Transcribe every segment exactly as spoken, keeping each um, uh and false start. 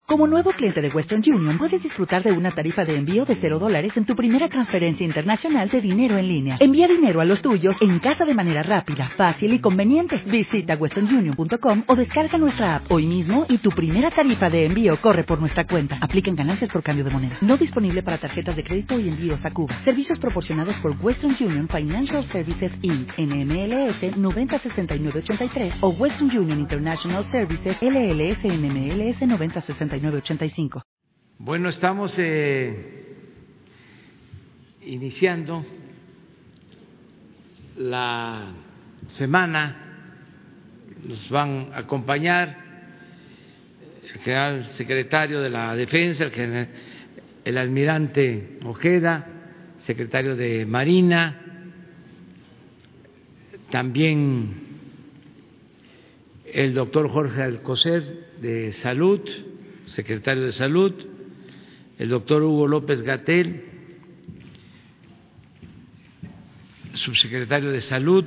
Como nuevo cliente de Western Union, puedes disfrutar de una tarifa de envío de cero dólares en tu primera transferencia internacional de dinero en línea. Envía dinero a los tuyos en casa de manera rápida, fácil y conveniente. Visita western union punto com o descarga nuestra app hoy mismo y tu primera tarifa de envío corre por nuestra cuenta. Aplican ganancias por cambio de moneda. No disponible para tarjetas de crédito y envíos a Cuba. Servicios proporcionados por Western Union Financial Services incorporated. N M L S noventa sesenta y nueve ochenta y tres o Western Union International Services L L S N M L S noventa sesenta y nueve ochenta y cinco. Bueno, estamos eh, iniciando la semana. Nos van a acompañar el general secretario de la Defensa, el, general, el almirante Ojeda, secretario de Marina, también el doctor Jorge Alcocer de Salud, secretario de Salud, el doctor Hugo López-Gatell, subsecretario de Salud,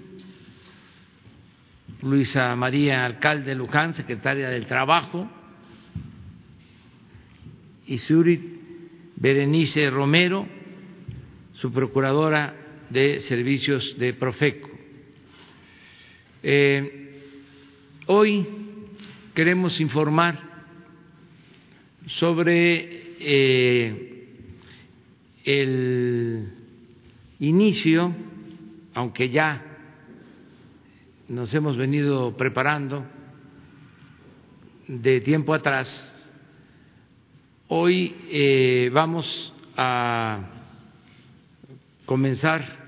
Luisa María Alcalde Luján, secretaria del Trabajo, y Surit Berenice Romero, su procuradora de Servicios de Profeco. Eh, hoy queremos informar sobre eh, el inicio, aunque ya nos hemos venido preparando de tiempo atrás. Hoy eh, vamos a comenzar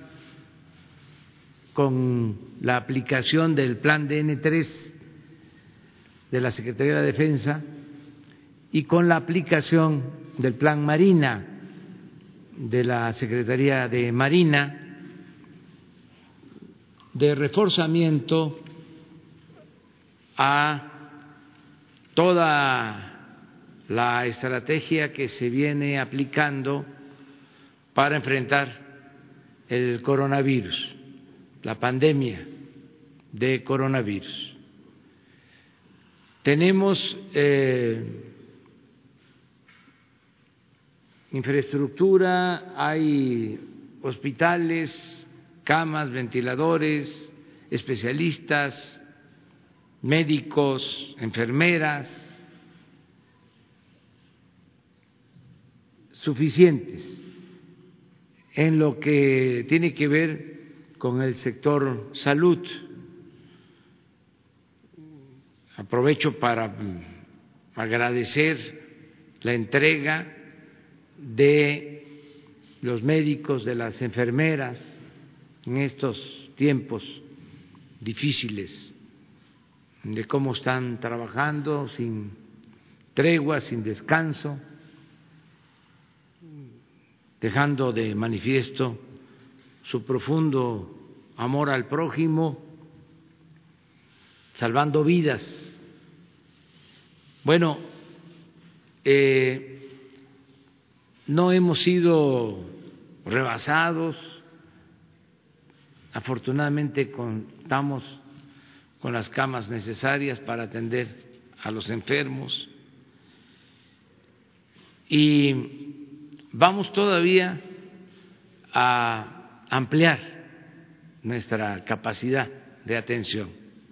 con la aplicación del plan D N tres de la Secretaría de la Defensa y con la aplicación del plan Marina de la Secretaría de Marina, de reforzamiento a toda la estrategia que se viene aplicando para enfrentar el coronavirus, la pandemia de coronavirus. Tenemos eh, infraestructura, hay hospitales, camas, ventiladores, especialistas, médicos, enfermeras, suficientes en lo que tiene que ver con el sector salud. Aprovecho para agradecer la entrega de los médicos, de las enfermeras en estos tiempos difíciles, de cómo están trabajando sin tregua, sin descanso, dejando de manifiesto su profundo amor al prójimo, salvando vidas. Bueno, eh, no hemos sido rebasados, afortunadamente contamos con las camas necesarias para atender a los enfermos y vamos todavía a ampliar nuestra capacidad de atención.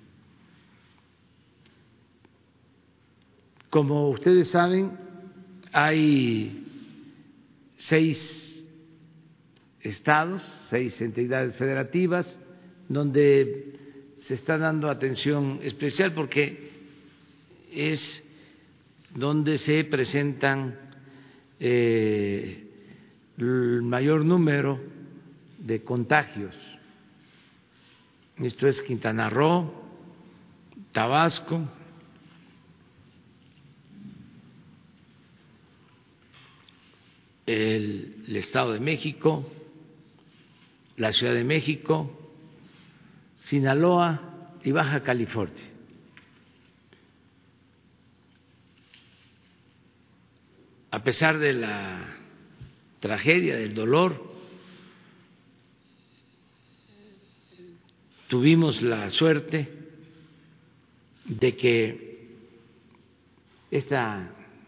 Como ustedes saben, hay seis estados, seis entidades federativas donde se está dando atención especial porque es donde se presentan eh, el mayor número de contagios. Esto es Quintana Roo, Tabasco, el, el Estado de México, la Ciudad de México, Sinaloa y Baja California. A pesar de la tragedia, del dolor, tuvimos la suerte de que esta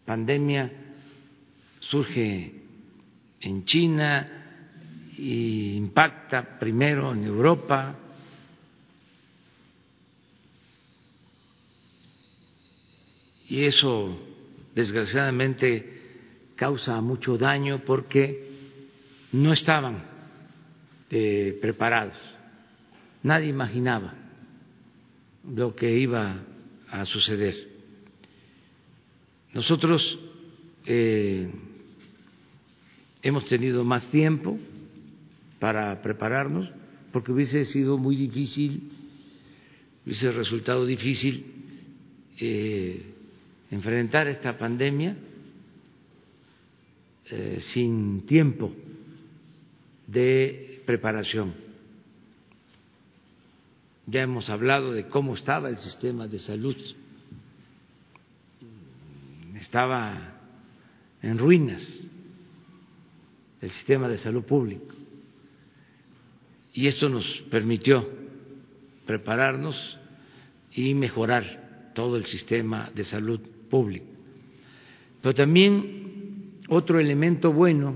pandemia surge en China e impacta primero en Europa, y eso desgraciadamente causa mucho daño porque no estaban eh, preparados, nadie imaginaba lo que iba a suceder. Nosotros eh, hemos tenido más tiempo para prepararnos porque hubiese sido muy difícil, hubiese resultado difícil eh, enfrentar esta pandemia eh, sin tiempo de preparación. Ya hemos hablado de cómo estaba el sistema de salud, estaba en ruinas el sistema de salud público, y esto nos permitió prepararnos y mejorar todo el sistema de salud público. Pero también otro elemento bueno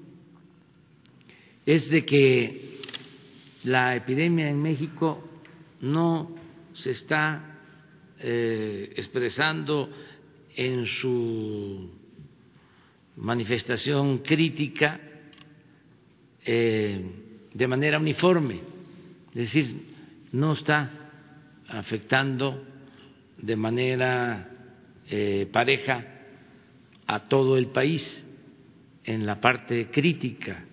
es de que la epidemia en México no se está eh, expresando en su manifestación crítica eh, de manera uniforme, es decir, no está afectando de manera eh, pareja a todo el país en la parte crítica.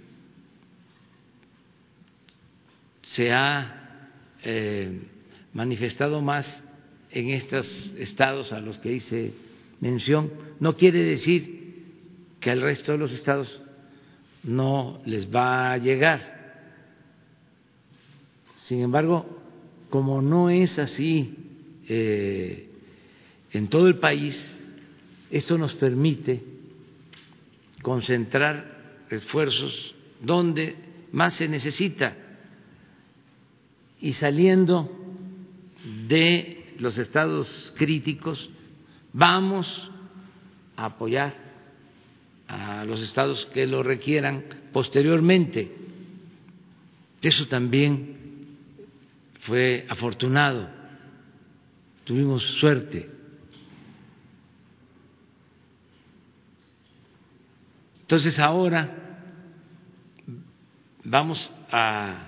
Se ha eh, manifestado más en estos estados a los que hice mención. No quiere decir que al resto de los estados no les va a llegar. Sin embargo, como no es así eh, en todo el país, esto nos permite concentrar esfuerzos donde más se necesita, y saliendo de los estados críticos vamos a apoyar a los estados que lo requieran posteriormente. Eso también fue afortunado, tuvimos suerte. Entonces ahora vamos a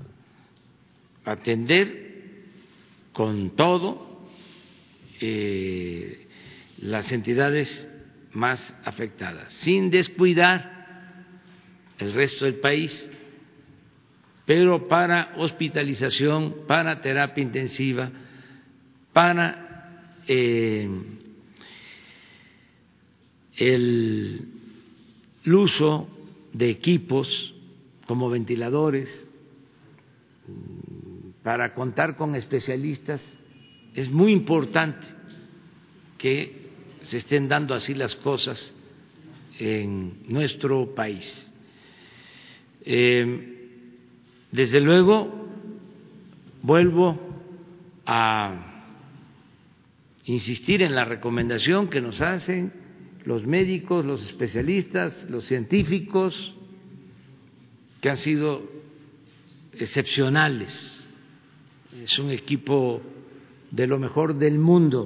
atender con todo eh, las entidades más afectadas, sin descuidar el resto del país, pero para hospitalización, para terapia intensiva, para eh, el, el uso de equipos como ventiladores, para contar con especialistas. Es muy importante que se estén dando así las cosas en nuestro país. Eh, desde luego, vuelvo a insistir en la recomendación que nos hacen los médicos, los especialistas, los científicos, que han sido excepcionales. Es un equipo de lo mejor del mundo,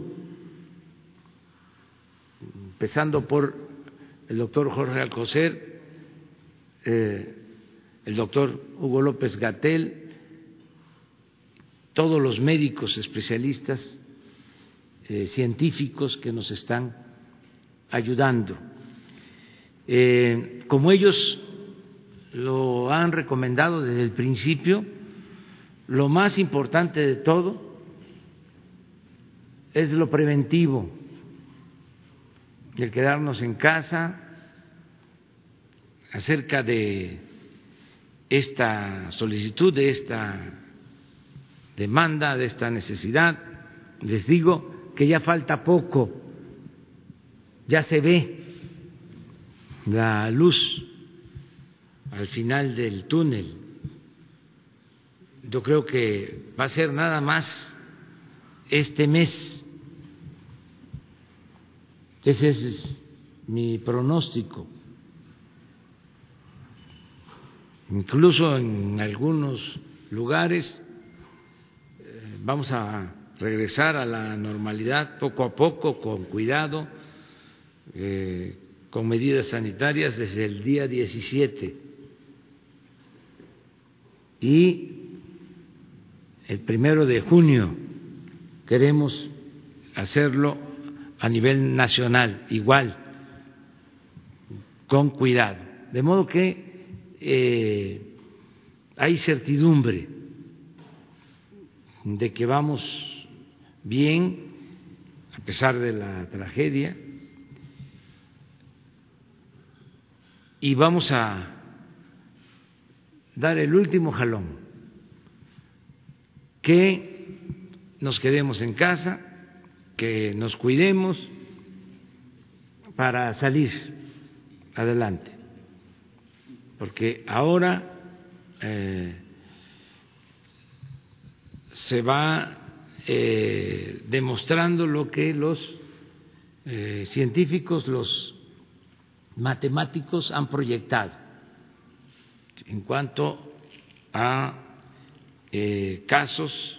empezando por el doctor Jorge Alcocer, eh, el doctor Hugo López-Gatell, todos los médicos especialistas, eh, científicos que nos están ayudando. Eh, como ellos lo han recomendado desde el principio, lo más importante de todo es lo preventivo, el quedarnos en casa. Acerca de esta solicitud, de esta demanda, de esta necesidad, les digo que ya falta poco, ya se ve la luz al final del túnel. Yo creo que va a ser nada más este mes. Ese es mi pronóstico. Incluso en algunos lugares eh, vamos a regresar a la normalidad poco a poco, con cuidado, eh, con medidas sanitarias desde el día diecisiete. Y el primero de junio queremos hacerlo a nivel nacional, igual, con cuidado. De modo que eh, hay certidumbre de que vamos bien, a pesar de la tragedia, y vamos a dar el último jalón, que nos quedemos en casa, que nos cuidemos para salir adelante, porque ahora eh, se va eh, demostrando lo que los eh, científicos, los matemáticos han proyectado en cuanto a eh, casos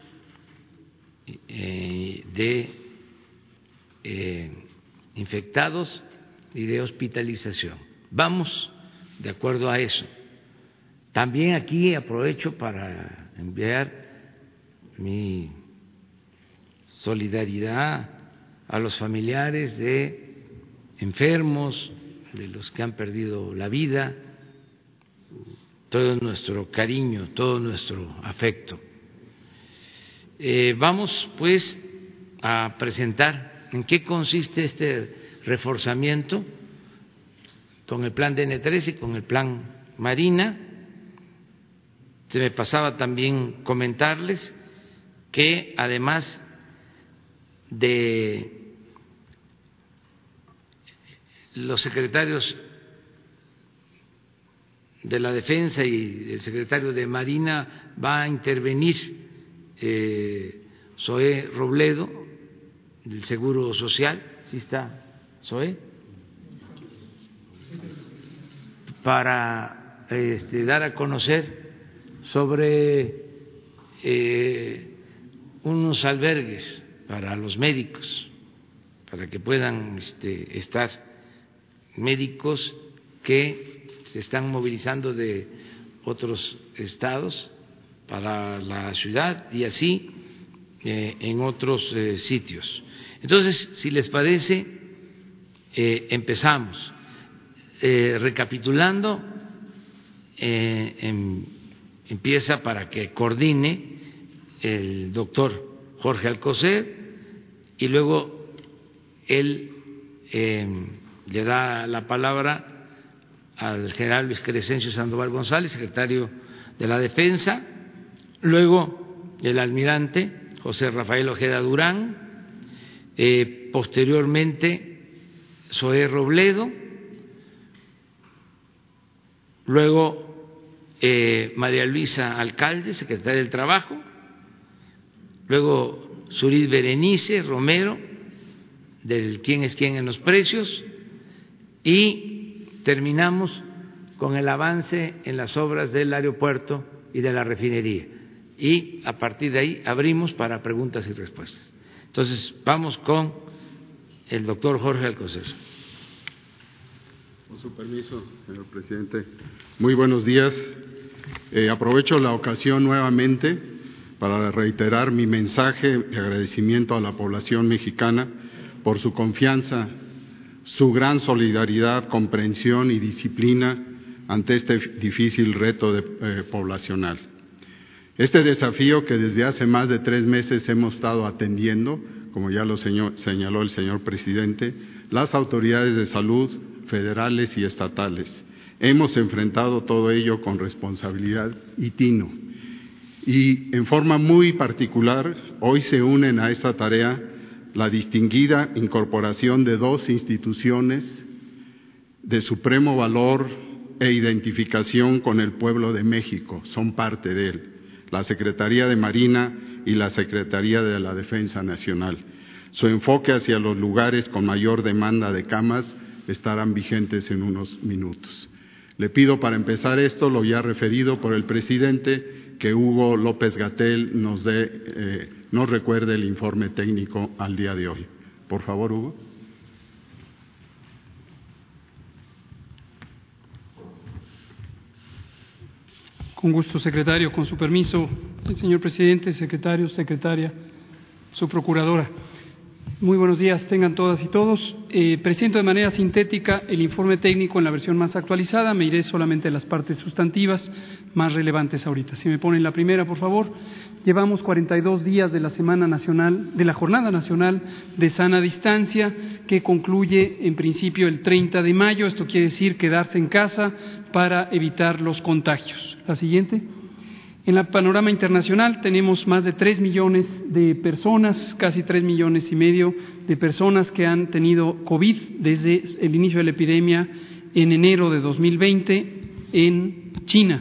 eh, de eh, infectados y de hospitalización. Vamos de acuerdo a eso. También aquí aprovecho para enviar mi solidaridad a los familiares de enfermos, de los que han perdido la vida, todo nuestro cariño, todo nuestro afecto. Eh, vamos pues a presentar en qué consiste este reforzamiento con el plan D N tres y con el plan Marina. Se me pasaba también comentarles que además de los secretarios de la Defensa y el secretario de Marina, va a intervenir eh, Zoé Robledo, del Seguro Social. ¿Sí está Zoé? Para este, dar a conocer sobre eh, unos albergues para los médicos, para que puedan este, estar médicos que se están movilizando de otros estados para la ciudad y así eh, en otros eh, sitios. Entonces, si les parece, eh, empezamos. Eh, recapitulando, eh, em, empieza para que coordine el doctor Jorge Alcocer y luego él eh, le da la palabra al general Luis Crescencio Sandoval González, secretario de la Defensa, luego el almirante José Rafael Ojeda Durán, eh, posteriormente Zoé Robledo, luego eh, María Luisa Alcalde, secretaria del Trabajo, luego Zurid Berenice Romero, del quién es quién en los precios, y terminamos con el avance en las obras del aeropuerto y de la refinería. Y a partir de ahí abrimos para preguntas y respuestas. Entonces, vamos con el doctor Jorge Alcocer. Con su permiso, señor presidente. Muy buenos días. Eh, aprovecho la ocasión nuevamente para reiterar mi mensaje de agradecimiento a la población mexicana por su confianza, su gran solidaridad, comprensión y disciplina ante este difícil reto de, eh, poblacional. Este desafío que desde hace más de tres meses hemos estado atendiendo, como ya lo señor, señaló el señor presidente, las autoridades de salud federales y estatales. Hemos enfrentado todo ello con responsabilidad y tino. Y en forma muy particular, hoy se unen a esta tarea la distinguida incorporación de dos instituciones de supremo valor e identificación con el pueblo de México, son parte de él, la Secretaría de Marina y la Secretaría de la Defensa Nacional. Su enfoque hacia los lugares con mayor demanda de camas estarán vigentes en unos minutos. Le pido para empezar esto, lo ya referido por el presidente, que Hugo López-Gatell nos dé, eh, nos recuerde el informe técnico al día de hoy. Por favor, Hugo. Con gusto, secretario. Con su permiso, señor presidente, secretario, secretaria, su procuradora. Muy buenos días, tengan todas y todos. Eh, presento de manera sintética el informe técnico en la versión más actualizada. Me iré solamente a las partes sustantivas más relevantes ahorita. Si me ponen la primera, por favor. Llevamos cuarenta y dos días de la Semana Nacional, de la Jornada Nacional de Sana Distancia, que concluye en principio el treinta de mayo. Esto quiere decir quedarse en casa para evitar los contagios. La siguiente. En el panorama internacional tenemos más de tres millones de personas, casi tres millones y medio de personas que han tenido COVID desde el inicio de la epidemia en enero de dos mil veinte en China.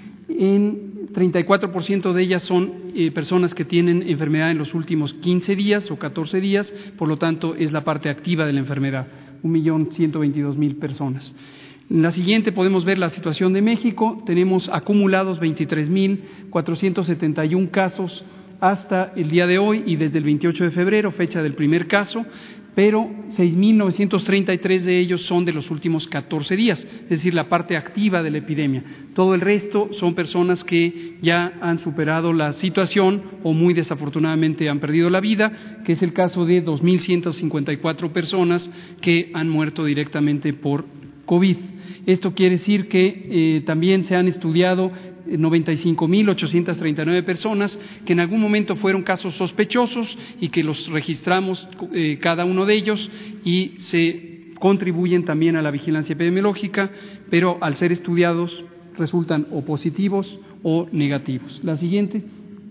En treinta y cuatro por ciento de ellas son eh, personas que tienen enfermedad en los últimos quince días o catorce días, por lo tanto es la parte activa de la enfermedad, un millón ciento veintidós mil personas. En la siguiente podemos ver la situación de México. Tenemos acumulados veintitrés mil cuatrocientos setenta y uno casos hasta el día de hoy y desde el veintiocho de febrero, fecha del primer caso, pero seis mil novecientos treinta y tres de ellos son de los últimos catorce días, es decir, la parte activa de la epidemia. Todo el resto son personas que ya han superado la situación o muy desafortunadamente han perdido la vida, que es el caso de dos mil ciento cincuenta y cuatro personas que han muerto directamente por COVID. Esto quiere decir que eh, también se han estudiado noventa y cinco mil ochocientos treinta y nueve personas que en algún momento fueron casos sospechosos y que los registramos eh, cada uno de ellos y se contribuyen también a la vigilancia epidemiológica, pero al ser estudiados resultan o positivos o negativos. La siguiente.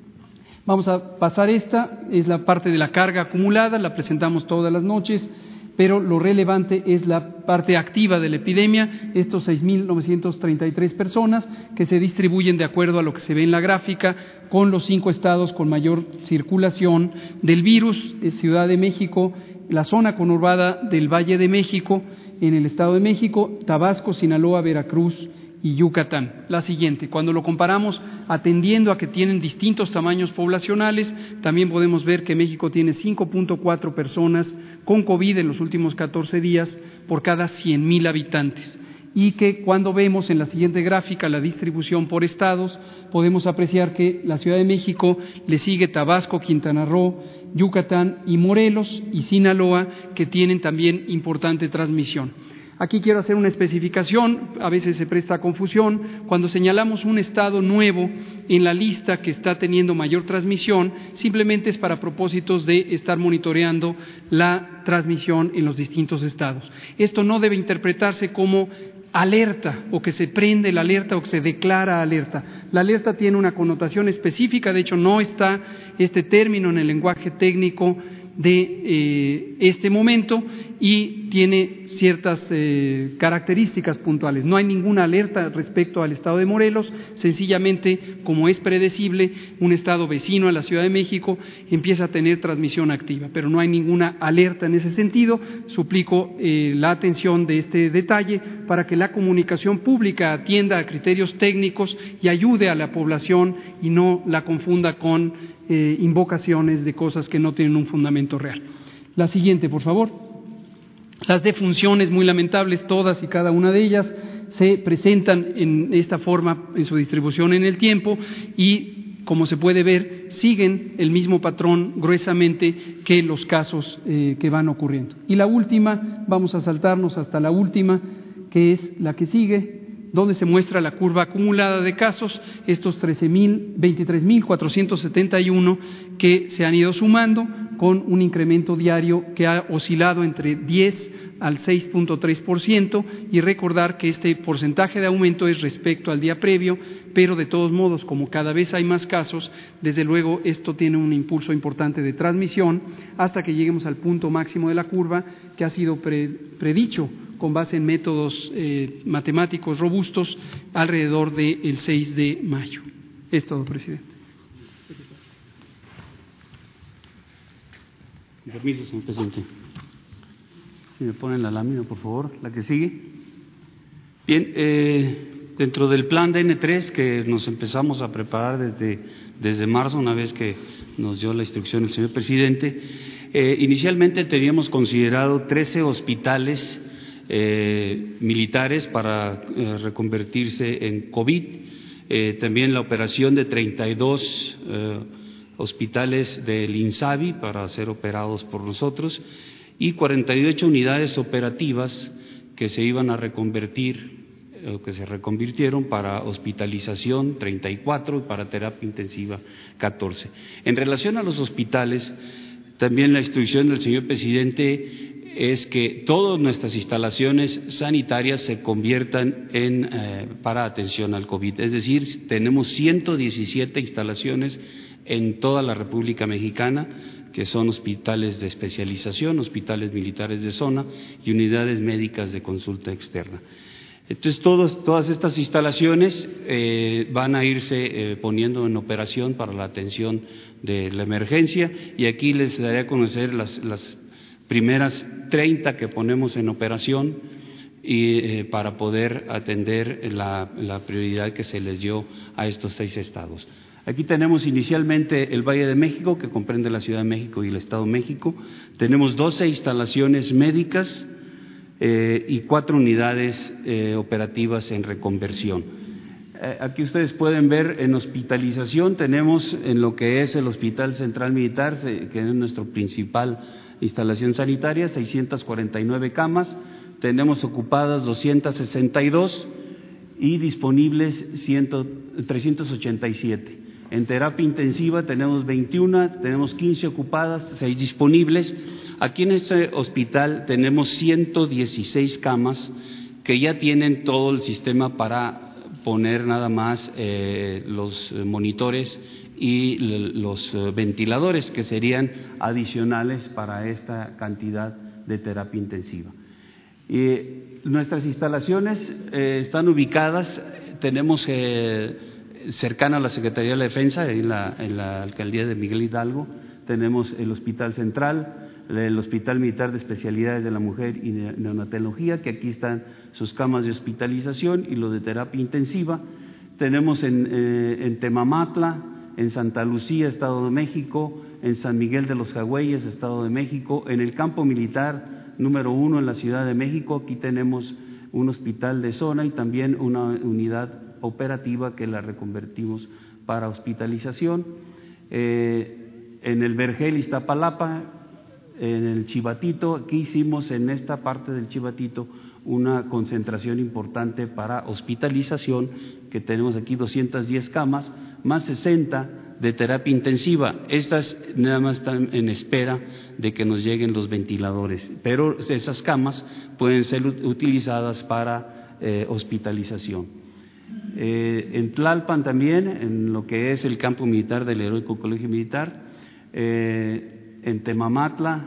Vamos a pasar esta, es la parte de la carga acumulada, la presentamos todas las noches, pero lo relevante es la parte activa de la epidemia, estos seis mil novecientos treinta y tres personas que se distribuyen de acuerdo a lo que se ve en la gráfica con los cinco estados con mayor circulación del virus, Ciudad de México, la zona conurbada del Valle de México, en el Estado de México, Tabasco, Sinaloa, Veracruz y Yucatán. La siguiente, cuando lo comparamos atendiendo a que tienen distintos tamaños poblacionales, también podemos ver que México tiene cinco punto cuatro personas con COVID en los últimos catorce días por cada cien mil habitantes. Y que cuando vemos en la siguiente gráfica la distribución por estados, podemos apreciar que la Ciudad de México le sigue Tabasco, Quintana Roo, Yucatán y Morelos y Sinaloa, que tienen también importante transmisión. Aquí quiero hacer una especificación, a veces se presta confusión, cuando señalamos un estado nuevo en la lista que está teniendo mayor transmisión, simplemente es para propósitos de estar monitoreando la transmisión en los distintos estados. Esto no debe interpretarse como alerta o que se prende la alerta o que se declara alerta. La alerta tiene una connotación específica, de hecho no está este término en el lenguaje técnico de eh, este momento y tiene ciertas eh, características puntuales. No hay ninguna alerta respecto al estado de Morelos, sencillamente, como es predecible, un estado vecino a la Ciudad de México empieza a tener transmisión activa, pero no hay ninguna alerta en ese sentido. Suplico eh, la atención de este detalle para que la comunicación pública atienda a criterios técnicos y ayude a la población y no la confunda con eh, invocaciones de cosas que no tienen un fundamento real. La siguiente, por favor. Las defunciones, muy lamentables, todas y cada una de ellas, se presentan en esta forma en su distribución en el tiempo y, como se puede ver, siguen el mismo patrón gruesamente que los casos eh, que van ocurriendo. Y la última, vamos a saltarnos hasta la última, que es la que sigue, donde se muestra la curva acumulada de casos, estos trece mil, veintitrés mil cuatrocientos setenta y uno que se han ido sumando con un incremento diario que ha oscilado entre diez al seis punto tres por ciento y recordar que este porcentaje de aumento es respecto al día previo, pero de todos modos, como cada vez hay más casos, desde luego esto tiene un impulso importante de transmisión hasta que lleguemos al punto máximo de la curva que ha sido pre, predicho con base en métodos eh, matemáticos robustos alrededor del seis de mayo. Es todo, presidente. Con permiso, señor presidente. Si me ponen la lámina, por favor, la que sigue. Bien, eh, dentro del plan D N tres que nos empezamos a preparar desde, desde marzo, una vez que nos dio la instrucción el señor presidente, eh, inicialmente teníamos considerado trece hospitales eh, militares para eh, reconvertirse en COVID, eh, también la operación de treinta y dos eh, hospitales del INSABI para ser operados por nosotros y cuarenta y ocho unidades operativas que se iban a reconvertir o que se reconvirtieron para hospitalización treinta y cuatro y para terapia intensiva catorce. En relación a los hospitales, también la instrucción del señor presidente es que todas nuestras instalaciones sanitarias se conviertan en eh, para atención al COVID, es decir, tenemos ciento diecisiete instalaciones en toda la República Mexicana, que son hospitales de especialización, hospitales militares de zona y unidades médicas de consulta externa. Entonces, todos, todas estas instalaciones eh, van a irse eh, poniendo en operación para la atención de la emergencia y aquí les daré a conocer las, las primeras treinta que ponemos en operación y, eh, para poder atender la, la prioridad que se les dio a estos seis estados. Aquí tenemos inicialmente el Valle de México, que comprende la Ciudad de México y el Estado de México. Tenemos doce instalaciones médicas eh, y cuatro unidades eh, operativas en reconversión. Eh, aquí ustedes pueden ver en hospitalización, tenemos en lo que es el Hospital Central Militar, que es nuestra principal instalación sanitaria, seiscientas cuarenta y nueve camas, tenemos ocupadas doscientas sesenta y dos y disponibles trescientas ochenta y siete. En terapia intensiva tenemos veintiuno, tenemos quince ocupadas, seis disponibles. Aquí en este hospital tenemos ciento dieciséis camas que ya tienen todo el sistema para poner nada más eh, los monitores y los ventiladores que serían adicionales para esta cantidad de terapia intensiva. Y nuestras instalaciones eh, están ubicadas, tenemos eh, cercana a la Secretaría de la Defensa, en la, en la alcaldía de Miguel Hidalgo, tenemos el Hospital Central, el Hospital Militar de Especialidades de la Mujer y de Neonatología, que aquí están sus camas de hospitalización y lo de terapia intensiva. Tenemos en, eh, en Temamatla, en Santa Lucía, Estado de México, en San Miguel de los Jagüeyes, Estado de México, en el campo militar número uno en la Ciudad de México, aquí tenemos un hospital de zona y también una unidad operativa que la reconvertimos para hospitalización. Eh, en el Vergel Iztapalapa, en el Chivatito, aquí hicimos en esta parte del Chivatito una concentración importante para hospitalización, que tenemos aquí doscientas diez camas, más sesenta de terapia intensiva. Estas nada más están en espera de que nos lleguen los ventiladores, pero esas camas pueden ser utilizadas para eh, hospitalización. Eh, en Tlalpan también, en lo que es el campo militar del Heroico Colegio Militar, eh, en Temamatla,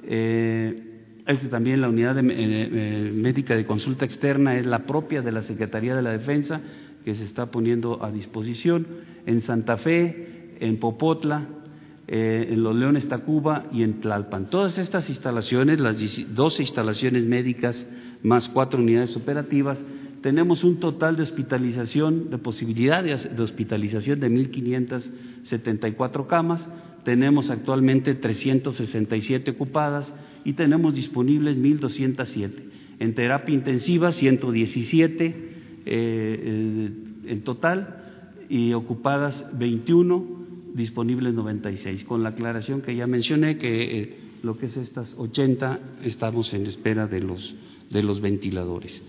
eh, este también la unidad de, eh, eh, médica de consulta externa es la propia de la Secretaría de la Defensa, que se está poniendo a disposición, en Santa Fe, en Popotla, eh, en Los Leones Tacuba y en Tlalpan. Todas estas instalaciones, las doce instalaciones médicas más cuatro unidades operativas, tenemos un total de hospitalización, de posibilidad de hospitalización de mil quinientas setenta y cuatro camas, tenemos actualmente trescientas sesenta y siete ocupadas y tenemos disponibles mil doscientas siete. En terapia intensiva, ciento diecisiete eh, eh, en total y ocupadas veintiuno, disponibles noventa y seis, con la aclaración que ya mencioné que eh, lo que es estas ochenta estamos en espera de los, de los ventiladores.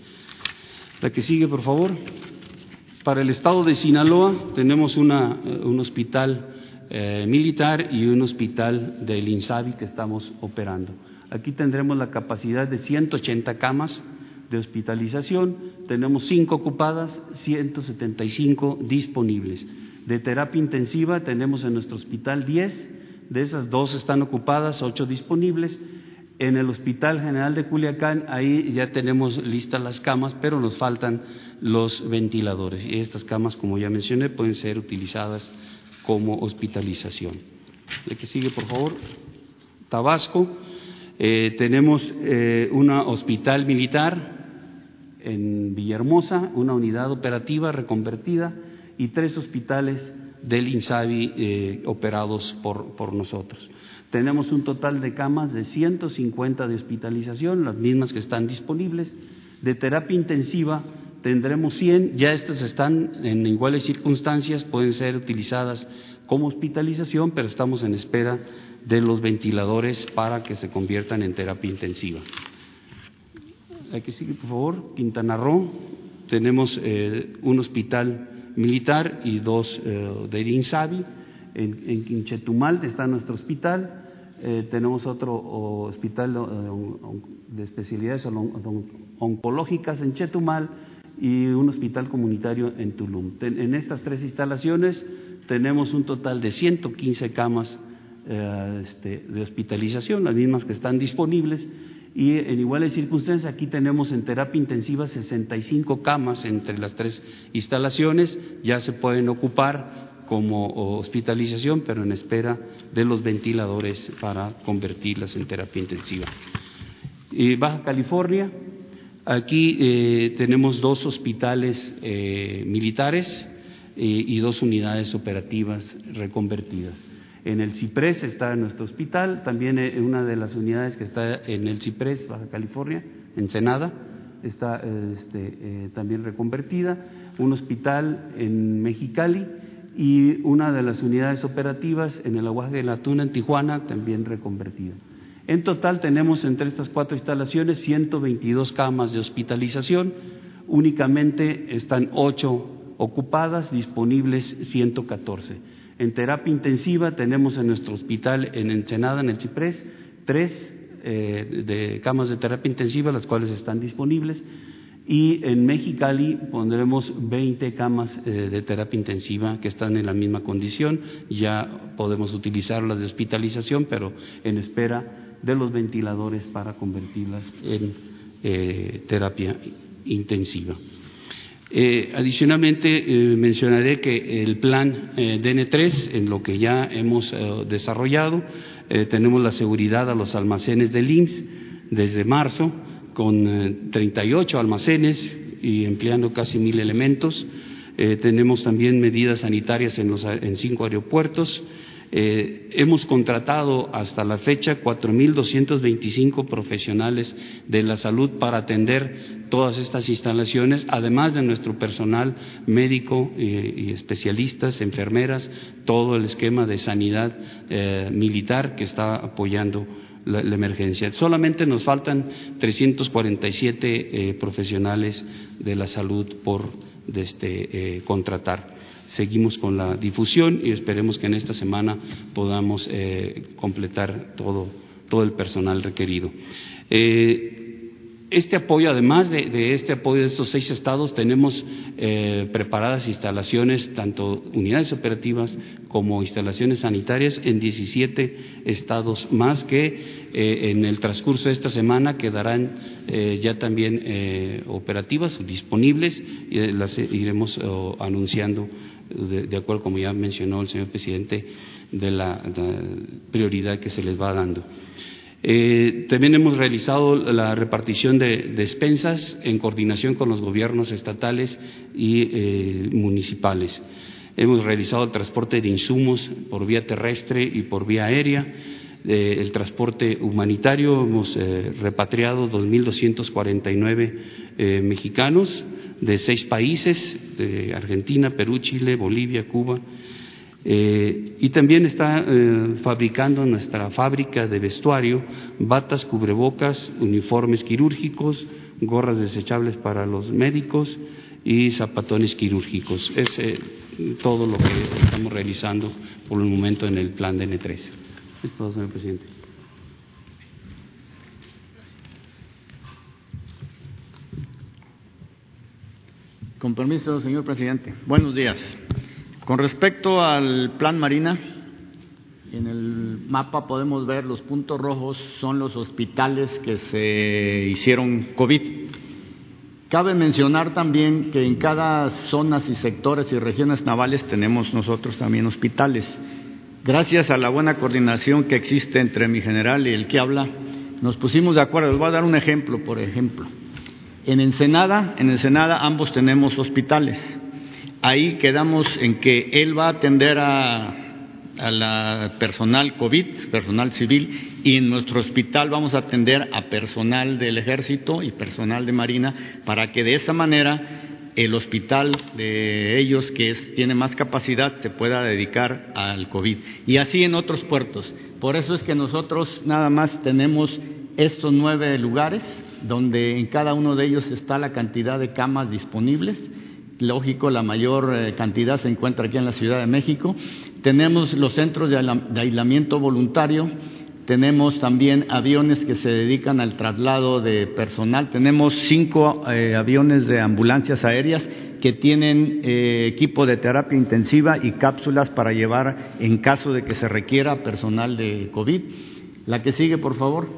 La que sigue, por favor. Para el estado de Sinaloa tenemos una, un hospital eh, militar y un hospital del INSABI que estamos operando. Aquí tendremos la capacidad de ciento ochenta camas de hospitalización, tenemos cinco ocupadas, ciento setenta y cinco disponibles. De terapia intensiva tenemos en nuestro hospital diez, de esas dos están ocupadas, ocho disponibles. En el Hospital General de Culiacán, ahí ya tenemos listas las camas, pero nos faltan los ventiladores. Y estas camas, como ya mencioné, pueden ser utilizadas como hospitalización. La que sigue, por favor. Tabasco. Eh, tenemos eh, un hospital militar en Villahermosa, una unidad operativa reconvertida y tres hospitales del INSABI eh, operados por, por nosotros. Tenemos un total de camas de ciento cincuenta de hospitalización, las mismas que están disponibles. De terapia intensiva tendremos cien, ya estas están en iguales circunstancias, pueden ser utilizadas como hospitalización, pero estamos en espera de los ventiladores para que se conviertan en terapia intensiva. Aquí sigue, por favor, Quintana Roo, tenemos eh, un hospital militar y dos eh, del INSABI. En, en Quinchetumal está nuestro hospital, eh, tenemos otro oh, hospital de, de especialidades oncológicas en Chetumal y un hospital comunitario en Tulum. Ten, en estas tres instalaciones tenemos un total de ciento quince camas eh, este, de hospitalización, las mismas que están disponibles, y en iguales circunstancias aquí tenemos en terapia intensiva sesenta y cinco camas entre las tres instalaciones, ya se pueden ocupar como hospitalización, pero en espera de los ventiladores para convertirlas en terapia intensiva. Y Baja California, aquí eh, tenemos dos hospitales eh, militares eh, y dos unidades operativas reconvertidas. En el Ciprés está nuestro hospital, también en una de las unidades que está en el Ciprés, Baja California, Ensenada, está este, eh, también reconvertida, un hospital en Mexicali y una de las unidades operativas en el Aguaje de la Tuna, en Tijuana, también reconvertida. En total tenemos entre estas cuatro instalaciones ciento veintidós camas de hospitalización, únicamente están ocho ocupadas, disponibles ciento catorce. En terapia intensiva tenemos en nuestro hospital en Ensenada, en el Ciprés, tres eh, de camas de terapia intensiva, las cuales están disponibles, y en Mexicali pondremos veinte camas eh, de terapia intensiva que están en la misma condición. Ya podemos utilizarlas de hospitalización, pero en espera de los ventiladores para convertirlas en eh, terapia intensiva. Eh, adicionalmente, eh, mencionaré que el plan eh, D N tres, en lo que ya hemos eh, desarrollado, eh, tenemos la seguridad a los almacenes del I M S S desde marzo, con eh, treinta y ocho almacenes y empleando casi mil elementos. Eh, tenemos también medidas sanitarias en, los, en cinco aeropuertos. Eh, hemos contratado hasta la fecha cuatro mil doscientos veinticinco profesionales de la salud para atender todas estas instalaciones, además de nuestro personal médico eh, y especialistas, enfermeras, todo el esquema de sanidad eh, militar que está apoyando la, la emergencia. Solamente nos faltan trescientos cuarenta y siete eh, profesionales de la salud por este, eh, contratar. Seguimos con la difusión y esperemos que en esta semana podamos eh, completar todo, todo el personal requerido. Eh, este apoyo, además de, de este apoyo de estos seis estados, tenemos eh, preparadas instalaciones, tanto unidades operativas como instalaciones sanitarias en diecisiete estados más que eh, en el transcurso de esta semana quedarán eh, ya también eh, operativas, disponibles, y las iremos oh, anunciando De, de acuerdo, como ya mencionó el señor presidente, de la, de la prioridad que se les va dando. Eh, también hemos realizado la repartición de despensas en coordinación con los gobiernos estatales y eh, municipales. Hemos realizado el transporte de insumos por vía terrestre y por vía aérea. Eh, el transporte humanitario, hemos eh, repatriado dos mil doscientos cuarenta y nueve eh, mexicanos de seis países, de Argentina, Perú, Chile, Bolivia, Cuba, eh, y también está eh, fabricando nuestra fábrica de vestuario, batas, cubrebocas, uniformes quirúrgicos, gorras desechables para los médicos y zapatones quirúrgicos. Es eh, todo lo que estamos realizando por el momento en el plan D N tres. Es todo, señor presidente. Con permiso, señor presidente. Buenos días. Con respecto al Plan Marina, en el mapa podemos ver los puntos rojos son los hospitales que se hicieron COVID. Cabe mencionar también que en cada zonas y sectores y regiones navales tenemos nosotros también hospitales. Gracias a la buena coordinación que existe entre mi general y el que habla, Nos pusimos de acuerdo. Les voy a dar un ejemplo, por ejemplo. En Ensenada, en Ensenada ambos tenemos hospitales. Ahí quedamos en que él va a atender a, a la personal COVID, personal civil, y en nuestro hospital vamos a atender a personal del Ejército y personal de Marina, para que de esa manera el hospital de ellos, que es, tiene más capacidad, se pueda dedicar al COVID. Y así en otros puertos. Por eso es que nosotros nada más tenemos estos nueve lugares, donde en cada uno de ellos está la cantidad de camas disponibles. Lógico, la mayor eh, cantidad se encuentra aquí en la Ciudad de México. Tenemos los centros de, de aislamiento voluntario, tenemos también aviones que se dedican al traslado de personal, tenemos cinco eh, aviones de ambulancias aéreas que tienen eh, equipo de terapia intensiva y cápsulas para llevar en caso de que se requiera personal de COVID. La que sigue, por favor.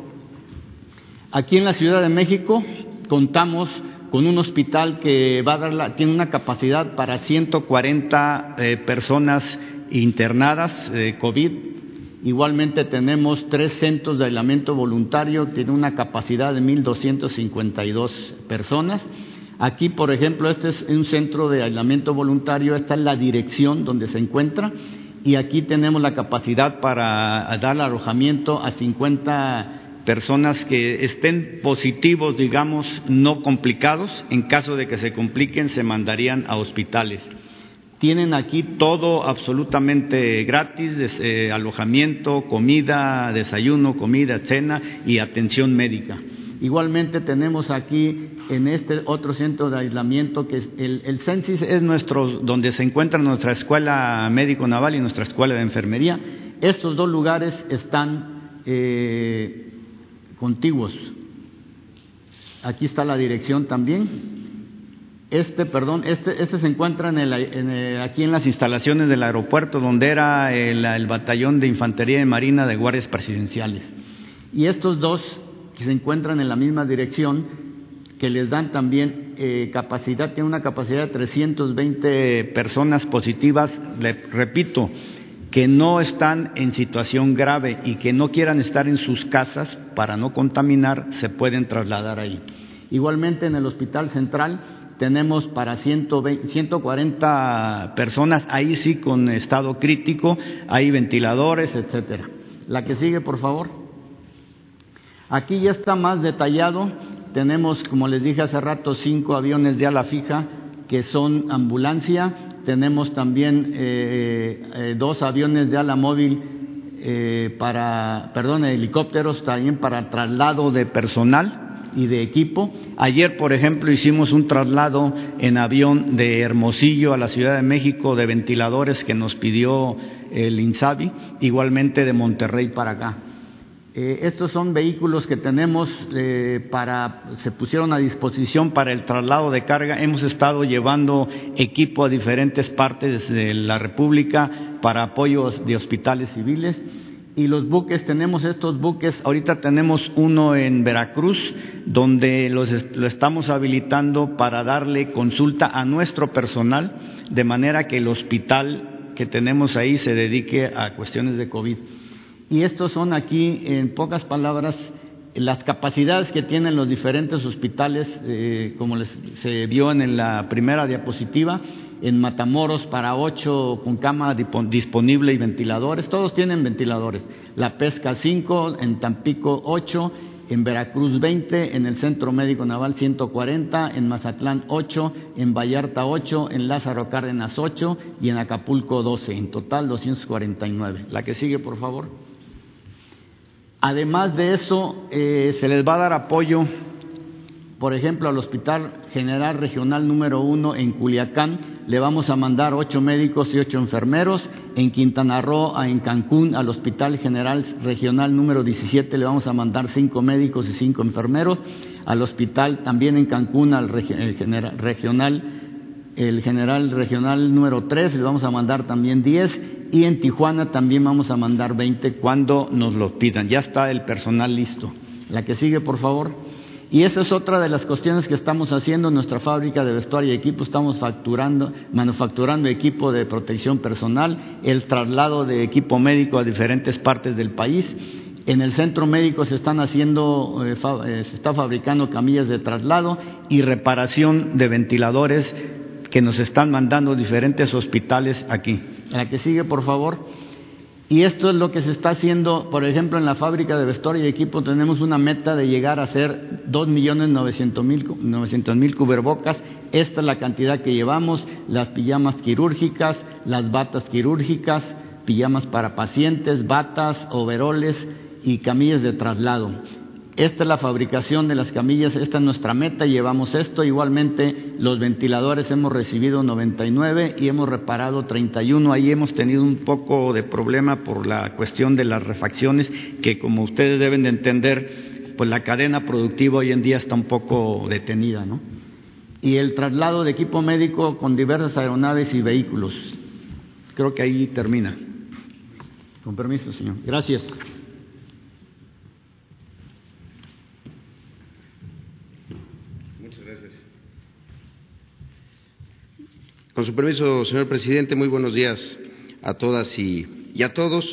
Aquí en la Ciudad de México contamos con un hospital que va a dar la, tiene una capacidad para ciento cuarenta eh, personas internadas eh, COVID. Igualmente tenemos tres centros de aislamiento voluntario, tiene una capacidad de mil doscientas cincuenta y dos personas. Aquí, por ejemplo, este es un centro de aislamiento voluntario, esta es la dirección donde se encuentra, y aquí tenemos la capacidad para dar alojamiento a cincuenta personas que estén positivos, digamos, no complicados. En caso de que se compliquen, se mandarían a hospitales. Tienen aquí todo absolutamente gratis, eh, alojamiento, comida, desayuno, comida, cena y atención médica. Igualmente tenemos aquí en este otro centro de aislamiento, que es el, el Censis es nuestro, donde se encuentra nuestra escuela médico naval y nuestra escuela de enfermería. Estos dos lugares están eh, contiguos. Aquí está la dirección también. Este, perdón, este, este se encuentra en el, en el, aquí en las instalaciones del aeropuerto, donde era el, el batallón de infantería de marina de guardias presidenciales. Y estos dos que se encuentran en la misma dirección, que les dan también eh, capacidad, tienen una capacidad de trescientas veinte personas positivas, le repito, que no están en situación grave y que no quieran estar en sus casas para no contaminar, se pueden trasladar ahí. Igualmente en el Hospital Central tenemos para ciento veinte, ciento cuarenta personas, ahí sí con estado crítico, hay ventiladores, etcétera. La que sigue, por favor. Aquí ya está más detallado. Tenemos, como les dije hace rato, cinco aviones de ala fija que son ambulancia. Tenemos también eh, eh, dos aviones de ala móvil eh, para, perdón, helicópteros también para traslado de personal y de equipo. Ayer, por ejemplo, hicimos un traslado en avión de Hermosillo a la Ciudad de México de ventiladores que nos pidió el INSABI, igualmente de Monterrey para acá. Eh, estos son vehículos que tenemos eh, para, se pusieron a disposición para el traslado de carga. Hemos estado llevando equipo a diferentes partes de la República para apoyos de hospitales civiles. Y los buques, tenemos estos buques, ahorita tenemos uno en Veracruz, donde los, lo estamos habilitando para darle consulta a nuestro personal, de manera que el hospital que tenemos ahí se dedique a cuestiones de COVID. Y estos son aquí, en pocas palabras, las capacidades que tienen los diferentes hospitales, eh, como les, se vio en la primera diapositiva. En Matamoros para ocho con cama disponible y ventiladores, todos tienen ventiladores. La Pesca cinco, en Tampico ocho, en Veracruz veinte, en el Centro Médico Naval ciento cuarenta, en Mazatlán ocho, en Vallarta ocho, en Lázaro Cárdenas ocho y en Acapulco doce, en total doscientos cuarenta y nueve. La que sigue, por favor. Además de eso, eh, se les va a dar apoyo, por ejemplo, al Hospital General Regional número uno en Culiacán, le vamos a mandar ocho médicos y ocho enfermeros. En Quintana Roo, en Cancún, al Hospital General Regional número diecisiete, le vamos a mandar cinco médicos y cinco enfermeros. Al hospital también en Cancún, al el general, regional, el General Regional número tres, le vamos a mandar también diez. Y en Tijuana también vamos a mandar veinte cuando nos lo pidan. Ya está el personal listo. La que sigue, por favor. Y esa es otra de las cuestiones que estamos haciendo en nuestra fábrica de vestuario y equipo. Estamos facturando, manufacturando equipo de protección personal, el traslado de equipo médico a diferentes partes del país. En el centro médico se están haciendo, eh, fa, eh, se está fabricando camillas de traslado y reparación de ventiladores que nos están mandando diferentes hospitales aquí. La que sigue, por favor. Y esto es lo que se está haciendo, por ejemplo, en la fábrica de vestuario y equipo tenemos una meta de llegar a hacer dos millones novecientos mil cubrebocas. Esta es la cantidad que llevamos, las pijamas quirúrgicas, las batas quirúrgicas, pijamas para pacientes, batas, overoles y camillas de traslado. Esta es la fabricación de las camillas, esta es nuestra meta, llevamos esto. Igualmente, los ventiladores hemos recibido noventa y nueve y hemos reparado treinta y uno. Ahí hemos tenido un poco de problema por la cuestión de las refacciones, que como ustedes deben de entender, pues la cadena productiva hoy en día está un poco detenida, ¿no? Y el traslado de equipo médico con diversas aeronaves y vehículos. Creo que ahí termina. Con permiso, señor. Gracias. Con su permiso, señor presidente, muy buenos días a todas y, y a todos.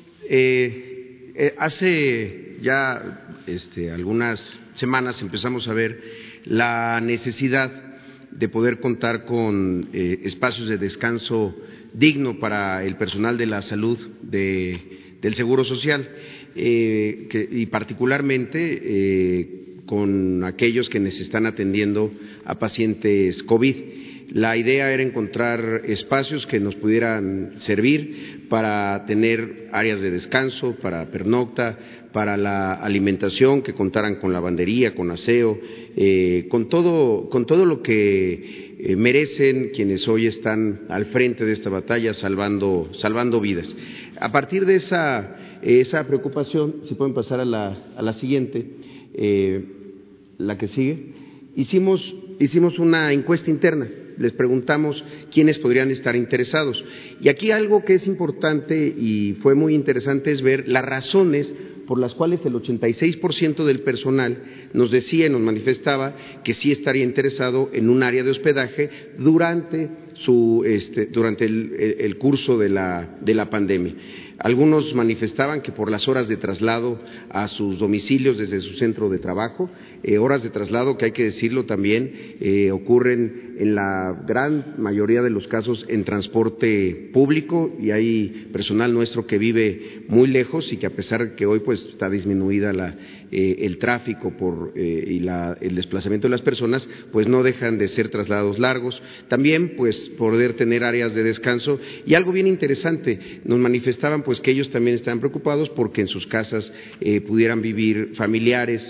Eh, eh, hace ya este, algunas semanas empezamos a ver la necesidad de poder contar con eh, espacios de descanso digno para el personal de la salud de, del Seguro Social eh, que, y particularmente eh, con aquellos quienes están atendiendo a pacientes COVID. La idea era encontrar espacios que nos pudieran servir para tener áreas de descanso, para pernocta, para la alimentación, que contaran con lavandería, con aseo, eh, con todo, con todo lo que eh, merecen quienes hoy están al frente de esta batalla salvando, salvando vidas. A partir de esa, esa preocupación, si pueden pasar a la, a la siguiente, eh, la que sigue, hicimos, hicimos una encuesta interna. Les preguntamos quiénes podrían estar interesados. Y aquí algo que es importante y fue muy interesante es ver las razones por las cuales el ochenta y seis por ciento del personal nos decía y nos manifestaba que sí estaría interesado en un área de hospedaje durante su este, durante el, el curso de la, de la pandemia. Algunos manifestaban que por las horas de traslado a sus domicilios desde su centro de trabajo, eh, horas de traslado que hay que decirlo también eh, ocurren en la gran mayoría de los casos en transporte público y hay personal nuestro que vive muy lejos y que a pesar de que hoy pues está disminuida la, eh, el tráfico por, eh, y la, el desplazamiento de las personas, pues no dejan de ser traslados largos. También pues poder tener áreas de descanso y algo bien interesante, nos manifestaban pues que ellos también estaban preocupados porque en sus casas eh, pudieran vivir familiares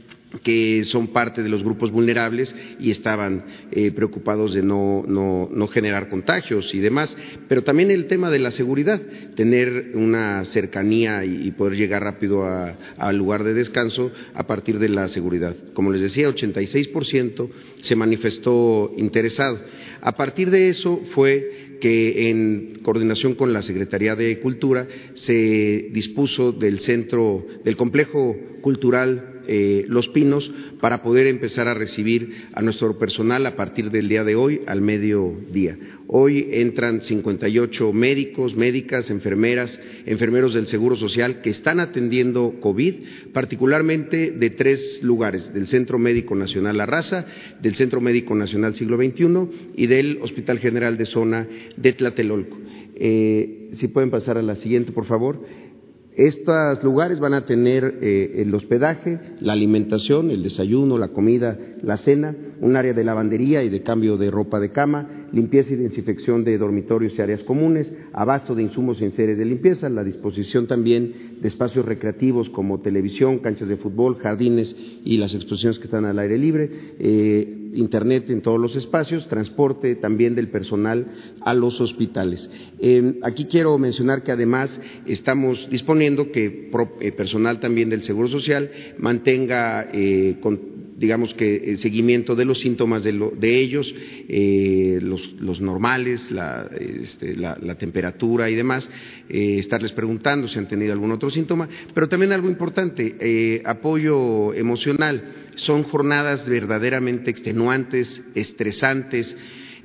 que son parte de los grupos vulnerables y estaban eh, preocupados de no, no, no generar contagios y demás, pero también el tema de la seguridad, tener una cercanía y, y poder llegar rápido al lugar de descanso a partir de la seguridad. Como les decía, ochenta y seis por ciento se manifestó interesado. A partir de eso fue que en coordinación con la Secretaría de Cultura se dispuso del centro, del complejo cultural Eh, Los Pinos para poder empezar a recibir a nuestro personal a partir del día de hoy al mediodía. Hoy entran cincuenta y ocho médicos, médicas, enfermeras, enfermeros del Seguro Social que están atendiendo COVID, particularmente de tres lugares, del Centro Médico Nacional La Raza, del Centro Médico Nacional Siglo veintiuno y del Hospital General de Zona de Tlatelolco. Eh, si pueden pasar a la siguiente, por favor. Estos lugares van a tener eh, el hospedaje, la alimentación, el desayuno, la comida, la cena, un área de lavandería y de cambio de ropa de cama, limpieza y desinfección de dormitorios y áreas comunes, abasto de insumos y enseres de limpieza, la disposición también de espacios recreativos como televisión, canchas de fútbol, jardines y las exposiciones que están al aire libre, eh, internet en todos los espacios, transporte también del personal a los hospitales. Eh, aquí quiero mencionar que además estamos disponiendo que eh, personal también del Seguro Social mantenga eh, con digamos que el seguimiento de los síntomas de, lo, de ellos, eh, los, los normales, la, este, la, la temperatura y demás, eh, estarles preguntando si han tenido algún otro síntoma, pero también algo importante, eh, apoyo emocional. Son jornadas verdaderamente extenuantes, estresantes,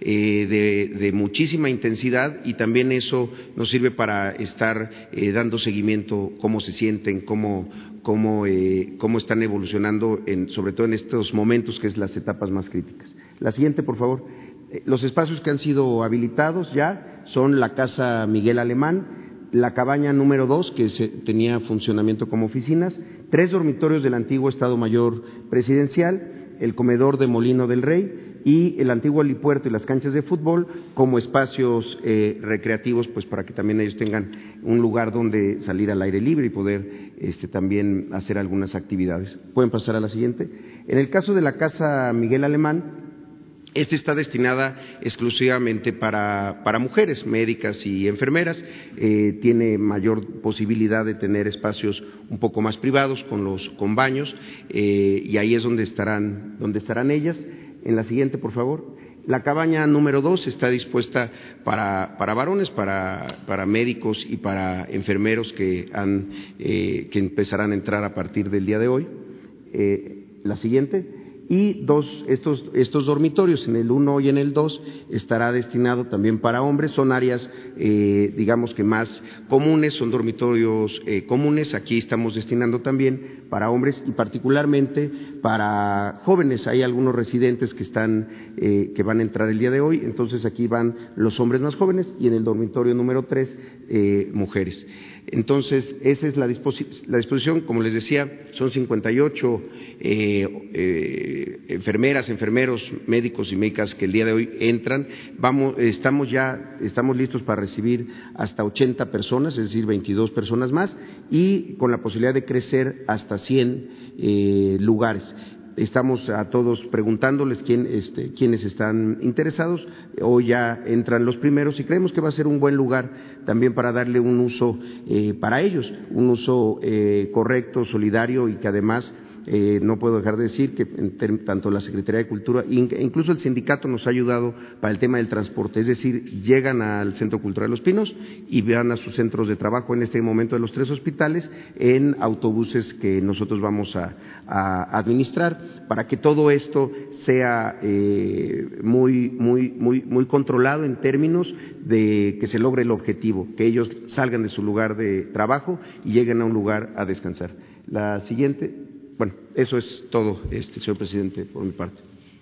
eh, de, de muchísima intensidad y también eso nos sirve para estar eh, dando seguimiento, cómo se sienten, cómo, cómo, eh, cómo están evolucionando, en, sobre todo en estos momentos que es las etapas más críticas. La siguiente, por favor. Los espacios que han sido habilitados ya son la Casa Miguel Alemán, la cabaña número dos, que se, tenía funcionamiento como oficinas, tres dormitorios del antiguo Estado Mayor Presidencial, el comedor de Molino del Rey y el antiguo helipuerto y las canchas de fútbol como espacios eh, recreativos, pues para que también ellos tengan un lugar donde salir al aire libre y poder este, también hacer algunas actividades. Pueden pasar a la siguiente. En el caso de la Casa Miguel Alemán, esta está destinada exclusivamente para, para mujeres, médicas y enfermeras, eh, tiene mayor posibilidad de tener espacios un poco más privados con los con baños eh, y ahí es donde estarán, donde estarán ellas. En la siguiente, por favor. La cabaña número dos está dispuesta para, para varones, para, para médicos y para enfermeros que, han, eh, que empezarán a entrar a partir del día de hoy. Eh, la siguiente. Y dos, estos, estos dormitorios, en el uno y en el dos, estará destinado también para hombres, son áreas, eh, digamos que más comunes, son dormitorios eh, comunes, aquí estamos destinando también para hombres y particularmente para jóvenes, hay algunos residentes que están, eh, que van a entrar el día de hoy, entonces aquí van los hombres más jóvenes y en el dormitorio número tres, eh, mujeres. Entonces, esa es la, disposi la disposición, como les decía, son cincuenta y ocho eh, eh, enfermeras, enfermeros, médicos y médicas que el día de hoy entran. Vamos, estamos ya, estamos listos para recibir hasta ochenta personas, es decir, veintidós personas más, y con la posibilidad de crecer hasta cien eh, lugares. Estamos a todos preguntándoles quién, este, quiénes están interesados. Hoy ya entran los primeros y creemos que va a ser un buen lugar también para darle un uso eh, para ellos, un uso eh, correcto, solidario y que además eh, no puedo dejar de decir que tanto la Secretaría de Cultura e incluso el sindicato nos ha ayudado para el tema del transporte, es decir, llegan al Centro Cultural Los Pinos y van a sus centros de trabajo en este momento de los tres hospitales en autobuses que nosotros vamos a, a administrar para que todo esto sea eh, muy, muy, muy, muy controlado en términos de que se logre el objetivo, que ellos salgan de su lugar de trabajo y lleguen a un lugar a descansar. La siguiente. Bueno, eso es todo, este, señor presidente, por mi parte.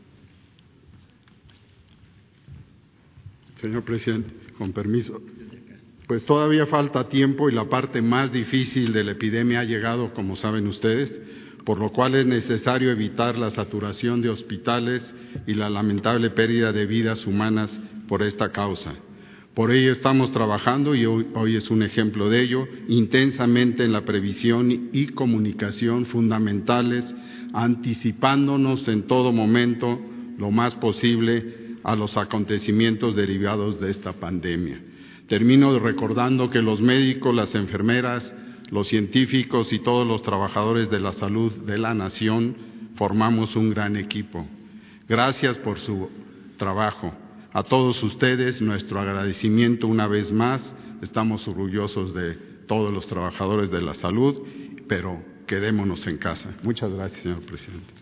Señor presidente, con permiso. Pues todavía falta tiempo y la parte más difícil de la epidemia ha llegado, como saben ustedes, por lo cual es necesario evitar la saturación de hospitales y la lamentable pérdida de vidas humanas por esta causa. Por ello estamos trabajando, y hoy, hoy es un ejemplo de ello, intensamente en la previsión y comunicación fundamentales, anticipándonos en todo momento lo más posible a los acontecimientos derivados de esta pandemia. Termino recordando que los médicos, las enfermeras, los científicos y todos los trabajadores de la salud de la nación formamos un gran equipo. Gracias por su trabajo. A todos ustedes, nuestro agradecimiento una vez más. Estamos orgullosos de todos los trabajadores de la salud, pero quedémonos en casa. Muchas gracias, señor presidente.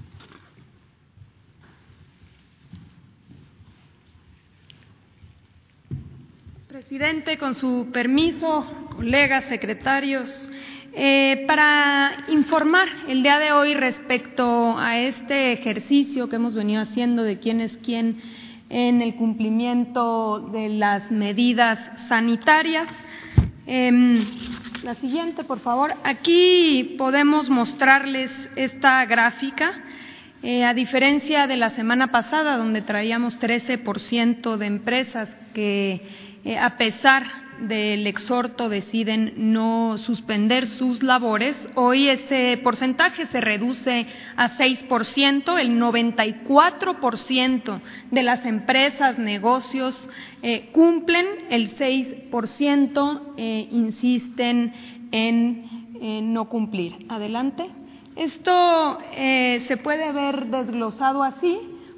Presidente, con su permiso, colegas, secretarios, eh, para informar el día de hoy respecto a este ejercicio que hemos venido haciendo de quién es quién en el cumplimiento de las medidas sanitarias. Eh, la siguiente, por favor. Aquí podemos mostrarles esta gráfica. Eh, a diferencia de la semana pasada, donde traíamos trece por ciento de empresas que, eh, a pesar del exhorto, deciden no suspender sus labores, hoy ese porcentaje se reduce a seis por ciento, el noventa y cuatro por ciento de las empresas, negocios eh, cumplen, el seis por ciento eh, insisten en, en no cumplir. Adelante. Esto eh, se puede ver desglosado así,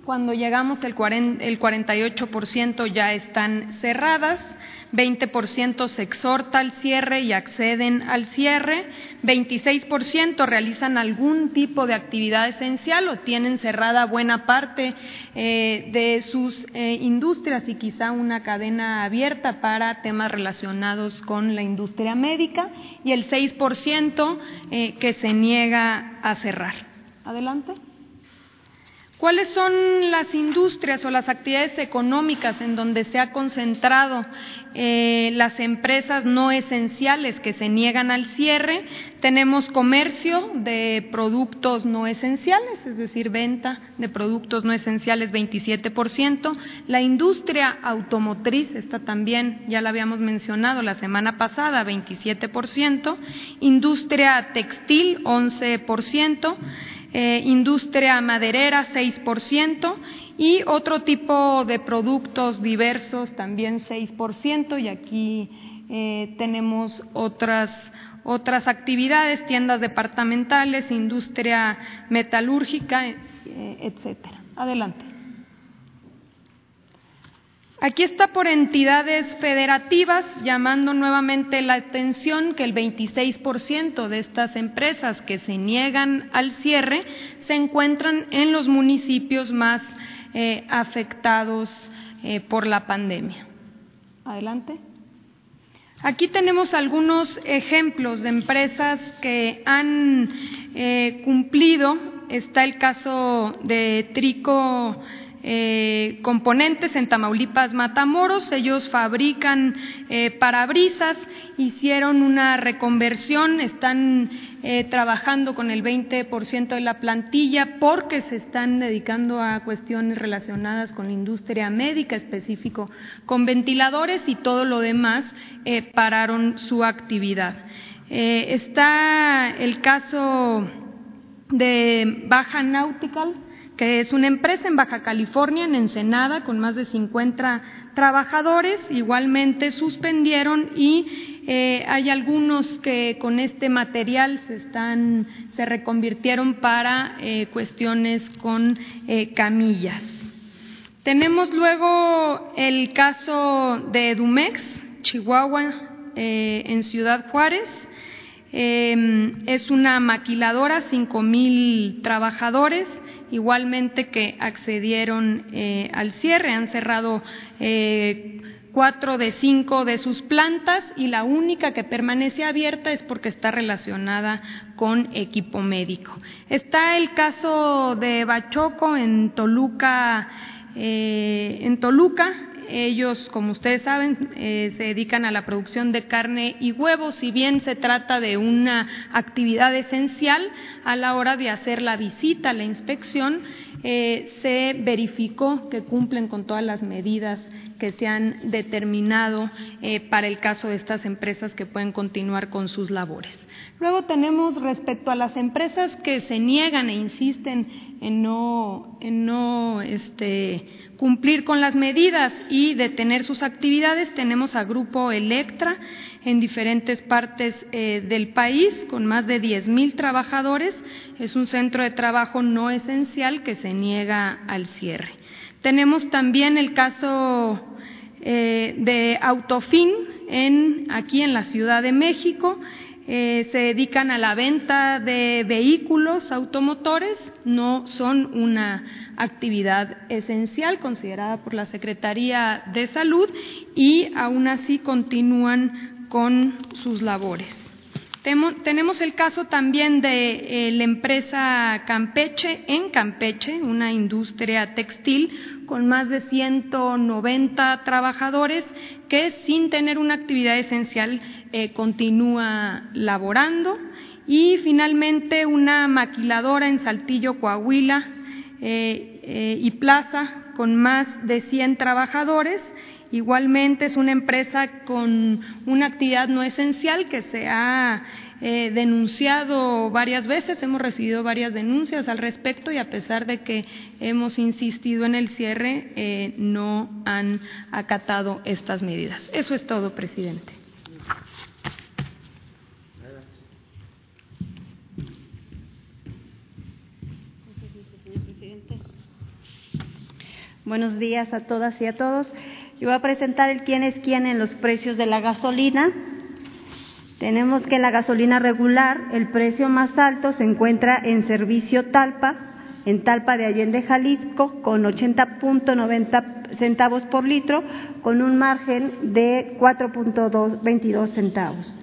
Cuando llegamos el cuarenta y ocho por ciento ya están cerradas, veinte por ciento se exhorta al cierre y acceden al cierre, veintiséis por ciento realizan algún tipo de actividad esencial o tienen cerrada buena parte eh, de sus eh, industrias y quizá una cadena abierta para temas relacionados con la industria médica, y el seis por ciento eh, que se niega a cerrar. Adelante. ¿Cuáles son las industrias o las actividades económicas en donde se ha concentrado eh, las empresas no esenciales que se niegan al cierre? Tenemos comercio de productos no esenciales, es decir, venta de productos no esenciales, veintisiete por ciento. La industria automotriz, esta también ya la habíamos mencionado la semana pasada, veintisiete por ciento. Industria textil, once por ciento. Eh, industria maderera, seis por ciento, y otro tipo de productos diversos, también seis por ciento, y aquí eh, tenemos otras, otras actividades, tiendas departamentales, industria metalúrgica, eh, etcétera. Adelante. Aquí está por entidades federativas, llamando nuevamente la atención que el veintiséis por ciento de estas empresas que se niegan al cierre se encuentran en los municipios más eh, afectados eh, por la pandemia. Adelante. Aquí tenemos algunos ejemplos de empresas que han eh, cumplido. Está el caso de Trico Eh, Componentes en Tamaulipas, Matamoros. Ellos fabrican eh, parabrisas, hicieron una reconversión, están eh, trabajando con el veinte por ciento de la plantilla porque se están dedicando a cuestiones relacionadas con la industria médica, específico con ventiladores, y todo lo demás eh, pararon su actividad. Eh, está el caso de Baja Nautical, que es una empresa en Baja California, en Ensenada, con más de cincuenta trabajadores. Igualmente suspendieron y eh, hay algunos que con este material se están, se reconvirtieron para eh, cuestiones con eh, camillas. Tenemos luego el caso de Edumex, Chihuahua, eh, en Ciudad Juárez. Eh, es una maquiladora, cinco mil trabajadores, igualmente que accedieron eh, al cierre, han cerrado eh, cuatro de cinco de sus plantas y la única que permanece abierta es porque está relacionada con equipo médico. Está el caso de Bachoco en Toluca, eh, en Toluca. Ellos, como ustedes saben, eh, se dedican a la producción de carne y huevos. Si bien se trata de una actividad esencial, a la hora de hacer la visita, la inspección, eh, se verificó que cumplen con todas las medidas que se han determinado eh, para el caso de estas empresas que pueden continuar con sus labores. Luego tenemos respecto a las empresas que se niegan e insisten en no, en no este, cumplir con las medidas y detener sus actividades, tenemos a Grupo Electra en diferentes partes eh, del país con más de diez mil trabajadores. Es un centro de trabajo no esencial que se niega al cierre. Tenemos también el caso eh, de Autofin en, aquí en la Ciudad de México. Eh, se dedican a la venta de vehículos automotores, no son una actividad esencial considerada por la Secretaría de Salud y aún así continúan con sus labores. Tenemos el caso también de eh, la empresa Campeche, en Campeche, una industria textil con más de ciento noventa trabajadores que sin tener una actividad esencial eh, continúa laborando. Y finalmente una maquiladora en Saltillo, Coahuila eh, eh, y Plaza con más de cien trabajadores. Igualmente es una empresa con una actividad no esencial que se ha eh, denunciado varias veces, hemos recibido varias denuncias al respecto y a pesar de que hemos insistido en el cierre, eh, no han acatado estas medidas. Eso es todo, presidente. Buenos días a todas y a todos. Yo voy a presentar el quién es quién en los precios de la gasolina. Tenemos que en la gasolina regular el precio más alto se encuentra en Servicio Talpa, en Talpa de Allende, Jalisco, con ochenta punto noventa centavos por litro, con un margen de cuatro punto veintidós centavos.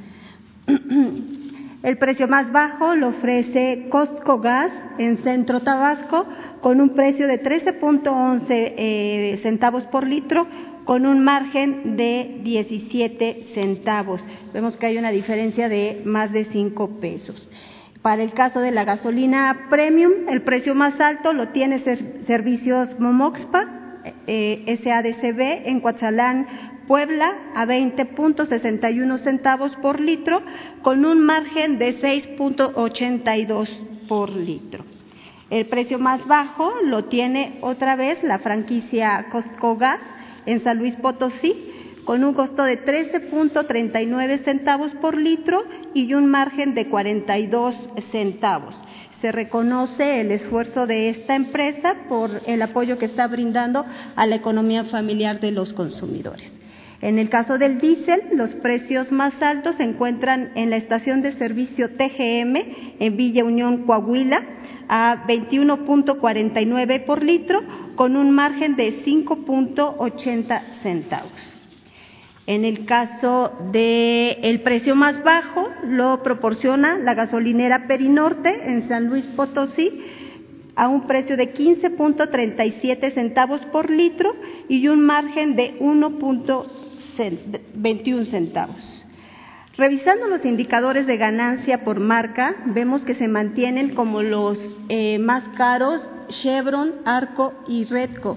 El precio más bajo lo ofrece Costco Gas en Centro Tabasco, con un precio de trece punto once eh, centavos por litro, con un margen de diecisiete centavos. Vemos que hay una diferencia de más de cinco pesos. Para el caso de la gasolina premium, el precio más alto lo tiene Servicios Momoxpa, eh, S A D C B, en Coatzalán, Puebla, a veinte punto sesenta y uno centavos por litro, con un margen de seis punto ochenta y dos por litro. El precio más bajo lo tiene otra vez la franquicia Costco Gas en San Luis Potosí, con un costo de trece punto treinta y nueve centavos por litro y un margen de cuarenta y dos centavos. Se reconoce el esfuerzo de esta empresa por el apoyo que está brindando a la economía familiar de los consumidores. En el caso del diésel, los precios más altos se encuentran en la estación de servicio T G M en Villa Unión, Coahuila, a veintiuno punto cuarenta y nueve por litro, con un margen de cinco punto ochenta centavos. En el caso del precio más bajo, lo proporciona la gasolinera Perinorte en San Luis Potosí, a un precio de quince punto treinta y siete centavos por litro y un margen de uno punto veintiuno centavos. Revisando los indicadores de ganancia por marca, vemos que se mantienen como los eh, más caros Chevron, Arco y Redco,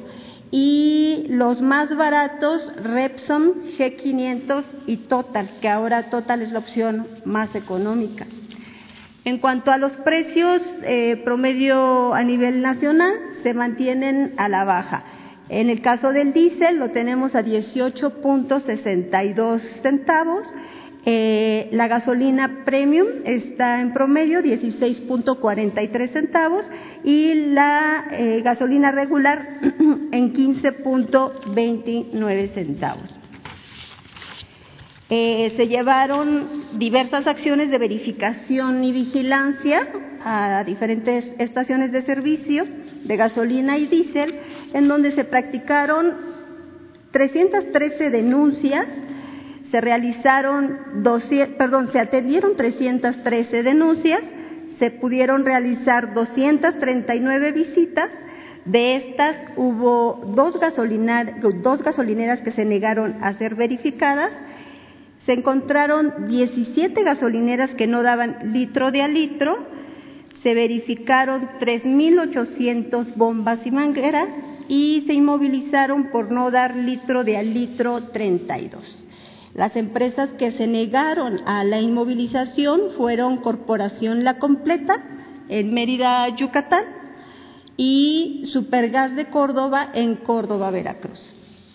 y los más baratos Repsol, G quinientos y Total, que ahora Total es la opción más económica. En cuanto a los precios eh, promedio a nivel nacional, se mantienen a la baja. En el caso del diésel lo tenemos a dieciocho punto sesenta y dos centavos. Eh, la gasolina premium está en promedio dieciséis punto cuarenta y tres centavos y la eh, gasolina regular en quince punto veintinueve centavos. Eh, se llevaron diversas acciones de verificación y vigilancia a diferentes estaciones de servicio de gasolina y diésel, en donde se practicaron trescientas trece denuncias. Se realizaron, doscientos, perdón, se atendieron trescientas trece denuncias, se pudieron realizar doscientas treinta y nueve visitas. De estas hubo dos, gasolinar, dos gasolineras que se negaron a ser verificadas. Se encontraron diecisiete gasolineras que no daban litro de a litro. Se verificaron tres mil ochocientas bombas y mangueras y se inmovilizaron por no dar litro de a litro treinta y dos. Las empresas que se negaron a la inmovilización fueron Corporación La Completa en Mérida, Yucatán, y Supergas de Córdoba en Córdoba, Veracruz.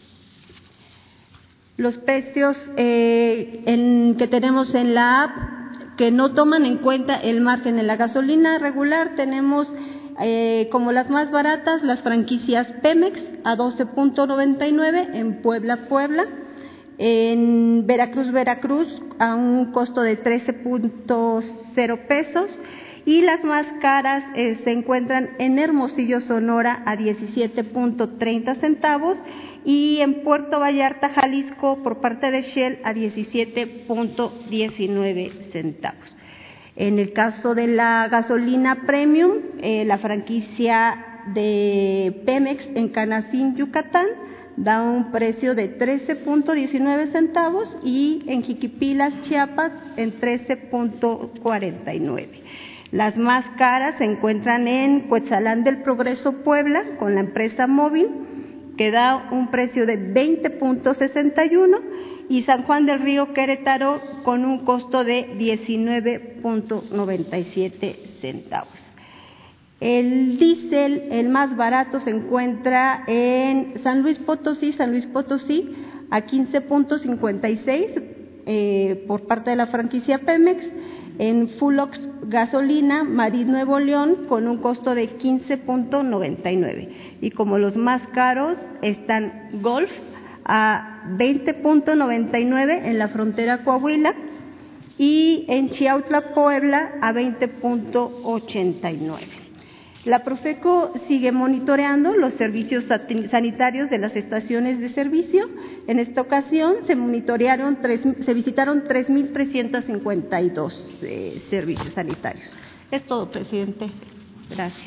Los precios eh, en, que tenemos en la app que no toman en cuenta el margen en la gasolina regular, tenemos eh, como las más baratas las franquicias Pemex a doce punto noventa y nueve en Puebla, Puebla. En Veracruz, Veracruz, a un costo de trece punto cero pesos, y las más caras eh, se encuentran en Hermosillo, Sonora, a diecisiete punto treinta centavos, y en Puerto Vallarta, Jalisco, por parte de Shell, a diecisiete punto diecinueve centavos. En el caso de la gasolina premium, eh, la franquicia de Pemex en Canacín, Yucatán, da un precio de trece punto diecinueve centavos y en Jiquipilas, Chiapas, en trece punto cuarenta y nueve. Las más caras se encuentran en Cuetzalán del Progreso, Puebla, con la empresa Móvil, que da un precio de veinte punto sesenta y uno, y San Juan del Río, Querétaro, con un costo de diecinueve punto noventa y siete centavos. El diésel, el más barato, se encuentra en San Luis Potosí, San Luis Potosí, a quince punto cincuenta y seis eh, por parte de la franquicia Pemex. en Fulox Gasolina, Marín Nuevo León, con un costo de quince punto noventa y nueve. Y como los más caros están Golf a veinte punto noventa y nueve en la frontera Coahuila y en Chiautla, Puebla, a veinte punto ochenta y nueve. La Profeco sigue monitoreando los servicios sanitarios de las estaciones de servicio. En esta ocasión se monitorearon tres, se visitaron tres mil trescientos cincuenta y dos eh, servicios sanitarios. Es todo, presidente. Gracias.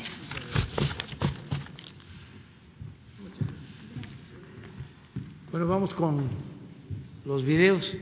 Bueno, vamos con los videos.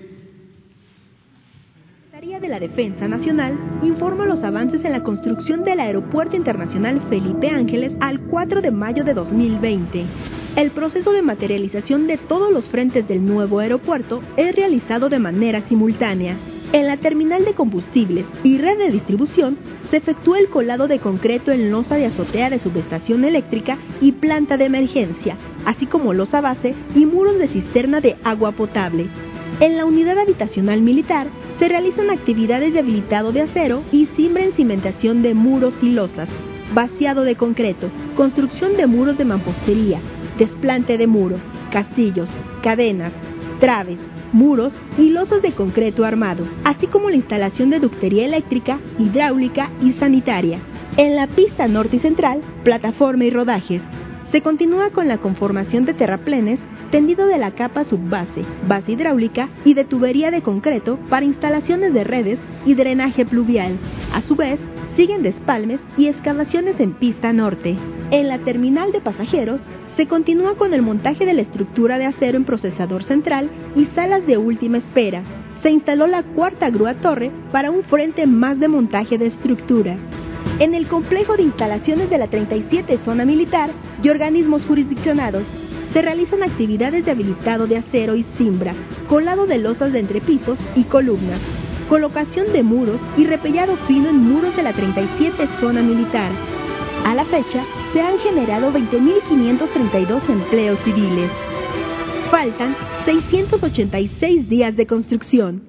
La Secretaría de la Defensa Nacional informa los avances en la construcción del Aeropuerto Internacional Felipe Ángeles al cuatro de mayo de dos mil veinte. El proceso de materialización de todos los frentes del nuevo aeropuerto es realizado de manera simultánea. En la terminal de combustibles y red de distribución se efectúa el colado de concreto en losa de azotea de subestación eléctrica y planta de emergencia, así como losa base y muros de cisterna de agua potable. En la unidad habitacional militar se realizan actividades de habilitado de acero y cimbra en cimentación de muros y losas, vaciado de concreto, construcción de muros de mampostería, desplante de muro, castillos, cadenas, traves, muros y losas de concreto armado, así como la instalación de ductería eléctrica, hidráulica y sanitaria. En la pista norte y central, plataforma y rodajes. Se continúa con la conformación de terraplenes, tendido de la capa subbase, base hidráulica y de tubería de concreto para instalaciones de redes y drenaje pluvial. A su vez, siguen despalmes y excavaciones en pista norte. En la terminal de pasajeros, se continúa con el montaje de la estructura de acero en procesador central y salas de última espera. Se instaló la cuarta grúa torre para un frente más de montaje de estructura. En el complejo de instalaciones de la treinta y siete Zona Militar y organismos jurisdiccionados, se realizan actividades de habilitado de acero y cimbra, colado de losas de entrepisos y columnas, colocación de muros y repellado fino en muros de la treinta y siete Zona Militar. A la fecha, se han generado veinte mil quinientos treinta y dos empleos civiles. Faltan seiscientos ochenta y seis días de construcción.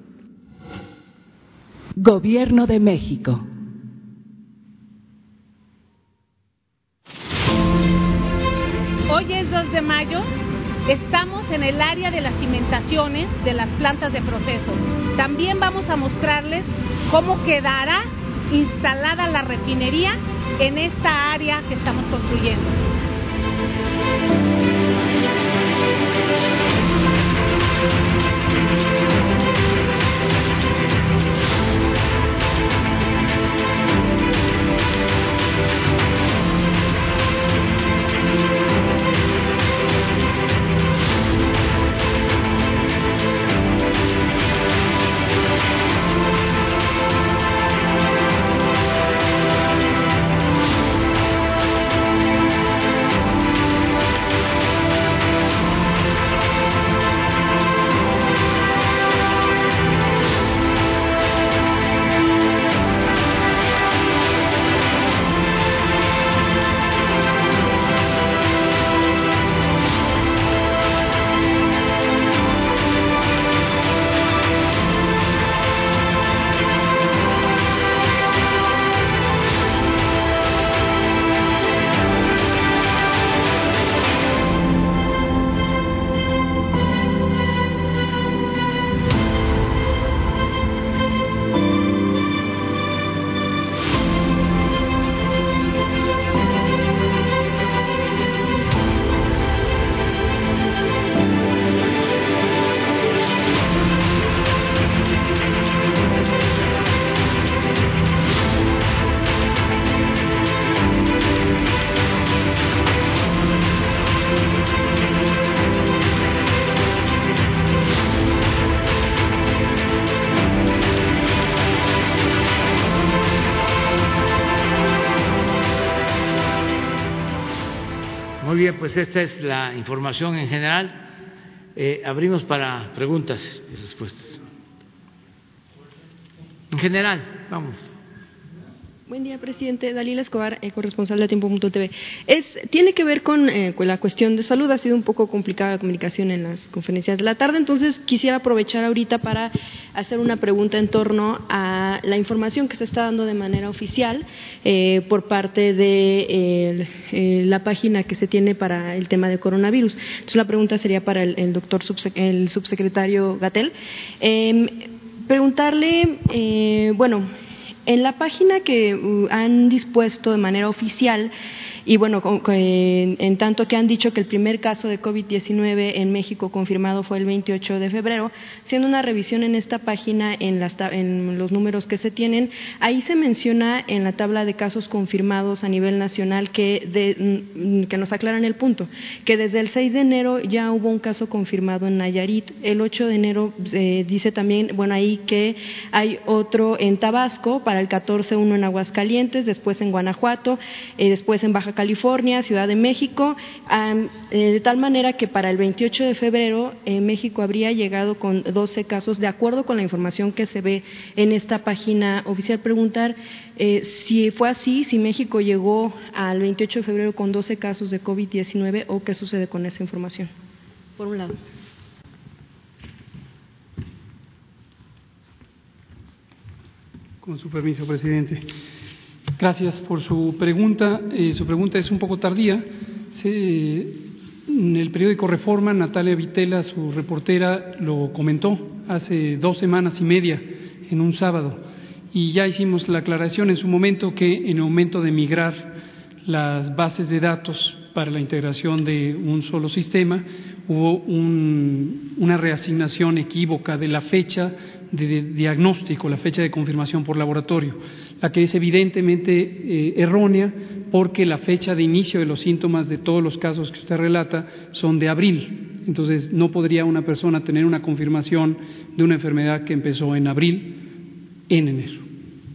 Gobierno de México. Hoy es dos de mayo, estamos en el área de las cimentaciones de las plantas de proceso. También vamos a mostrarles cómo quedará instalada la refinería en esta área que estamos construyendo. Muy bien, pues esta es la información en general. Eh, abrimos para preguntas y respuestas. En general, vamos. Buen día, presidente. Dalila Escobar, eh, corresponsal de Tiempo punto T V. Es, tiene que ver con, eh, con la cuestión de salud. Ha sido un poco complicada la comunicación en las conferencias de la tarde, entonces quisiera aprovechar ahorita para hacer una pregunta en torno a la información que se está dando de manera oficial eh, por parte de eh, eh, la página que se tiene para el tema de coronavirus. Entonces la pregunta sería para el, el doctor subsec el subsecretario Gatell. Eh, preguntarle, eh, bueno, en la página que uh, han dispuesto de manera oficial, y bueno, con, con, en, en tanto que han dicho que el primer caso de COVID diecinueve en México confirmado fue el veintiocho de febrero, haciendo una revisión en esta página, en, las, en los números que se tienen, ahí se menciona en la tabla de casos confirmados a nivel nacional que, de, que nos aclaran el punto, que desde el seis de enero ya hubo un caso confirmado en Nayarit, el ocho de enero eh, dice también, bueno, ahí que hay otro en Tabasco, para el catorce uno en Aguascalientes, después en Guanajuato, eh, después en Baja California, Ciudad de México, um, eh, de tal manera que para el veintiocho de febrero eh, México habría llegado con doce casos, de acuerdo con la información que se ve en esta página oficial. Preguntar eh, si fue así, si México llegó al veintiocho de febrero con doce casos de COVID diecinueve o qué sucede con esa información, por un lado. Con su permiso, presidente. Gracias por su pregunta. Eh, su pregunta es un poco tardía. Se, en el periódico Reforma, Natalia Vitela, su reportera, lo comentó hace dos semanas y media, en un sábado. Y ya hicimos la aclaración en su momento que en el momento de migrar las bases de datos para la integración de un solo sistema, hubo un, una reasignación equívoca de la fecha de, de diagnóstico, la fecha de confirmación por laboratorio, la que es evidentemente eh, errónea porque la fecha de inicio de los síntomas de todos los casos que usted relata son de abril. Entonces, no podría una persona tener una confirmación de una enfermedad que empezó en abril, en enero.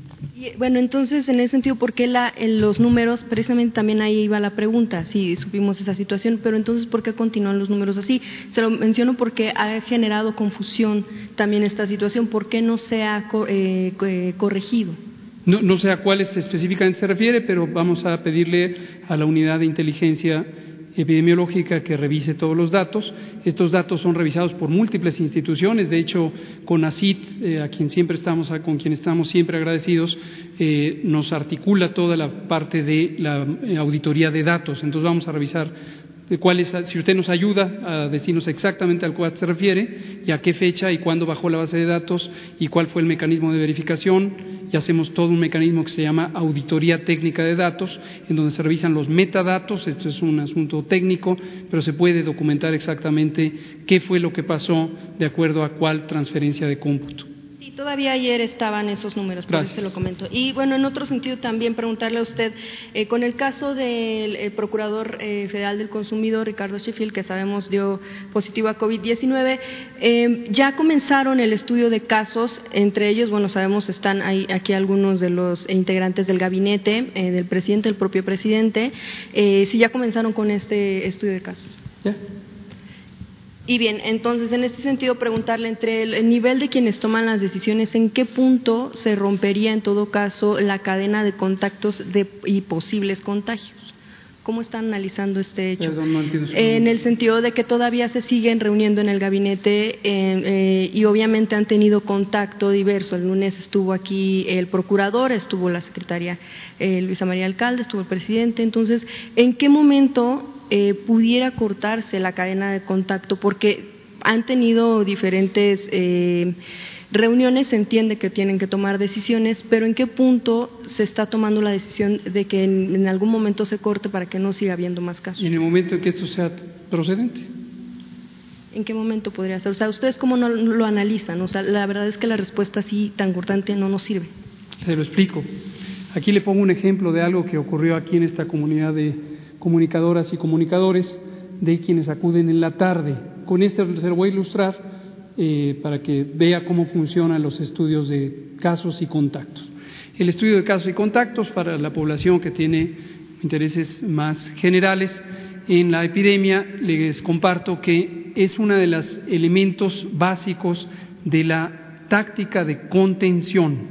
Y, bueno, entonces, en ese sentido, ¿por qué la, en los números, precisamente también ahí iba la pregunta, si supimos esa situación, pero entonces, ¿por qué continúan los números así? Se lo menciono porque ha generado confusión también esta situación, ¿por qué no se ha eh, eh, corregido? No, no sé a cuáles específicamente se refiere, pero vamos a pedirle a la unidad de inteligencia epidemiológica que revise todos los datos. Estos datos son revisados por múltiples instituciones. De hecho, CONACYT, eh, a quien siempre estamos, con quien estamos siempre agradecidos, eh, nos articula toda la parte de la eh, auditoría de datos. Entonces vamos a revisar de cuál es, si usted nos ayuda a decirnos exactamente al cual se refiere y a qué fecha y cuándo bajó la base de datos y cuál fue el mecanismo de verificación, y hacemos todo un mecanismo que se llama auditoría técnica de datos, en donde se revisan los metadatos. Esto es un asunto técnico, pero se puede documentar exactamente qué fue lo que pasó de acuerdo a cuál transferencia de cómputo. Sí, todavía ayer estaban esos números, por eso se lo comento. Y bueno, en otro sentido también preguntarle a usted, eh, con el caso del eh, Procurador eh, Federal del Consumidor, Ricardo Sheffield, que sabemos dio positivo a COVID diecinueve, eh, ya comenzaron el estudio de casos, entre ellos, bueno, sabemos están ahí, aquí algunos de los integrantes del gabinete, eh, del presidente, el propio presidente, eh, si ya comenzaron con este estudio de casos. ¿Ya? Y bien, entonces, en este sentido, preguntarle entre el, el nivel de quienes toman las decisiones, ¿en qué punto se rompería, en todo caso, la cadena de contactos de, y posibles contagios? ¿Cómo están analizando este hecho? Perdón, no entiendo. En el sentido de que todavía se siguen reuniendo en el gabinete eh, eh, y obviamente han tenido contacto diverso. El lunes estuvo aquí el procurador, estuvo la secretaria eh, Luisa María Alcalde, estuvo el presidente. Entonces, ¿en qué momento eh, pudiera cortarse la cadena de contacto? Porque han tenido diferentes eh, reuniones, se entiende que tienen que tomar decisiones, pero ¿en qué punto se está tomando la decisión de que en, en algún momento se corte para que no siga habiendo más casos? ¿Y en el momento en que esto sea procedente? ¿En qué momento podría ser? O sea, ¿ustedes cómo no lo analizan? O sea, la verdad es que la respuesta así tan cortante no nos sirve. Se lo explico. Aquí le pongo un ejemplo de algo que ocurrió aquí en esta comunidad de comunicadoras y comunicadores, de quienes acuden en la tarde. Con esto se lo voy a ilustrar eh, para que vea cómo funcionan los estudios de casos y contactos. El estudio de casos y contactos para la población que tiene intereses más generales en la epidemia, les comparto que es uno de los elementos básicos de la táctica de contención.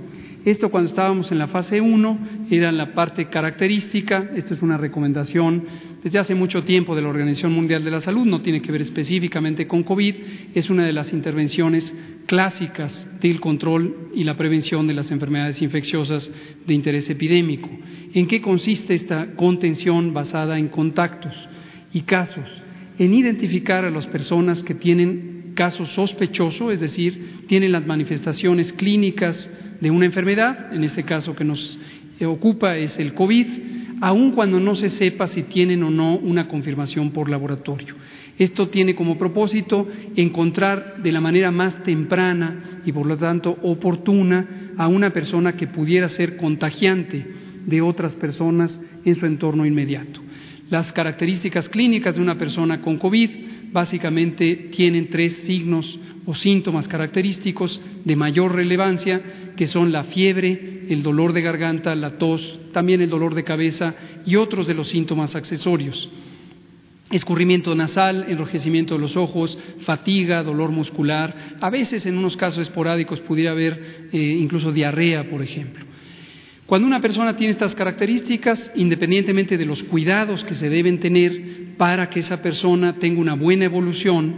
Esto cuando estábamos en la fase uno era la parte característica. Esta es una recomendación desde hace mucho tiempo de la Organización Mundial de la Salud, no tiene que ver específicamente con COVID, es una de las intervenciones clásicas del control y la prevención de las enfermedades infecciosas de interés epidémico. ¿En qué consiste esta contención basada en contactos y casos? En identificar a las personas que tienen caso sospechoso, es decir, tienen las manifestaciones clínicas de una enfermedad, en este caso que nos ocupa es el COVID, aun cuando no se sepa si tienen o no una confirmación por laboratorio. Esto tiene como propósito encontrar de la manera más temprana y por lo tanto oportuna a una persona que pudiera ser contagiante de otras personas en su entorno inmediato. Las características clínicas de una persona con COVID básicamente tienen tres signos o síntomas característicos de mayor relevancia, que son la fiebre, el dolor de garganta, la tos, también el dolor de cabeza y otros de los síntomas accesorios. Escurrimiento nasal, enrojecimiento de los ojos, fatiga, dolor muscular, a veces en unos casos esporádicos pudiera haber eh, incluso diarrea, por ejemplo. Cuando una persona tiene estas características, independientemente de los cuidados que se deben tener para que esa persona tenga una buena evolución,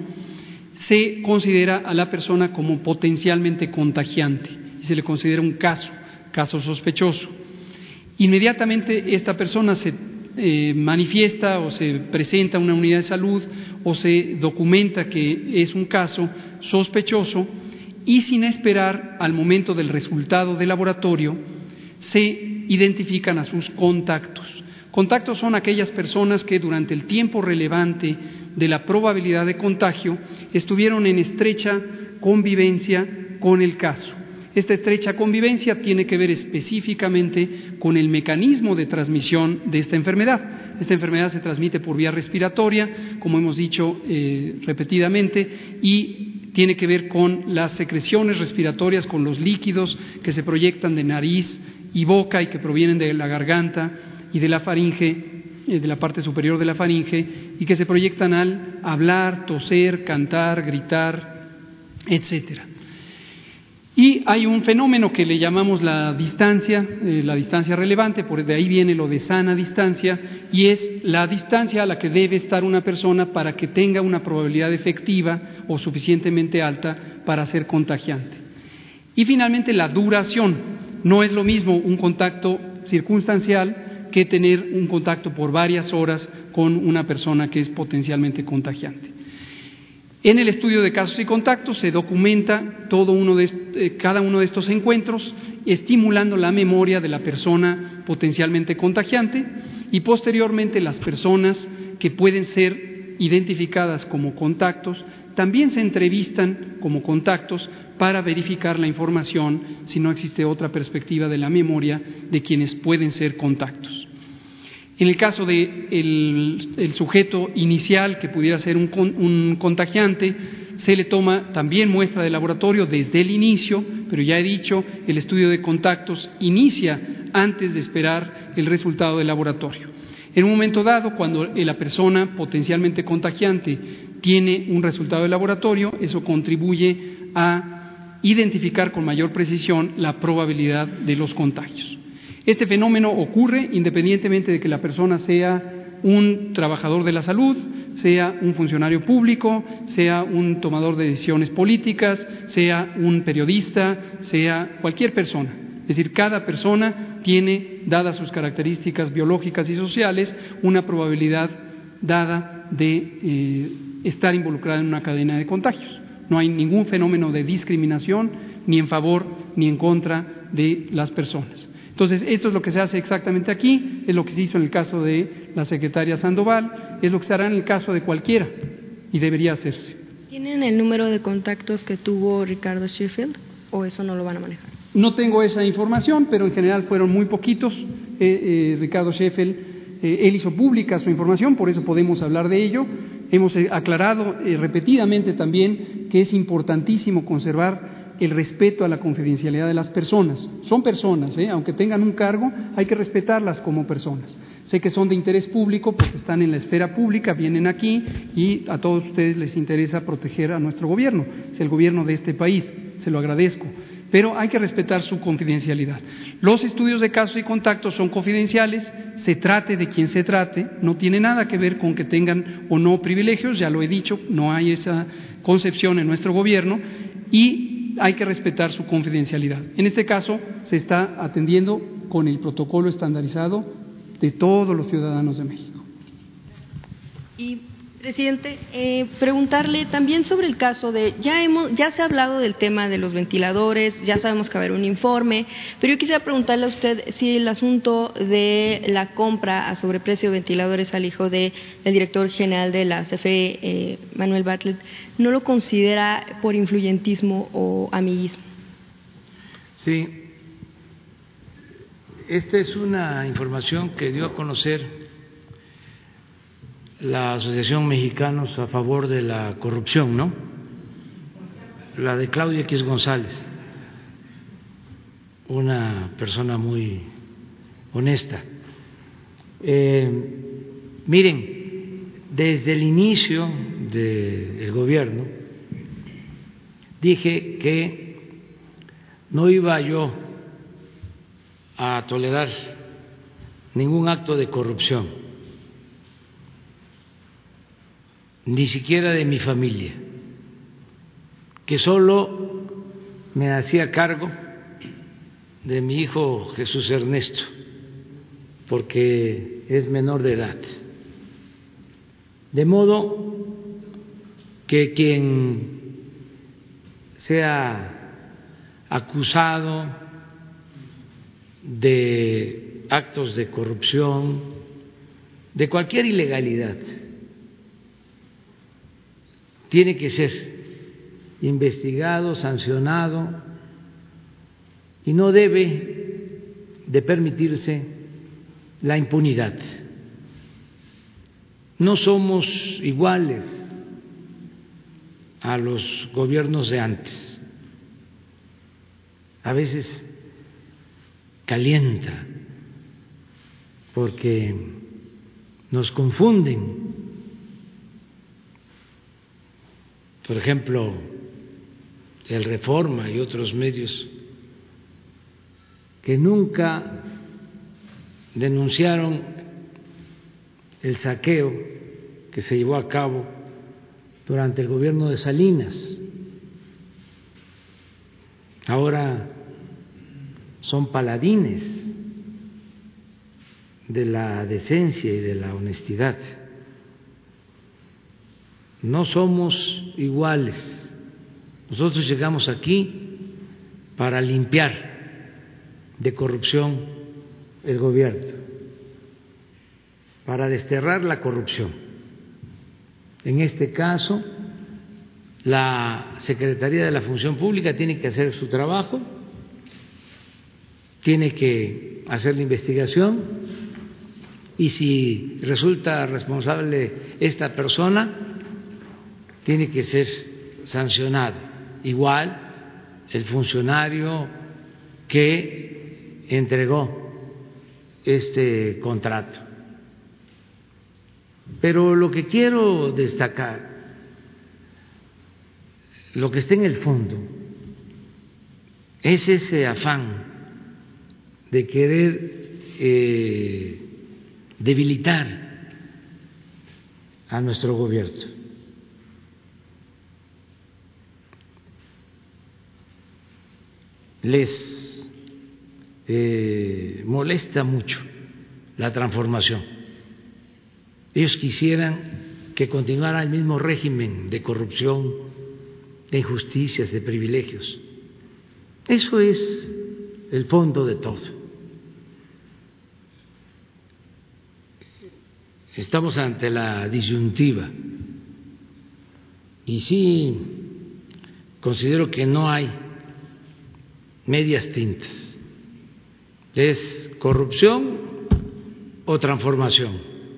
se considera a la persona como potencialmente contagiante y se le considera un caso, caso sospechoso. Inmediatamente esta persona se eh, manifiesta o se presenta a una unidad de salud o se documenta que es un caso sospechoso y sin esperar al momento del resultado del laboratorio, se identifican a sus contactos. Contactos son aquellas personas que durante el tiempo relevante de la probabilidad de contagio estuvieron en estrecha convivencia con el caso. Esta estrecha convivencia tiene que ver específicamente con el mecanismo de transmisión de esta enfermedad. Esta enfermedad se transmite por vía respiratoria, como hemos dicho eh, repetidamente, y tiene que ver con las secreciones respiratorias, con los líquidos que se proyectan de nariz y boca y que provienen de la garganta y de la faringe, de la parte superior de la faringe, y que se proyectan al hablar, toser, cantar, gritar, etcétera. Y hay un fenómeno que le llamamos la distancia, eh, la distancia relevante, por de ahí viene lo de sana distancia, y es la distancia a la que debe estar una persona para que tenga una probabilidad efectiva o suficientemente alta para ser contagiante. Y finalmente la duración. No es lo mismo un contacto circunstancial que tener un contacto por varias horas con una persona que es potencialmente contagiante. En el estudio de casos y contactos se documenta todo uno de, eh, cada uno de estos encuentros, estimulando la memoria de la persona potencialmente contagiante y posteriormente las personas que pueden ser identificadas como contactos también se entrevistan como contactos para verificar la información si no existe otra perspectiva de la memoria de quienes pueden ser contactos. En el caso de el, el sujeto inicial que pudiera ser un, un contagiante, se le toma también muestra de laboratorio desde el inicio, pero ya he dicho, el estudio de contactos inicia antes de esperar el resultado del laboratorio. En un momento dado, cuando la persona potencialmente contagiante tiene un resultado de laboratorio, eso contribuye a identificar con mayor precisión la probabilidad de los contagios. Este fenómeno ocurre independientemente de que la persona sea un trabajador de la salud, sea un funcionario público, sea un tomador de decisiones políticas, sea un periodista, sea cualquier persona. Es decir, cada persona tiene, dadas sus características biológicas y sociales, una probabilidad dada de eh, estar involucrada en una cadena de contagios. No hay ningún fenómeno de discriminación ni en favor ni en contra de las personas. Entonces, esto es lo que se hace exactamente aquí, es lo que se hizo en el caso de la secretaria Sandoval, es lo que se hará en el caso de cualquiera y debería hacerse. ¿Tienen el número de contactos que tuvo Ricardo Sheffield o eso no lo van a manejar? No tengo esa información, pero en general fueron muy poquitos. Eh, eh, Ricardo Sheffield, eh, él hizo pública su información, por eso podemos hablar de ello. Hemos eh, aclarado eh, repetidamente también que es importantísimo conservar el respeto a la confidencialidad de las personas. Son personas, ¿eh? Aunque tengan un cargo, hay que respetarlas como personas. Sé que son de interés público porque están en la esfera pública, vienen aquí y a todos ustedes les interesa proteger a nuestro gobierno, es el gobierno de este país, se lo agradezco. pero hay que respetar su confidencialidad. Los estudios de casos y contactos son confidenciales, se trate de quien se trate, no tiene nada que ver con que tengan o no privilegios, ya lo he dicho, no hay esa concepción en nuestro gobierno y hay que respetar su confidencialidad. En este caso se está atendiendo con el protocolo estandarizado de todos los ciudadanos de México. Y presidente, eh, preguntarle también sobre el caso de, ya hemos, ya se ha hablado del tema de los ventiladores, ya sabemos que va a haber un informe, pero yo quisiera preguntarle a usted si el asunto de la compra a sobreprecio de ventiladores al hijo de, del director general de la C F E, eh, Manuel Bartlett, ¿no lo considera por influyentismo o amiguismo? Sí, esta es una información que dio a conocer la Asociación Mexicanos a Favor de la Corrupción, ¿no? La de Claudia X González, una persona muy honesta. Eh, miren, desde el inicio del gobierno dije que no iba yo a tolerar ningún acto de corrupción, ni siquiera de mi familia, que solo me hacía cargo de mi hijo Jesús Ernesto, porque es menor de edad. De modo que quien sea acusado de actos de corrupción, de cualquier ilegalidad, tiene que ser investigado, sancionado y no debe de permitirse la impunidad. No somos iguales a los gobiernos de antes. A veces calienta porque nos confunden. Por ejemplo, el Reforma y otros medios que nunca denunciaron el saqueo que se llevó a cabo durante el gobierno de Salinas. Ahora son paladines de la decencia y de la honestidad. No somos iguales. Nosotros llegamos aquí para limpiar de corrupción el gobierno, para desterrar la corrupción. En este caso, la Secretaría de la Función Pública tiene que hacer su trabajo, tiene que hacer la investigación y si resulta responsable esta persona, tiene que ser sancionado. Igual el funcionario que entregó este contrato. Pero lo que quiero destacar, lo que está en el fondo, es ese afán de querer eh, debilitar a nuestro gobierno. Les eh, molesta mucho la transformación. Ellos quisieran que continuara el mismo régimen de corrupción, de injusticias, de privilegios. Eso es el fondo de todo. Estamos ante la disyuntiva y sí considero que no hay medias tintas. Es corrupción o transformación.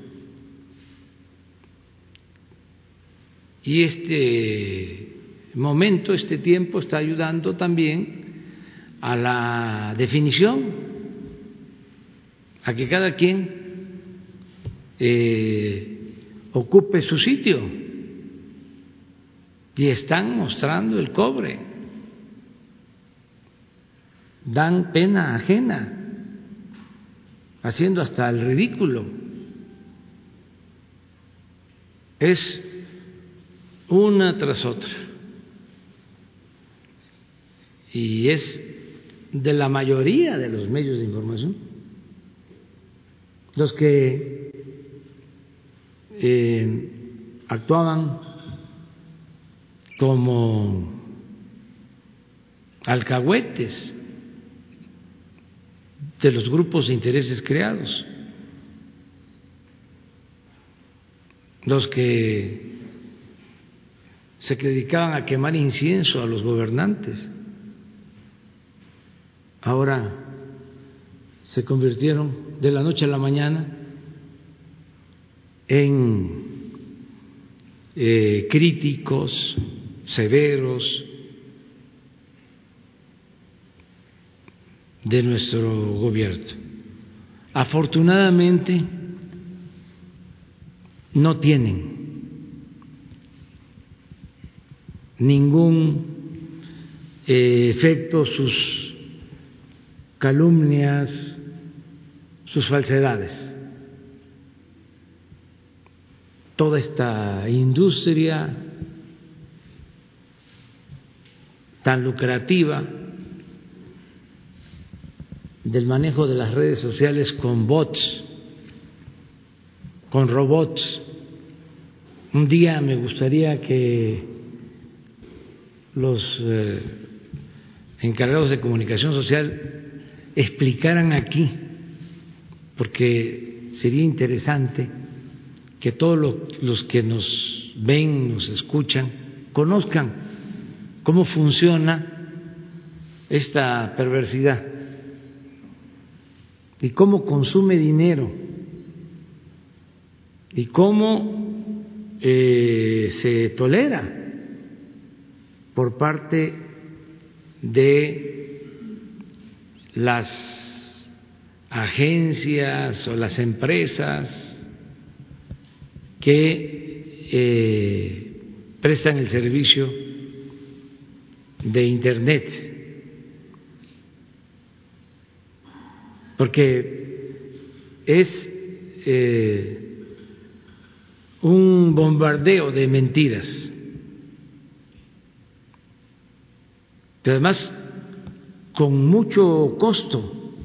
Y este momento, este tiempo está ayudando también a la definición, a que cada quien eh, ocupe su sitio. Y están mostrando el cobre. dan pena ajena, haciendo hasta el ridículo. Es una tras otra. Y es de la mayoría de los medios de información los que eh, actuaban como alcahuetes de los grupos de intereses creados, los que se dedicaban a quemar incienso a los gobernantes, ahora se convirtieron de la noche a la mañana en eh, críticos severos de nuestro gobierno. Afortunadamente no tienen ningún eh, efecto sus calumnias, sus falsedades. Toda esta industria tan lucrativa del manejo de las redes sociales con bots, con robots. Un día me gustaría que los eh, encargados de comunicación social explicaran aquí, porque sería interesante que todos los, los que nos ven, nos escuchan, conozcan cómo funciona esta perversidad y cómo consume dinero y cómo eh, se tolera por parte de las agencias o las empresas que eh, prestan el servicio de Internet. Porque es eh, un bombardeo de mentiras. Y además, con mucho costo.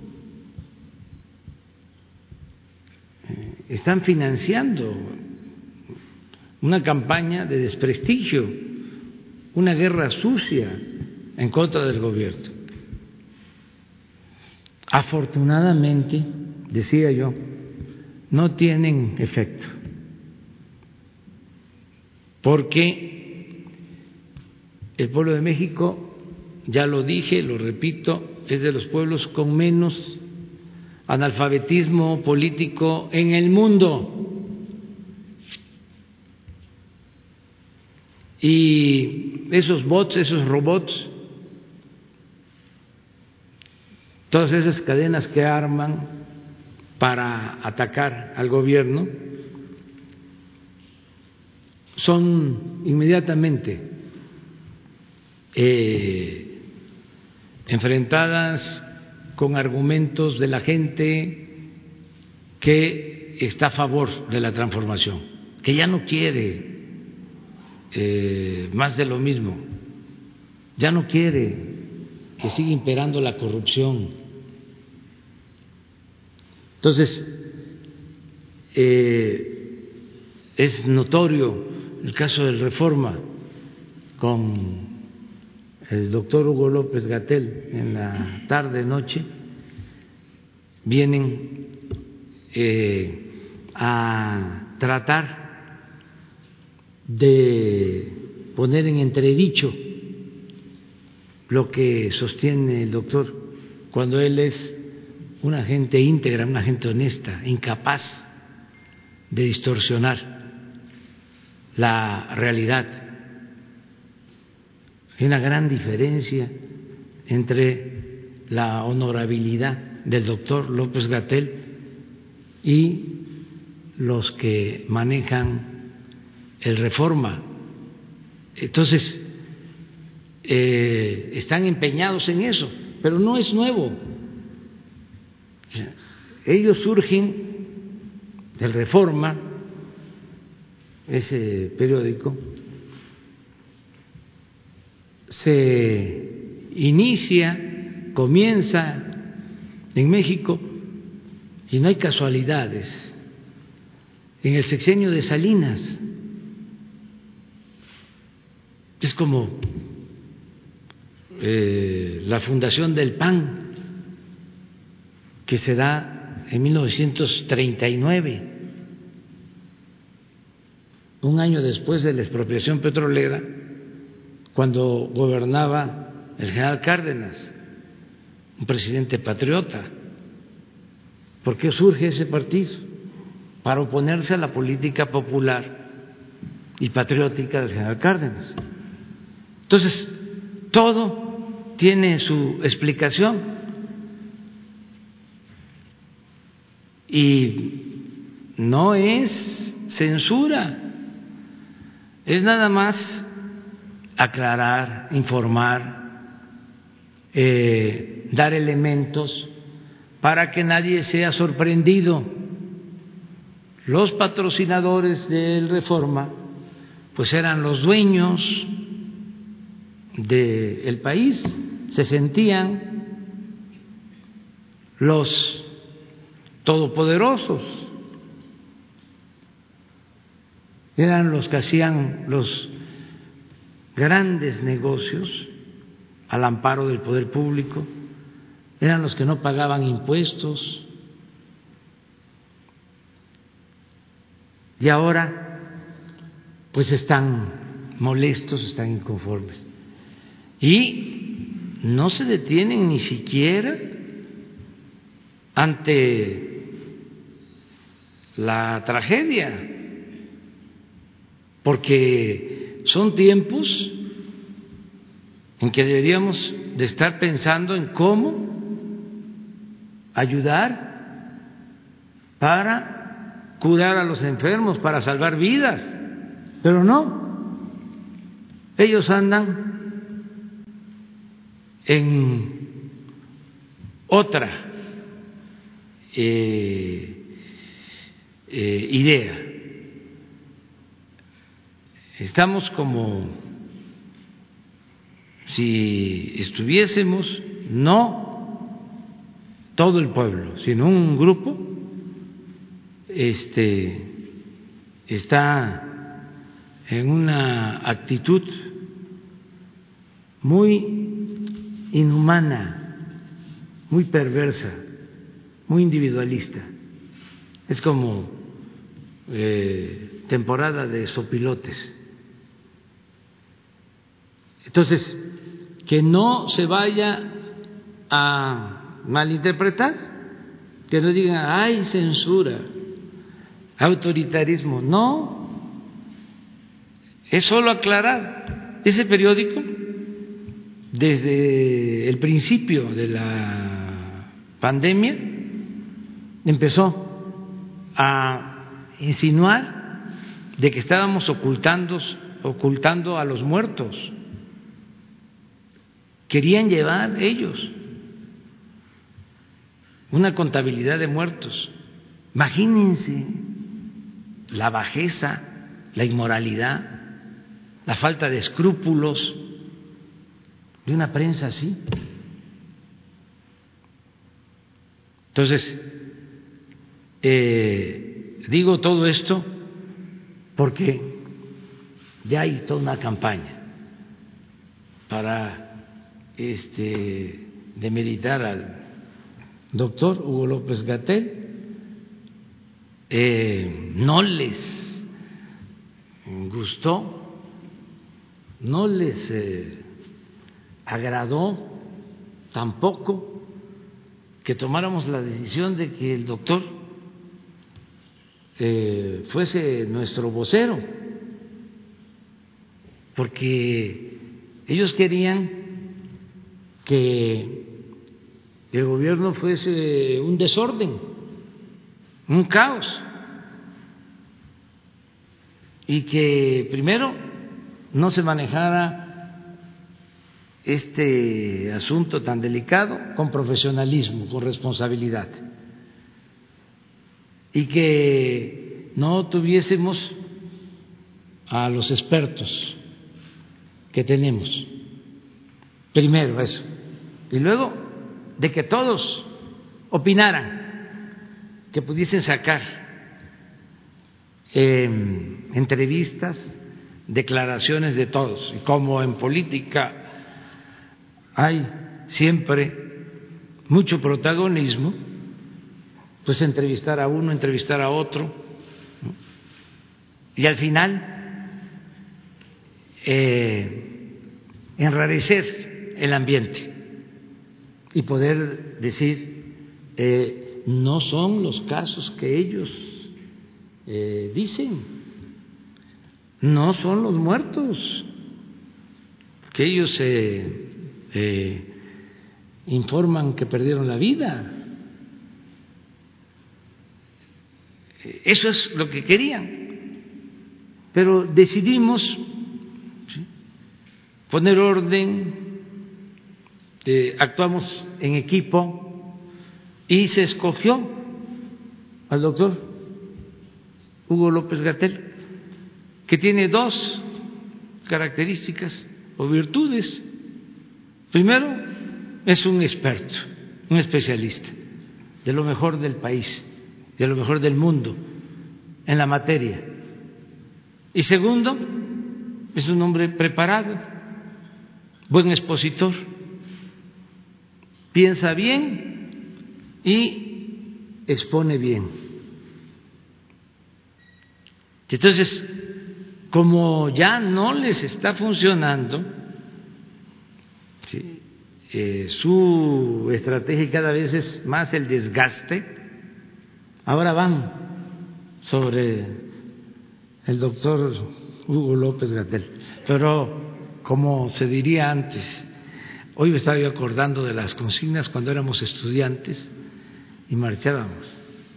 Están financiando una campaña de desprestigio, una guerra sucia en contra del gobierno. Afortunadamente, decía yo, no tienen efecto, porque el pueblo de México, ya lo dije, lo repito, es de los pueblos con menos analfabetismo político en el mundo. Y esos bots, esos robots, todas esas cadenas que arman para atacar al gobierno son inmediatamente eh, enfrentadas con argumentos de la gente que está a favor de la transformación, que ya no quiere eh, más de lo mismo, ya no quiere que siga imperando la corrupción. Entonces, eh, es notorio el caso del Reforma con el doctor Hugo López-Gatell en la tarde-noche. Vienen eh, a tratar de poner en entredicho lo que sostiene el doctor, cuando él es una gente íntegra, una gente honesta, incapaz de distorsionar la realidad. Hay una gran diferencia entre la honorabilidad del doctor López-Gatell y los que manejan el Reforma. Entonces, eh, están empeñados en eso, pero no es nuevo. Ellos surgen del Reforma, ese periódico, se inicia, comienza en México, y no hay casualidades, en el sexenio de Salinas. Es como eh, la fundación del P A N, que se da en mil novecientos treinta y nueve, un año después de la expropiación petrolera, cuando gobernaba el general Cárdenas, un presidente patriota. ¿Por qué surge ese partido? Para oponerse a la política popular y patriótica del general Cárdenas. Entonces, todo tiene su explicación. Y no es censura, es nada más aclarar, informar, eh, dar elementos para que nadie sea sorprendido. Los patrocinadores del Reforma pues eran los dueños del país, se sentían los todopoderosos, eran los que hacían los grandes negocios al amparo del poder público, eran los que no pagaban impuestos. Y ahora pues están molestos, están inconformes y no se detienen ni siquiera ante la tragedia, porque son tiempos en que deberíamos de estar pensando en cómo ayudar para curar a los enfermos, para salvar vidas, pero no, ellos andan en otra eh, eh, idea. Estamos como si estuviésemos, no todo el pueblo, sino un grupo, este, está en una actitud muy inhumana, muy perversa, muy individualista. Es como eh, temporada de sopilotes. Entonces, que no se vaya a malinterpretar, que no digan, ay, censura, autoritarismo. No, es solo aclarar. Ese periódico, desde el principio de la pandemia, empezó a insinuar de que estábamos ocultando, ocultando a los muertos. Querían llevar ellos una contabilidad de muertos. Imagínense la bajeza, la inmoralidad, la falta de escrúpulos de una prensa así. Entonces, eh, digo todo esto porque ya hay toda una campaña para este demeritar al doctor Hugo López-Gatell. Eh, no les gustó, no les eh, agradó tampoco que tomáramos la decisión de que el doctor eh, fuese nuestro vocero, porque ellos querían que el gobierno fuese un desorden, un caos, y que primero no se manejara este asunto tan delicado con profesionalismo, con responsabilidad, y que no tuviésemos a los expertos que tenemos. Primero eso. Y luego de que todos opinaran, que pudiesen sacar eh, entrevistas, declaraciones de todos. Y como en política hay siempre mucho protagonismo, pues entrevistar a uno, entrevistar a otro, ¿no? Y al final eh, enrarecer el ambiente y poder decir eh, no son los casos que ellos eh, dicen, no son los muertos que ellos eh, eh, informan que perdieron la vida. Eso es lo que querían, pero decidimos ¿sí? poner orden, eh, actuamos en equipo y se escogió al doctor Hugo López-Gatell, que tiene dos características o virtudes. Primero, es un experto, un especialista de lo mejor del país, de lo mejor del mundo en la materia. Y segundo, es un hombre preparado, buen expositor, piensa bien y expone bien. Entonces, como ya no les está funcionando ¿sí? eh, su estrategia y cada vez es más el desgaste, ahora van sobre el doctor Hugo López-Gatell. Pero como se diría antes, hoy me estaba yo acordando de las consignas cuando éramos estudiantes y marchábamos.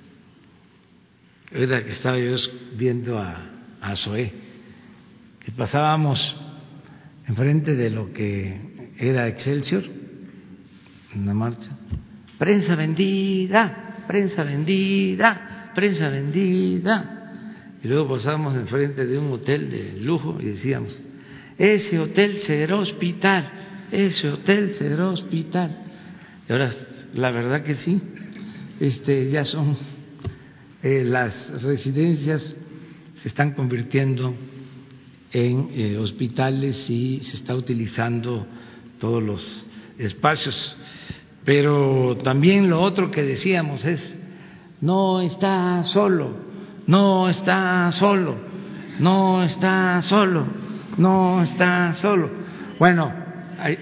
Era que estaba yo viendo a, a Zoé, que pasábamos enfrente de lo que era Excelsior, en la marcha, prensa vendida, prensa vendida, prensa vendida. Y luego pasábamos enfrente de un hotel de lujo y decíamos, ese hotel será hospital, ese hotel será hospital. Y ahora, la verdad que sí, este, ya son eh, las residencias se están convirtiendo en eh, hospitales y se está utilizando todos los espacios. Pero también lo otro que decíamos es, no está solo, no está solo, no está solo, no está solo. Bueno, hay...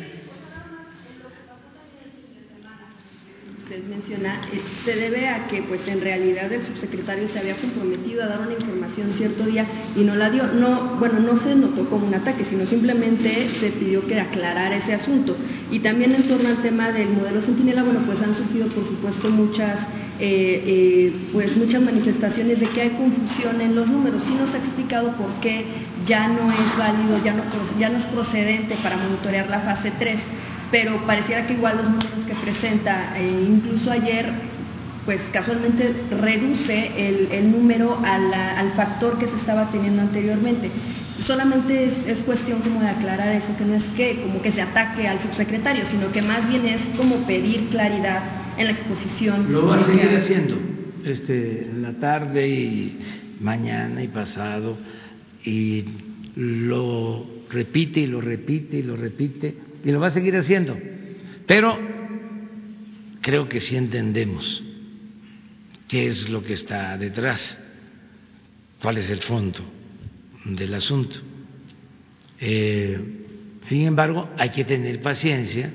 Usted menciona, se debe a que pues en realidad el subsecretario se había comprometido a dar una información cierto día y no la dio. No, bueno, no se notó como un ataque, sino simplemente se pidió que aclarara ese asunto. Y también en torno al tema del modelo Centinela, bueno, pues han surgido por supuesto muchas eh, eh, pues muchas manifestaciones de que hay confusión en los números. Sí nos ha explicado por qué ya no es válido, ya no, ya no es procedente para monitorear la fase tres, pero pareciera que igual los números que presenta, eh, incluso ayer, pues casualmente reduce el, el número a la, al factor que se estaba teniendo anteriormente. Solamente es, es cuestión como de aclarar eso, que no es que como que se ataque al subsecretario, sino que más bien es como pedir claridad en la exposición. Lo va a seguir haciendo este, en la tarde y mañana y pasado, y lo repite y lo repite y lo repite y lo va a seguir haciendo. Pero creo que sí entendemos qué es lo que está detrás, cuál es el fondo del asunto. Eh, sin embargo, hay que tener paciencia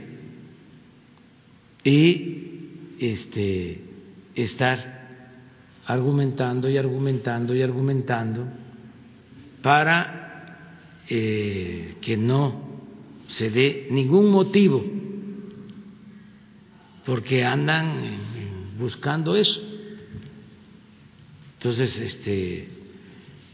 y este, estar argumentando y argumentando y argumentando para eh, que no se dé ningún motivo, porque andan buscando eso. Entonces, este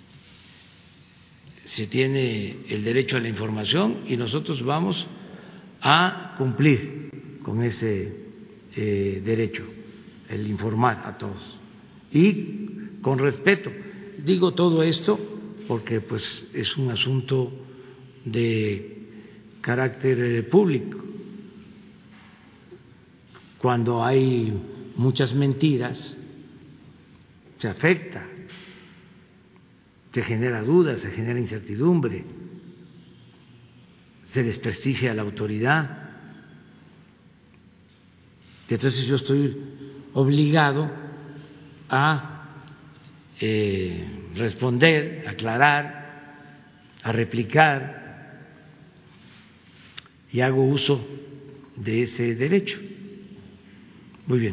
se tiene el derecho a la información y nosotros vamos a cumplir con ese eh, derecho, el informar a todos y con respeto. Digo todo esto porque pues es un asunto de carácter público. Cuando hay muchas mentiras, se afecta, se genera dudas, se genera incertidumbre, se desprestigia a la autoridad. Entonces yo estoy obligado a eh, responder, a aclarar, a replicar, y hago uso de ese derecho. Muy bien.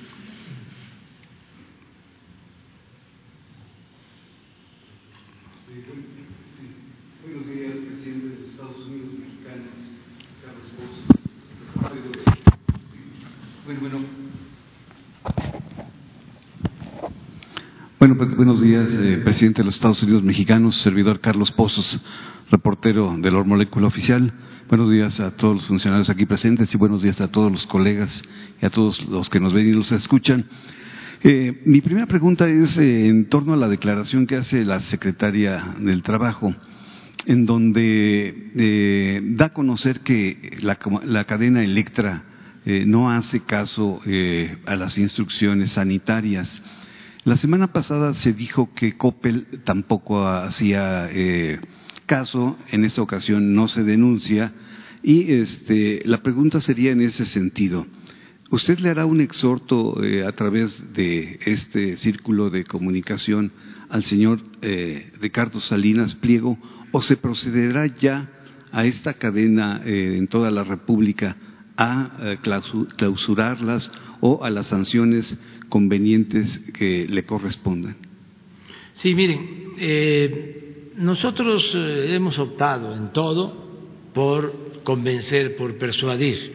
Buenos días, presidente de los Estados Unidos mexicanos, Carlos Pozos. Bueno, bueno. Bueno, pues, buenos días, eh, presidente de los Estados Unidos mexicanos, servidor Carlos Pozos, reportero de la Molécula Oficial. Buenos días a todos los funcionarios aquí presentes y buenos días a todos los colegas y a todos los que nos ven y nos escuchan. Eh, mi primera pregunta es eh, en torno a la declaración que hace la secretaria del Trabajo, en donde eh, da a conocer que la, la cadena Electra eh, no hace caso eh, a las instrucciones sanitarias. La semana pasada se dijo que Coppel tampoco hacía eh, caso, en esta ocasión no se denuncia, y este, la pregunta sería en ese sentido. ¿Usted le hará un exhorto eh, a través de este círculo de comunicación al señor eh, Ricardo Salinas Pliego o se procederá ya a esta cadena eh, en toda la República a eh, clausurarlas o a las sanciones convenientes que le correspondan? Sí, miren, eh, nosotros eh, hemos optado en todo por convencer, por persuadir,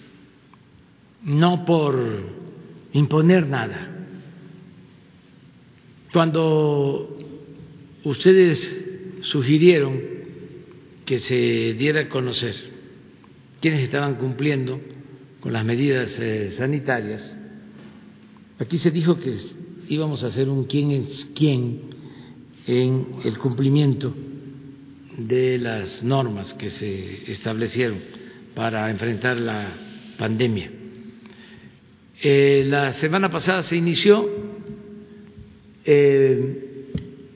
no por imponer nada. Cuando ustedes sugirieron que se diera a conocer quiénes estaban cumpliendo con las medidas eh, sanitarias, aquí se dijo que íbamos a hacer un quién es quién en el cumplimiento de las normas que se establecieron para enfrentar la pandemia. Eh, la semana pasada se inició, eh,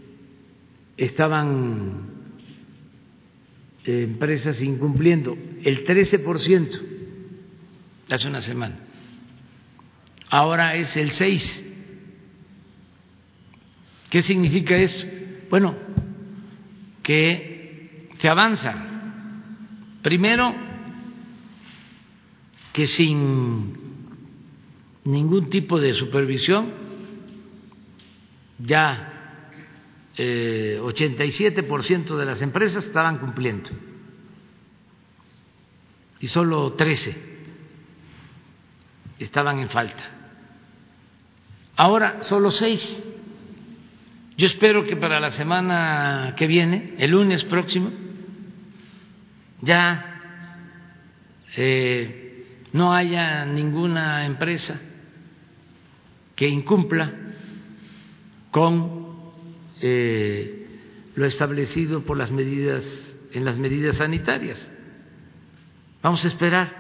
estaban eh, empresas incumpliendo el trece por ciento hace una semana, ahora es el seis por ciento. ¿Qué significa eso? Bueno, que se avanza. Primero, que sin ningún tipo de supervisión, ya eh, ochenta y siete por ciento de las empresas estaban cumpliendo y solo trece estaban en falta. Ahora solo seis. Yo espero que para la semana que viene, el lunes próximo, ya eh, no haya ninguna empresa que incumpla con eh, lo establecido por las medidas en las medidas sanitarias. Vamos a esperar.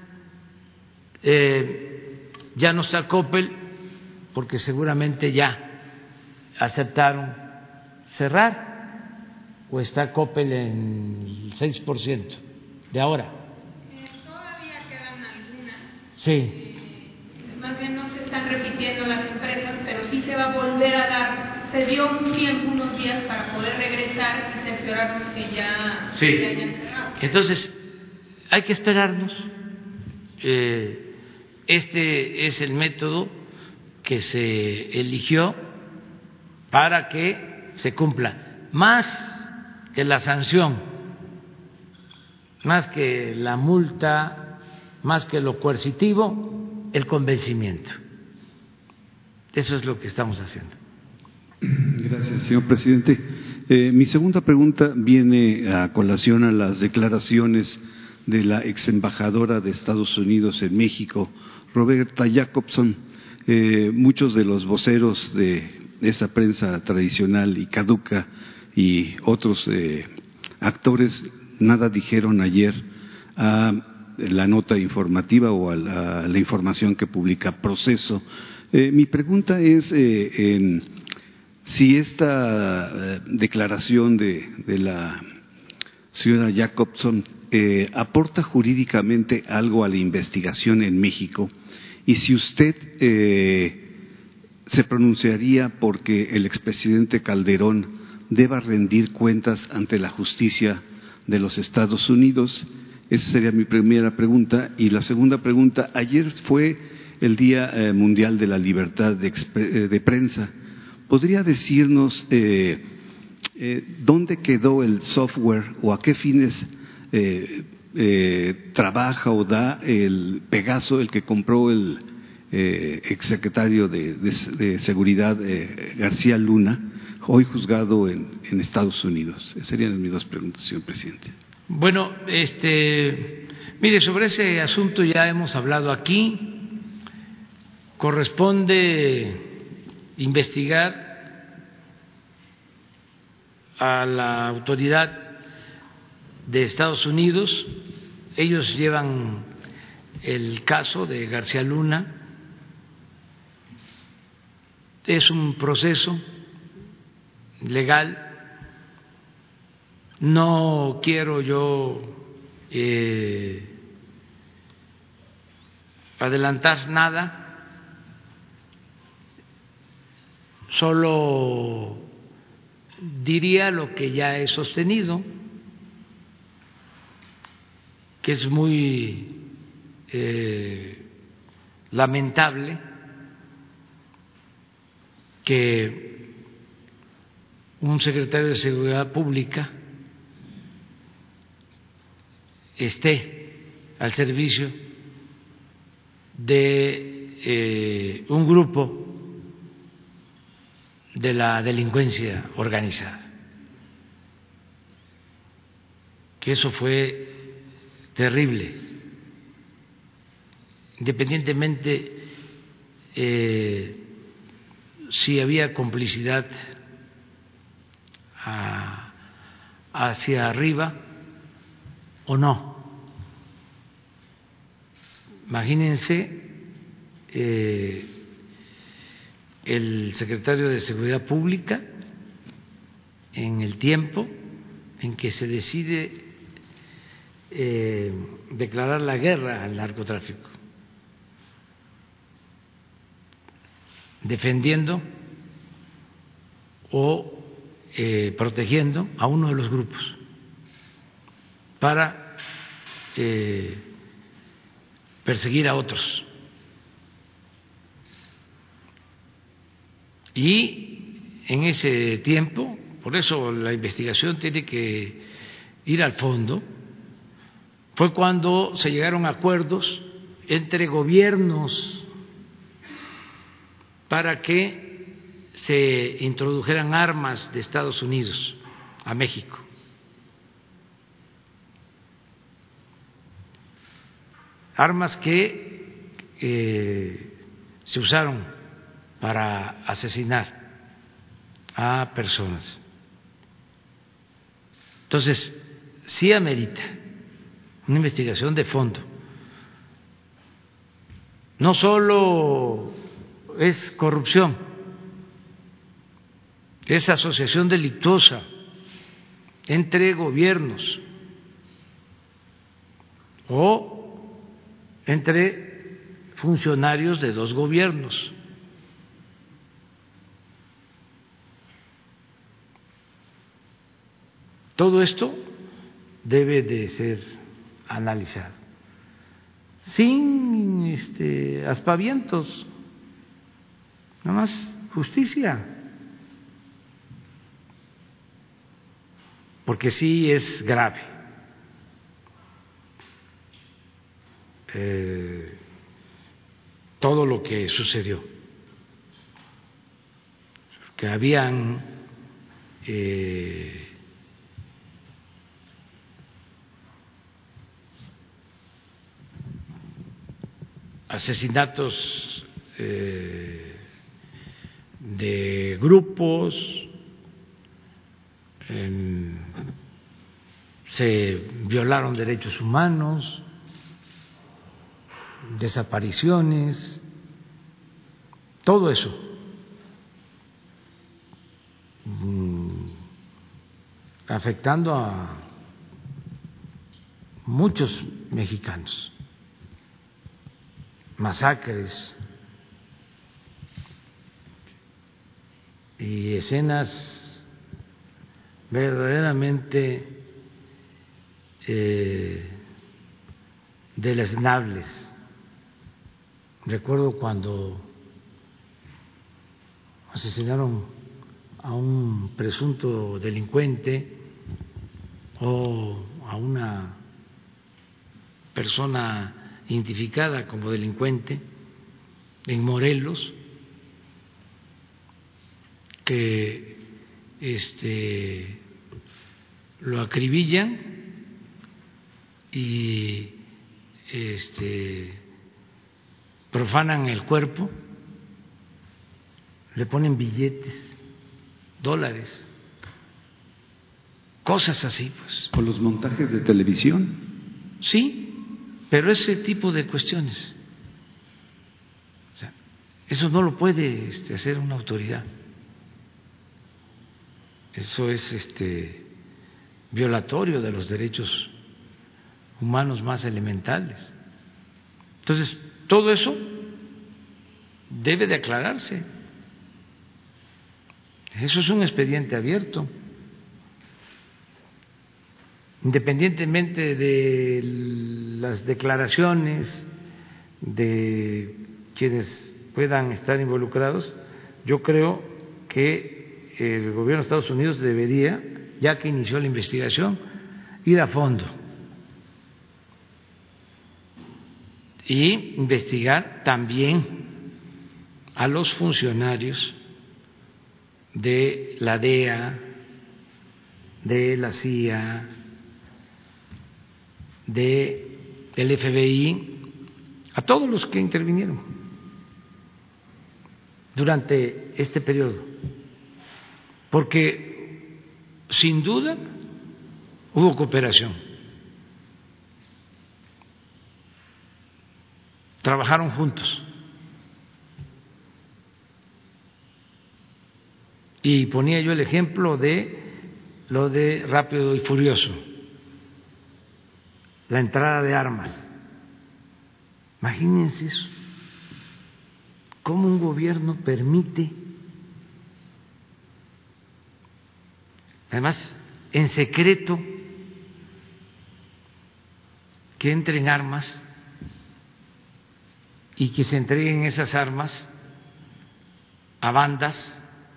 Eh, ya no está Coppel porque seguramente ya aceptaron cerrar, o está Coppel en el seis por ciento de ahora. Eh, todavía quedan algunas. Sí. Eh, más bien no se están repitiendo las empresas, pero sí se va a volver a dar. Se dio un tiempo, unos días para poder regresar y cerciorarnos que ya sí. se hayan cerrado. Entonces hay que esperarnos. Eh, este es el método que se eligió para que se cumpla, más que la sanción, más que la multa, más que lo coercitivo, el convencimiento. Eso es lo que estamos haciendo. Gracias, señor presidente. Eh, mi segunda pregunta viene a colación a las declaraciones de la ex embajadora de Estados Unidos en México, Roberta Jacobson. Eh, muchos de los voceros de esa prensa tradicional y caduca y otros eh, actores nada dijeron ayer a la nota informativa o a la, a la información que publica Proceso. Eh, mi pregunta es eh, en, si esta eh, declaración de, de la señora Jacobson eh, aporta jurídicamente algo a la investigación en México y si usted eh, se pronunciaría porque el expresidente Calderón deba rendir cuentas ante la justicia de los Estados Unidos. Esa sería mi primera pregunta. Y la segunda pregunta, ayer fue el Día eh, Mundial de la Libertad de, eh, de Prensa. ¿Podría decirnos eh, eh, dónde quedó el software o a qué fines eh, eh, trabaja o da el Pegaso, el que compró el eh, exsecretario de, de, de Seguridad eh, García Luna, hoy juzgado en, en Estados Unidos? Esas serían mis dos preguntas, señor presidente. Bueno, este, mire, sobre ese asunto ya hemos hablado aquí. Corresponde investigar a la autoridad de Estados Unidos. Ellos llevan el caso de García Luna. Es un proceso legal. No quiero yo eh, adelantar nada, solo diría lo que ya he sostenido, que es muy eh, lamentable que un secretario de Seguridad Pública esté al servicio de eh, un grupo de la delincuencia organizada, que eso fue terrible, independientemente eh, si había complicidad a, hacia arriba o no. Imagínense eh, el secretario de Seguridad Pública en el tiempo en que se decide eh, declarar la guerra al narcotráfico, defendiendo o eh, protegiendo a uno de los grupos para eh, perseguir a otros. Y en ese tiempo, por eso la investigación tiene que ir al fondo, fue cuando se llegaron a acuerdos entre gobiernos para que se introdujeran armas de Estados Unidos a México. Armas que eh, se usaron para asesinar a personas. Entonces, sí amerita una investigación de fondo. No solo es corrupción, es asociación delictuosa entre gobiernos o entre funcionarios de dos gobiernos. Todo esto debe de ser analizado sin este, aspavientos, nada más justicia, porque sí es grave eh, todo lo que sucedió, que habían eh, asesinatos eh, de grupos, eh, se violaron derechos humanos, desapariciones, todo eso, afectando a muchos mexicanos, masacres y escenas verdaderamente eh, deleznables. Recuerdo cuando asesinaron a un presunto delincuente o a una persona identificada como delincuente en Morelos, que este lo acribillan y este profanan el cuerpo, le ponen billetes, dólares, cosas así, pues. ¿Por los montajes de televisión? Sí, pero ese tipo de cuestiones, o sea, eso no lo puede este, hacer una autoridad. Eso es este violatorio de los derechos humanos más elementales. Entonces, todo eso debe de aclararse. Eso es un expediente abierto. Independientemente de las declaraciones de quienes puedan estar involucrados, yo creo que el gobierno de Estados Unidos debería, ya que inició la investigación, ir a fondo y investigar también a los funcionarios de la D E A, de la C I A, de el F B I, a todos los que intervinieron durante este periodo, porque sin duda hubo cooperación, trabajaron juntos y ponía yo el ejemplo de lo de Rápido y Furioso, la entrada de armas. Imagínense eso, cómo un gobierno permite, además en secreto, que entren armas y que se entreguen esas armas a bandas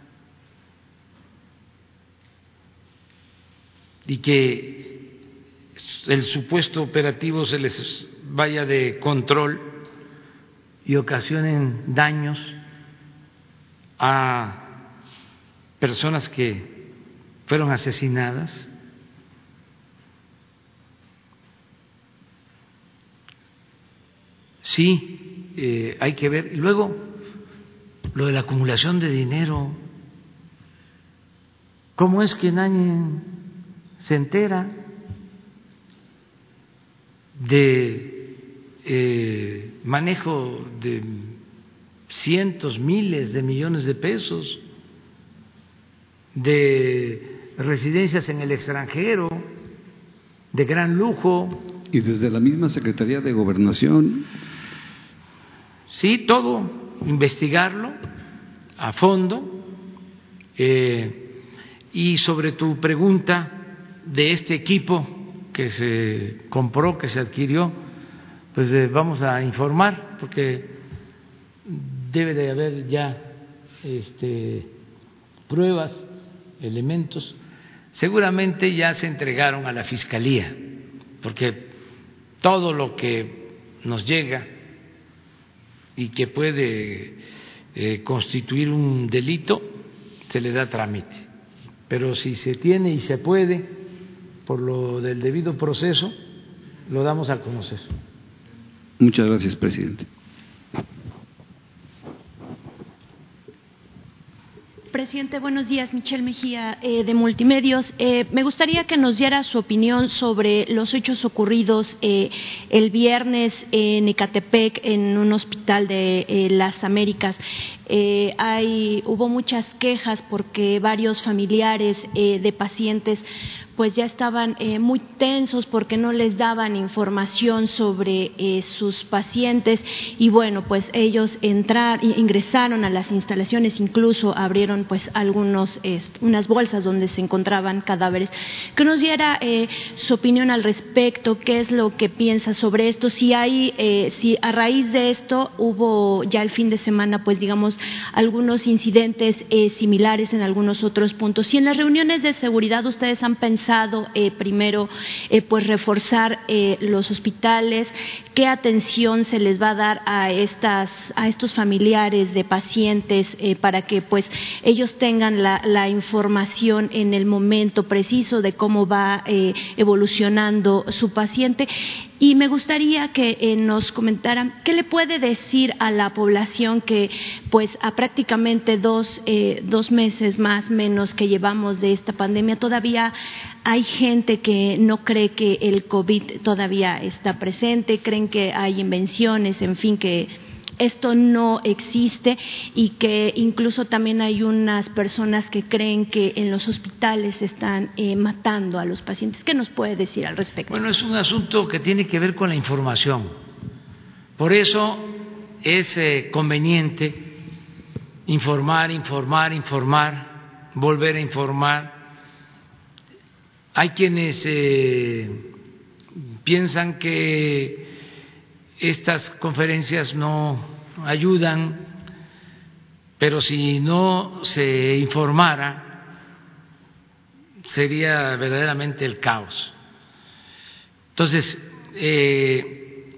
y que el supuesto operativo se les vaya de control y ocasionen daños a personas que fueron asesinadas. Sí, eh, hay que ver. Y luego, lo de la acumulación de dinero. ¿Cómo es que nadie se entera de eh, manejo de cientos, miles de millones de pesos, de residencias en el extranjero, de gran lujo? Y desde la misma Secretaría de Gobernación. Sí, todo, investigarlo a fondo. Eh, y sobre tu pregunta de este equipo que se compró, que se adquirió, pues eh, vamos a informar, porque debe de haber ya este, pruebas, elementos. Seguramente ya se entregaron a la Fiscalía, porque todo lo que nos llega y que puede eh, constituir un delito se le da trámite. Pero si se tiene y se puede, por lo del debido proceso, lo damos a conocer. Muchas gracias, presidente. Presidente, buenos días. Michelle Mejía, eh, de Multimedios. Eh, me gustaría que nos diera su opinión sobre los hechos ocurridos eh, el viernes en Ecatepec, en un hospital de eh, las Américas. Eh, hay, hubo muchas quejas porque varios familiares eh, de pacientes pues ya estaban eh, muy tensos porque no les daban información sobre eh, sus pacientes y bueno, pues ellos entrar, ingresaron a las instalaciones, incluso abrieron pues algunos, eh, unas bolsas donde se encontraban cadáveres. Que nos diera eh, su opinión al respecto, qué es lo que piensa sobre esto, si hay, eh, si a raíz de esto hubo ya el fin de semana pues digamos algunos incidentes eh, similares en algunos otros puntos. Si en las reuniones de seguridad ustedes han pensado Eh, primero, eh, pues reforzar eh, los hospitales, qué atención se les va a dar a estas, a estos familiares de pacientes eh, para que pues ellos tengan la, la información en el momento preciso de cómo va eh, evolucionando su paciente. Y me gustaría que eh, nos comentaran qué le puede decir a la población que, pues, a prácticamente dos, eh, dos meses más o menos que llevamos de esta pandemia, todavía hay gente que no cree que el COVID todavía está presente, creen que hay invenciones, en fin, que esto no existe y que incluso también hay unas personas que creen que en los hospitales están eh, matando a los pacientes. ¿Qué nos puede decir al respecto? Bueno, es un asunto que tiene que ver con la información. Por eso es eh, conveniente informar, informar, informar, volver a informar. Hay quienes eh, piensan que estas conferencias no ayudan, pero si no se informara sería verdaderamente el caos. Entonces, eh,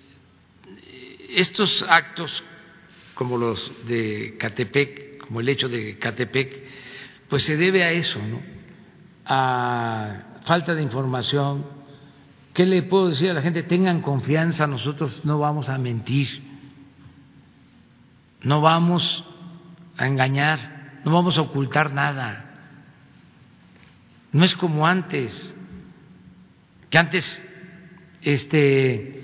estos actos como los de Ecatepec, como el hecho de Ecatepec, pues se debe a eso, ¿no? A falta de información. ¿Qué le puedo decir a la gente? Tengan confianza, nosotros no vamos a mentir, no vamos a engañar, no vamos a ocultar nada. No es como antes, que antes este,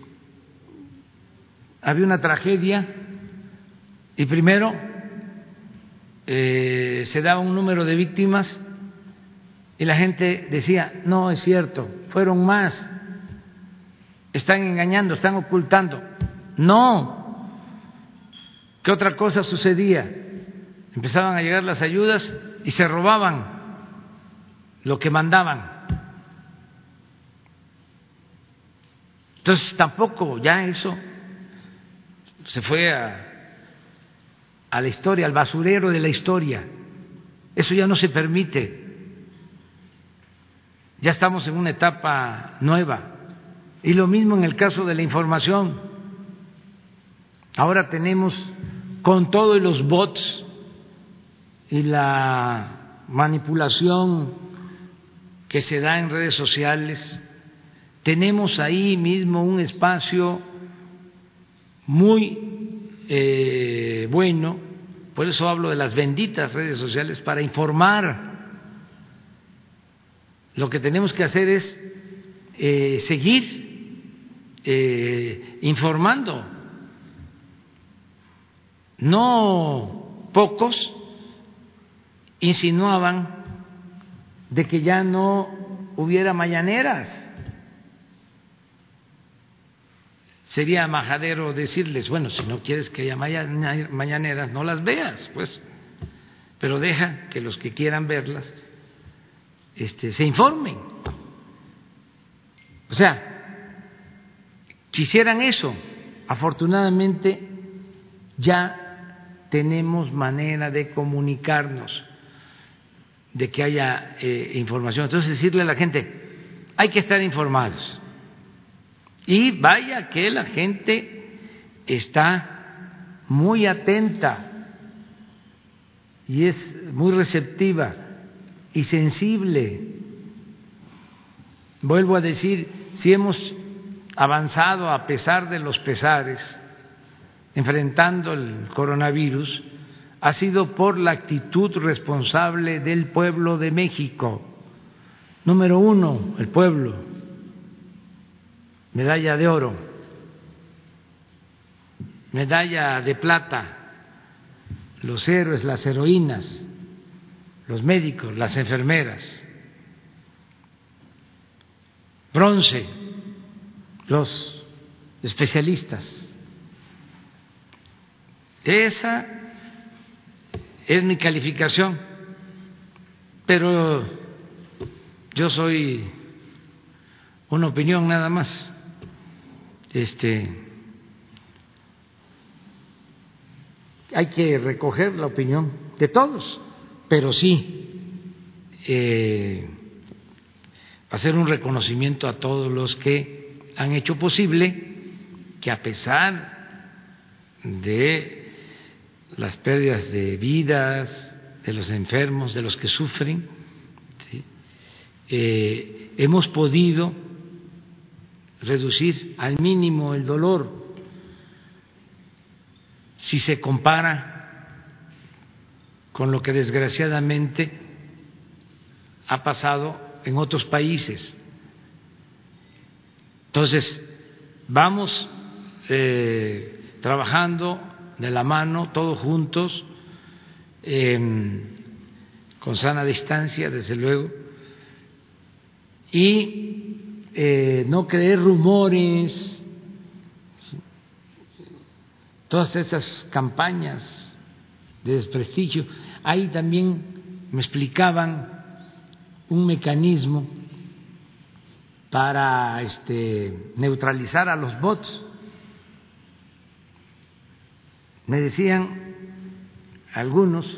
había una tragedia y primero eh, se daba un número de víctimas y la gente decía, no es cierto, fueron más, están engañando, están ocultando. No, ¿qué otra cosa sucedía? Empezaban a llegar las ayudas y se robaban lo que mandaban. Entonces tampoco ya eso se fue a, a la historia, al basurero de la historia. Eso ya no se permite. Ya estamos en una etapa nueva. Y lo mismo en el caso de la información. Ahora tenemos con todo y los bots y la manipulación que se da en redes sociales, tenemos ahí mismo un espacio muy eh, bueno, por eso hablo de las benditas redes sociales, para informar. Lo que tenemos que hacer es eh, seguir eh, informando. No pocos insinuaban de que ya no hubiera mañaneras. Sería majadero decirles, bueno, si no quieres que haya mañaneras, no las veas, pues, pero deja que los que quieran verlas Este, se informen. O sea, quisieran eso. Afortunadamente ya tenemos manera de comunicarnos, de que haya eh, información. Entonces decirle a la gente, hay que estar informados. Y vaya que la gente está muy atenta y es muy receptiva y sensible. Vuelvo a decir, si hemos avanzado a pesar de los pesares, enfrentando el coronavirus, ha sido por la actitud responsable del pueblo de México. Número uno, el pueblo, medalla de oro, medalla de plata, los héroes, las heroínas, los médicos, las enfermeras, bronce, los especialistas. Esa es mi calificación, pero yo soy una opinión nada más. Este, hay que recoger la opinión de todos, pero sí eh, hacer un reconocimiento a todos los que han hecho posible que, a pesar de las pérdidas de vidas, de los enfermos, de los que sufren, ¿sí?, eh, hemos podido reducir al mínimo el dolor. Si se compara con lo que desgraciadamente ha pasado en otros países. Entonces, vamos eh, trabajando de la mano, todos juntos, eh, con sana distancia, desde luego, y eh, no creer rumores, todas esas campañas de desprestigio. Ahí también me explicaban un mecanismo para este, neutralizar a los bots. Me decían algunos,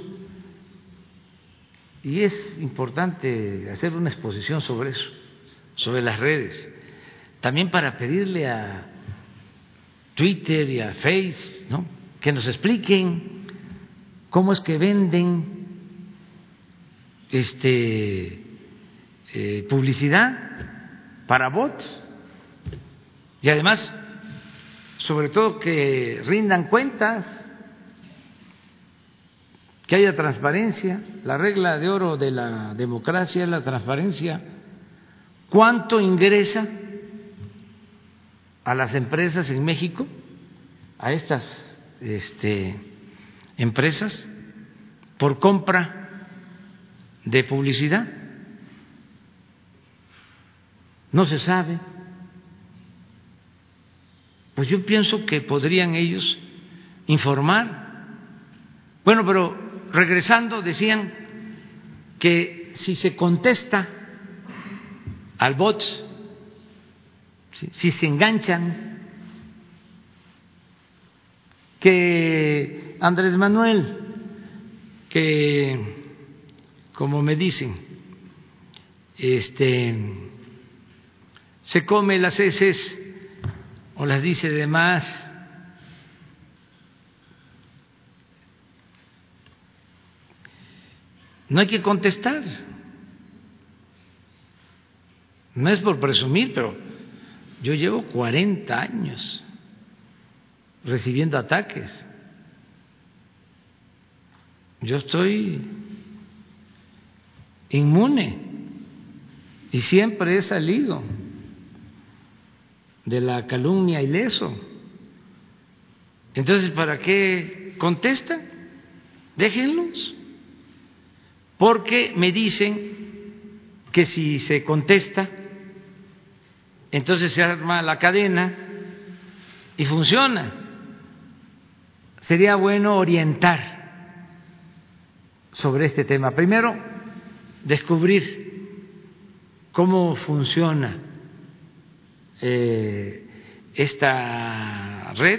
y es importante hacer una exposición sobre eso, sobre las redes, también para pedirle a Twitter y a Face, ¿no?, que nos expliquen cómo es que venden este eh, publicidad para bots, y además, sobre todo, que rindan cuentas, que haya transparencia. La regla de oro de la democracia es la transparencia. ¿Cuánto ingresa a las empresas en México, a estas este, empresas, por compra de publicidad? No se sabe. Pues yo pienso que podrían ellos informar. Bueno, pero regresando, decían que si se contesta al bot, si, si se enganchan, que Andrés Manuel, que como me dicen, este, se come las heces o las dice de más, no hay que contestar. No es por presumir, pero yo llevo cuarenta años recibiendo ataques. Yo estoy inmune y siempre he salido de la calumnia ileso. Entonces, ¿para qué contestan? Déjenlos. Porque me dicen que si se contesta, entonces se arma la cadena y funciona. Sería bueno orientar sobre este tema. Primero, descubrir cómo funciona eh, esta red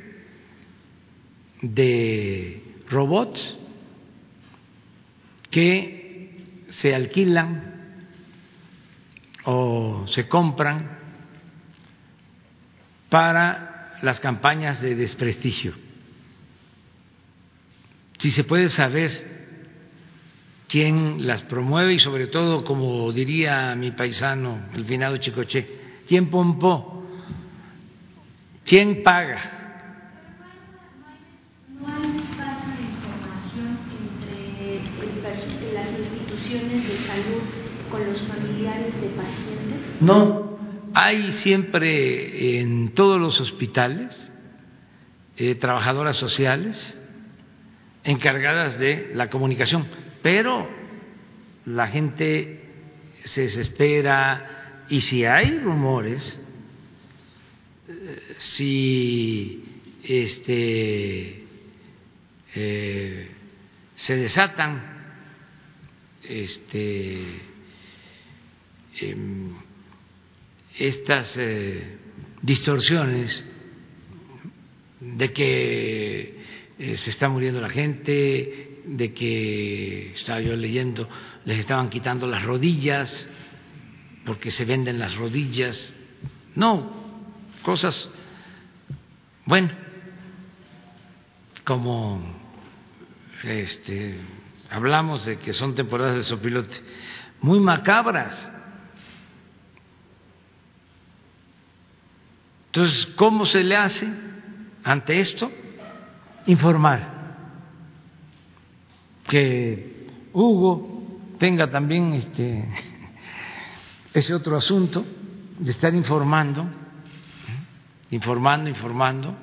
de robots que se alquilan o se compran para las campañas de desprestigio. Si se puede saber quién las promueve y, sobre todo, como diría mi paisano, el finado Chicoche, quién pompó, quién paga. No hay espacio de información los familiares de pacientes? No, hay siempre en todos los hospitales eh, trabajadoras sociales encargadas de la comunicación, pero la gente se desespera y si hay rumores, si este eh, se desatan este eh, estas eh, distorsiones de que eh, se está muriendo la gente, de que estaba yo leyendo les estaban quitando las rodillas porque se venden las rodillas, no, cosas, bueno, como este, hablamos de que son temporadas de sopilote, muy macabras. Entonces, ¿cómo se le hace ante esto? Informar. Que Hugo tenga también este, ese otro asunto de estar informando, informando, informando,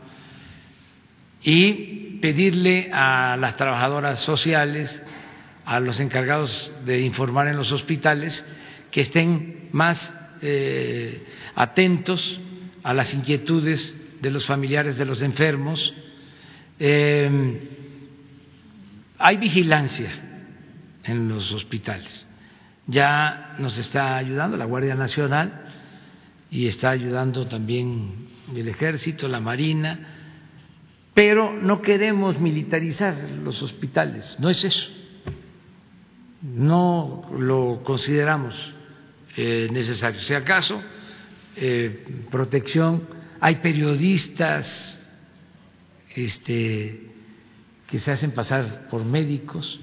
y pedirle a las trabajadoras sociales, a los encargados de informar en los hospitales, que estén más eh, atentos a las inquietudes de los familiares de los enfermos. Eh, hay vigilancia en los hospitales. Ya nos está ayudando la Guardia Nacional y está ayudando también el Ejército, la Marina, pero no queremos militarizar los hospitales, no es eso, no lo consideramos eh, necesario. Si acaso, eh, protección, hay periodistas este, que se hacen pasar por médicos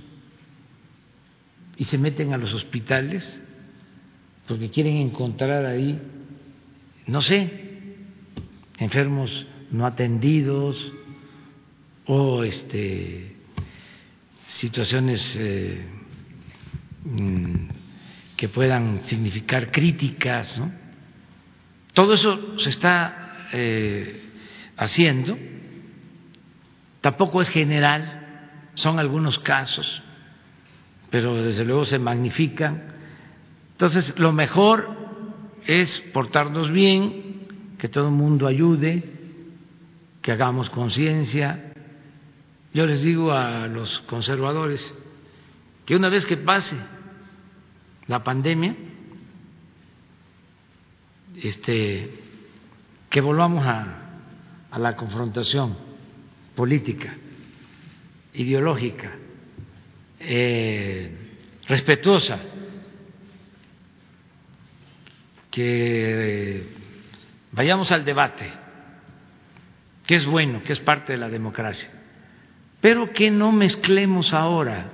y se meten a los hospitales porque quieren encontrar ahí, no sé, enfermos no atendidos o este, situaciones eh, que puedan significar críticas, ¿no? Todo eso se está eh, haciendo, tampoco es general, son algunos casos, pero desde luego se magnifican. Entonces, lo mejor es portarnos bien, que todo el mundo ayude, que hagamos conciencia. Yo les digo a los conservadores que una vez que pase la pandemia, este, que volvamos a, a la confrontación política, ideológica, eh, respetuosa, que vayamos al debate, que es bueno, que es parte de la democracia, pero que no mezclemos ahora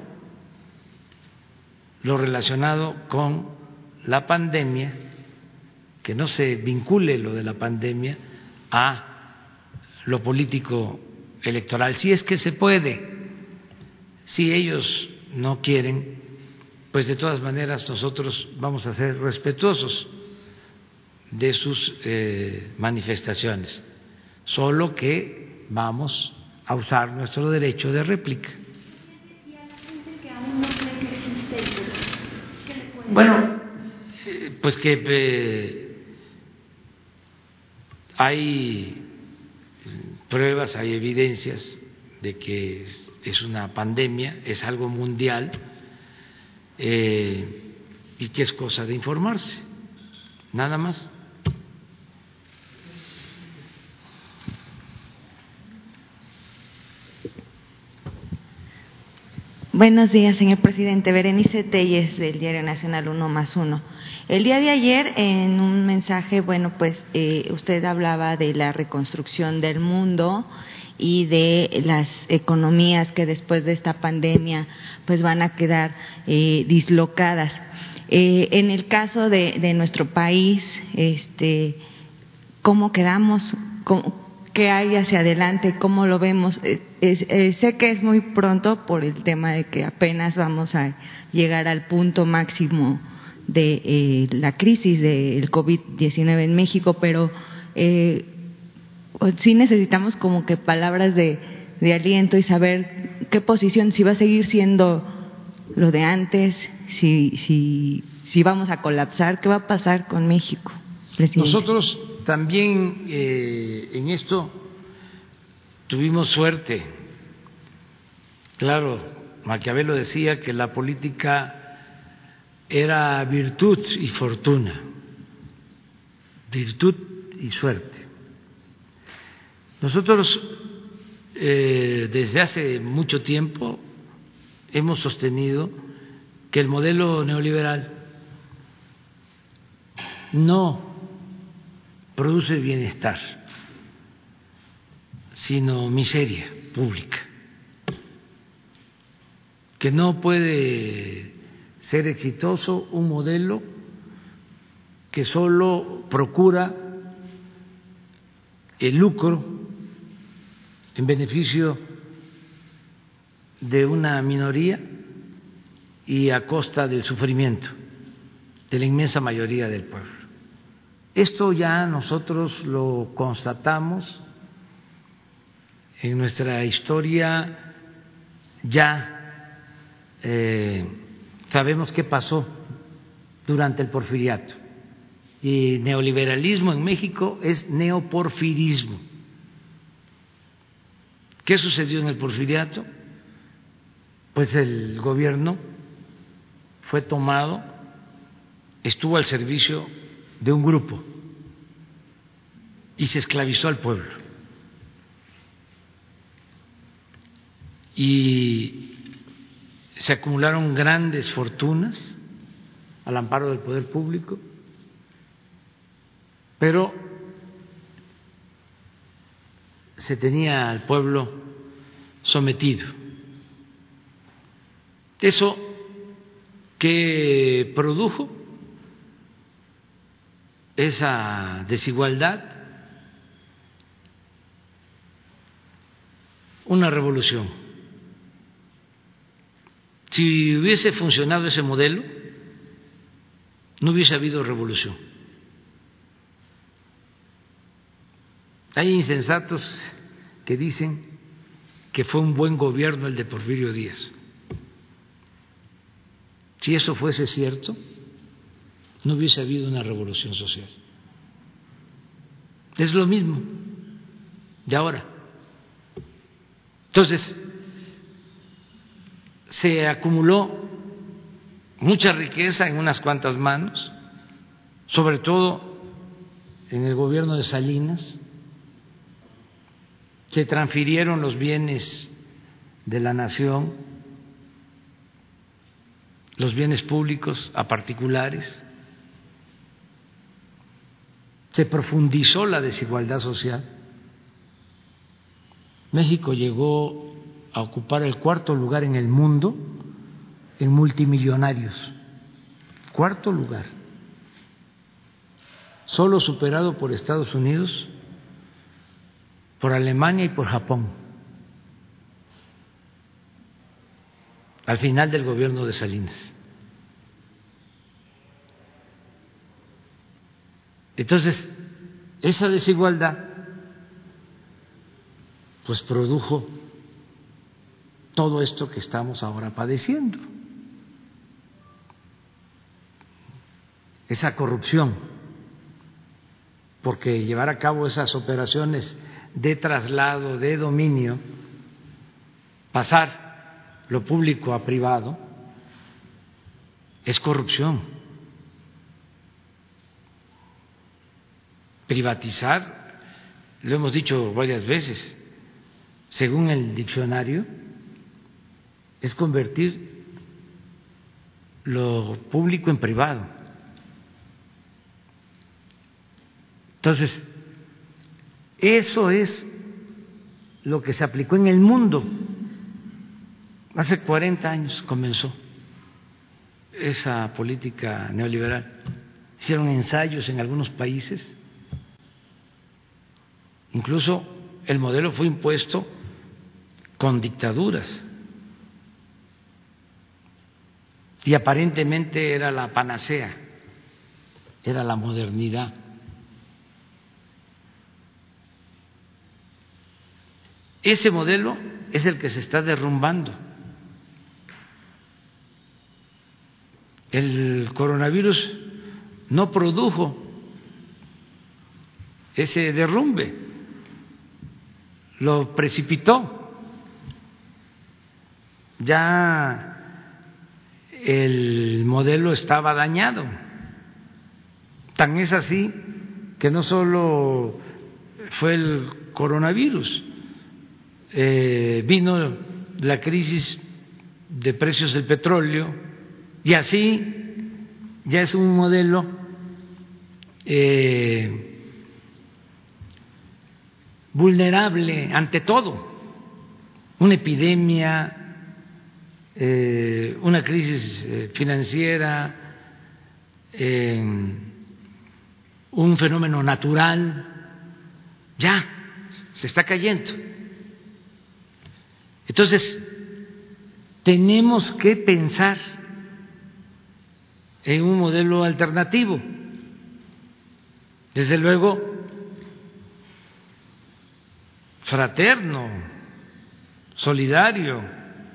lo relacionado con la pandemia, que no se vincule lo de la pandemia a lo político electoral, si es que se puede. Si ellos no quieren, pues de todas maneras nosotros vamos a ser respetuosos de sus eh, manifestaciones, solo que vamos a usar nuestro derecho de réplica. Bueno, eh, pues que eh, hay pruebas, hay evidencias de que es una pandemia, es algo mundial eh, y que es cosa de informarse, nada más. Buenos días, señor presidente. Berenice Telles, del Diario Nacional Uno más Uno. El día de ayer, en un mensaje, bueno, pues eh, usted hablaba de la reconstrucción del mundo y de las economías que después de esta pandemia pues van a quedar eh, dislocadas. Eh, en el caso de, de nuestro país, este, ¿cómo quedamos? ¿Cómo, ¿Qué hay hacia adelante? ¿Cómo lo vemos? Eh, eh, sé que es muy pronto por el tema de que apenas vamos a llegar al punto máximo de eh, la crisis del COVID diecinueve en México, pero eh, sí necesitamos como que palabras de, de aliento y saber qué posición, si va a seguir siendo lo de antes, si, si, si vamos a colapsar, qué va a pasar con México, presidente. Nosotros también eh, en esto tuvimos suerte. Claro, Maquiavelo decía que la política era virtud y fortuna, virtud y suerte. Nosotros eh, desde hace mucho tiempo hemos sostenido que el modelo neoliberal no produce bienestar, sino miseria pública, que no puede ser exitoso un modelo que solo procura el lucro en beneficio de una minoría y a costa del sufrimiento de la inmensa mayoría del pueblo. Esto ya nosotros lo constatamos en nuestra historia, ya eh, sabemos qué pasó durante el porfiriato. Y neoliberalismo en México es neoporfirismo. ¿Qué sucedió en el porfiriato? Pues el gobierno fue tomado, estuvo al servicio de un grupo y se esclavizó al pueblo. Y se acumularon grandes fortunas al amparo del poder público, pero se tenía al pueblo sometido. ¿Eso qué produjo? Esa desigualdad, una revolución. Si hubiese funcionado ese modelo, no hubiese habido revolución. Hay insensatos que dicen que fue un buen gobierno el de Porfirio Díaz. Si eso fuese cierto, no hubiese habido una revolución social. Es lo mismo de ahora. Entonces, se acumuló mucha riqueza en unas cuantas manos, sobre todo en el gobierno de Salinas. Se transfirieron los bienes de la nación, los bienes públicos a particulares. Se profundizó la desigualdad social. México llegó a ocupar el cuarto lugar en el mundo en multimillonarios. Cuarto lugar. Solo superado por Estados Unidos, por Alemania y por Japón, al final del gobierno de Salinas. Entonces, esa desigualdad pues produjo todo esto que estamos ahora padeciendo, esa corrupción, porque llevar a cabo esas operaciones de traslado, de dominio, pasar lo público a privado, es corrupción. Privatizar, lo hemos dicho varias veces, según el diccionario, es convertir lo público en privado. Entonces, eso es lo que se aplicó en el mundo. Hace cuarenta años comenzó esa política neoliberal. Hicieron ensayos en algunos países. Incluso el modelo fue impuesto con dictaduras. y aparentemente era la panacea, era la modernidad. Ese modelo es el que se está derrumbando. El coronavirus no produjo ese derrumbe, lo precipitó. Ya el modelo estaba dañado. Tan es así que no solo fue el coronavirus, eh, vino la crisis de precios del petróleo y así ya es un modelo eh, vulnerable ante todo, una epidemia, eh, una crisis financiera, eh, un fenómeno natural, ya se está cayendo. Entonces, tenemos que pensar en un modelo alternativo. Desde luego, fraterno, solidario,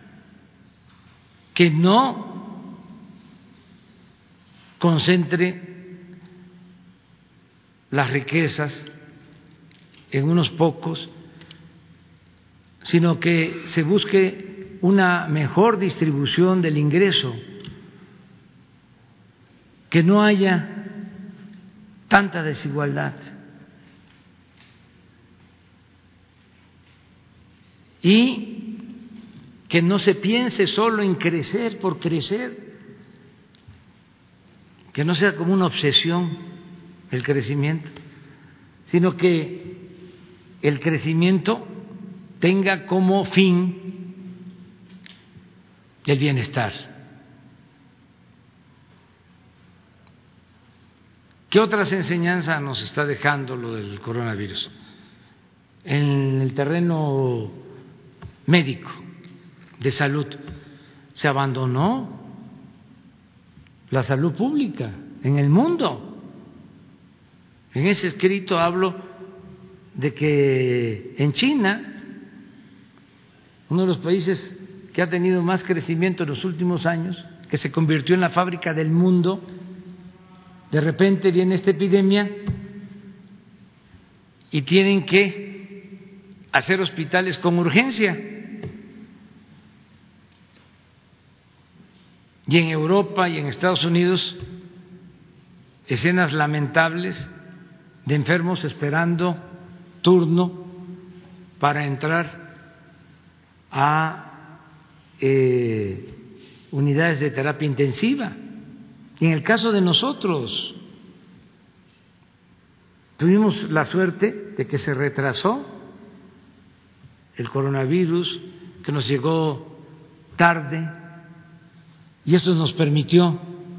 que no concentre las riquezas en unos pocos, sino que se busque una mejor distribución del ingreso, que no haya tanta desigualdad y que no se piense solo en crecer por crecer, que no sea como una obsesión el crecimiento, sino que el crecimiento tenga como fin el bienestar. ¿Qué otras enseñanzas nos está dejando lo del coronavirus? En el terreno médico, de salud, se abandonó la salud pública en el mundo. En ese escrito hablo de que en China, uno de los países que ha tenido más crecimiento en los últimos años, que se convirtió en la fábrica del mundo, de repente viene esta epidemia y tienen que hacer hospitales con urgencia. Y en Europa y en Estados Unidos, escenas lamentables de enfermos esperando turno para entrar a eh, unidades de terapia intensiva. Y en el caso de nosotros, tuvimos la suerte de que se retrasó el coronavirus, que nos llegó tarde, y eso nos permitió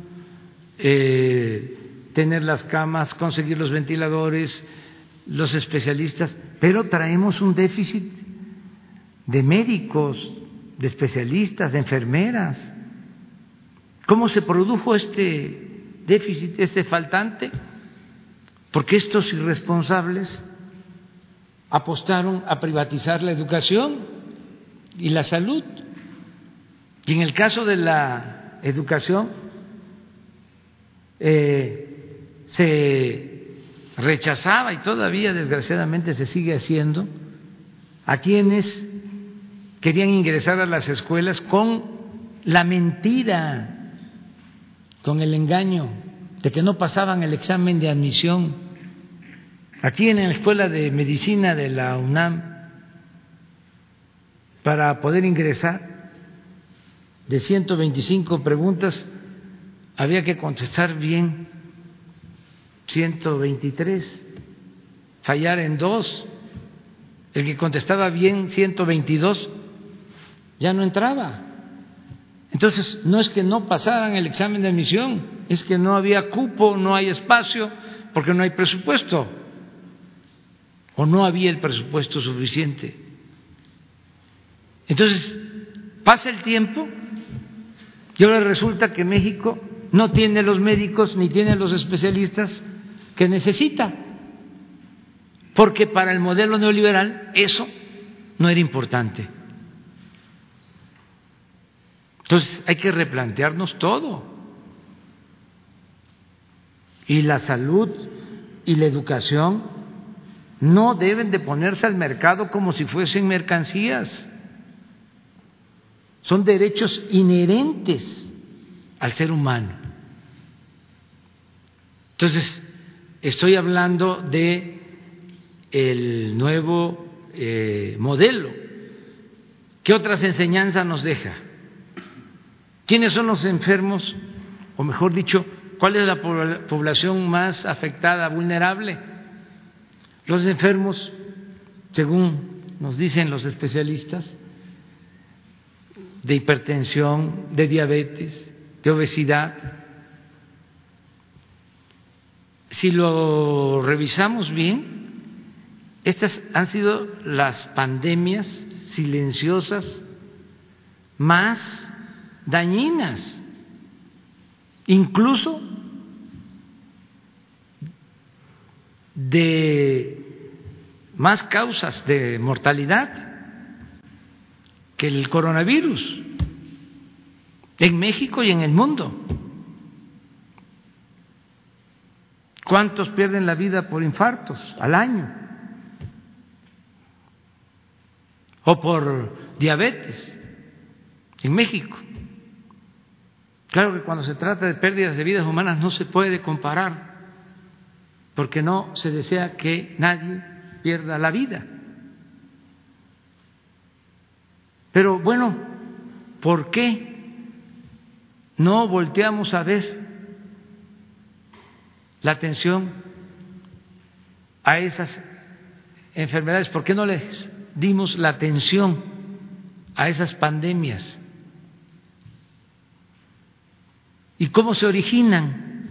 eh, tener las camas, conseguir los ventiladores, los especialistas, pero traemos un déficit de médicos, de especialistas, de enfermeras. ¿Cómo se produjo este déficit, este faltante? Porque estos irresponsables apostaron a privatizar la educación y la salud. Y en el caso de la educación, eh, se rechazaba, y todavía desgraciadamente se sigue haciendo, a quienes querían ingresar a las escuelas con la mentira, con el engaño de que no pasaban el examen de admisión. Aquí en la Escuela de Medicina de la UNAM, para poder ingresar, de ciento veinticinco preguntas había que contestar bien ciento veintitrés, fallar en dos. El que contestaba bien ciento veintidós ya no entraba. Entonces, no es que no pasaran el examen de admisión, es que no había cupo, no hay espacio, porque no hay presupuesto, o no había el presupuesto suficiente. Entonces, pasa el tiempo Y ahora resulta que México no tiene los médicos ni tiene los especialistas que necesita, porque para el modelo neoliberal eso no era importante. Entonces hay que replantearnos todo. Y la salud y la educación no deben de ponerse al mercado como si fuesen mercancías. Son derechos inherentes al ser humano. Entonces, estoy hablando de el nuevo eh, modelo. ¿Qué otras enseñanzas nos deja? ¿Quiénes son los enfermos? O mejor dicho, ¿cuál es la población más afectada, vulnerable? Los enfermos, según nos dicen los especialistas, de hipertensión, de diabetes, de obesidad. Si lo revisamos bien, estas han sido las pandemias silenciosas más dañinas, incluso de más causas de mortalidad que el coronavirus en México y en el mundo. ¿Cuántos pierden la vida por infartos al año? O por diabetes en México. Claro que cuando se trata de pérdidas de vidas humanas no se puede comparar, porque no se desea que nadie pierda la vida. Pero bueno, ¿por qué no volteamos a ver la atención a esas enfermedades? ¿Por qué no les dimos la atención a esas pandemias? ¿Y cómo se originan?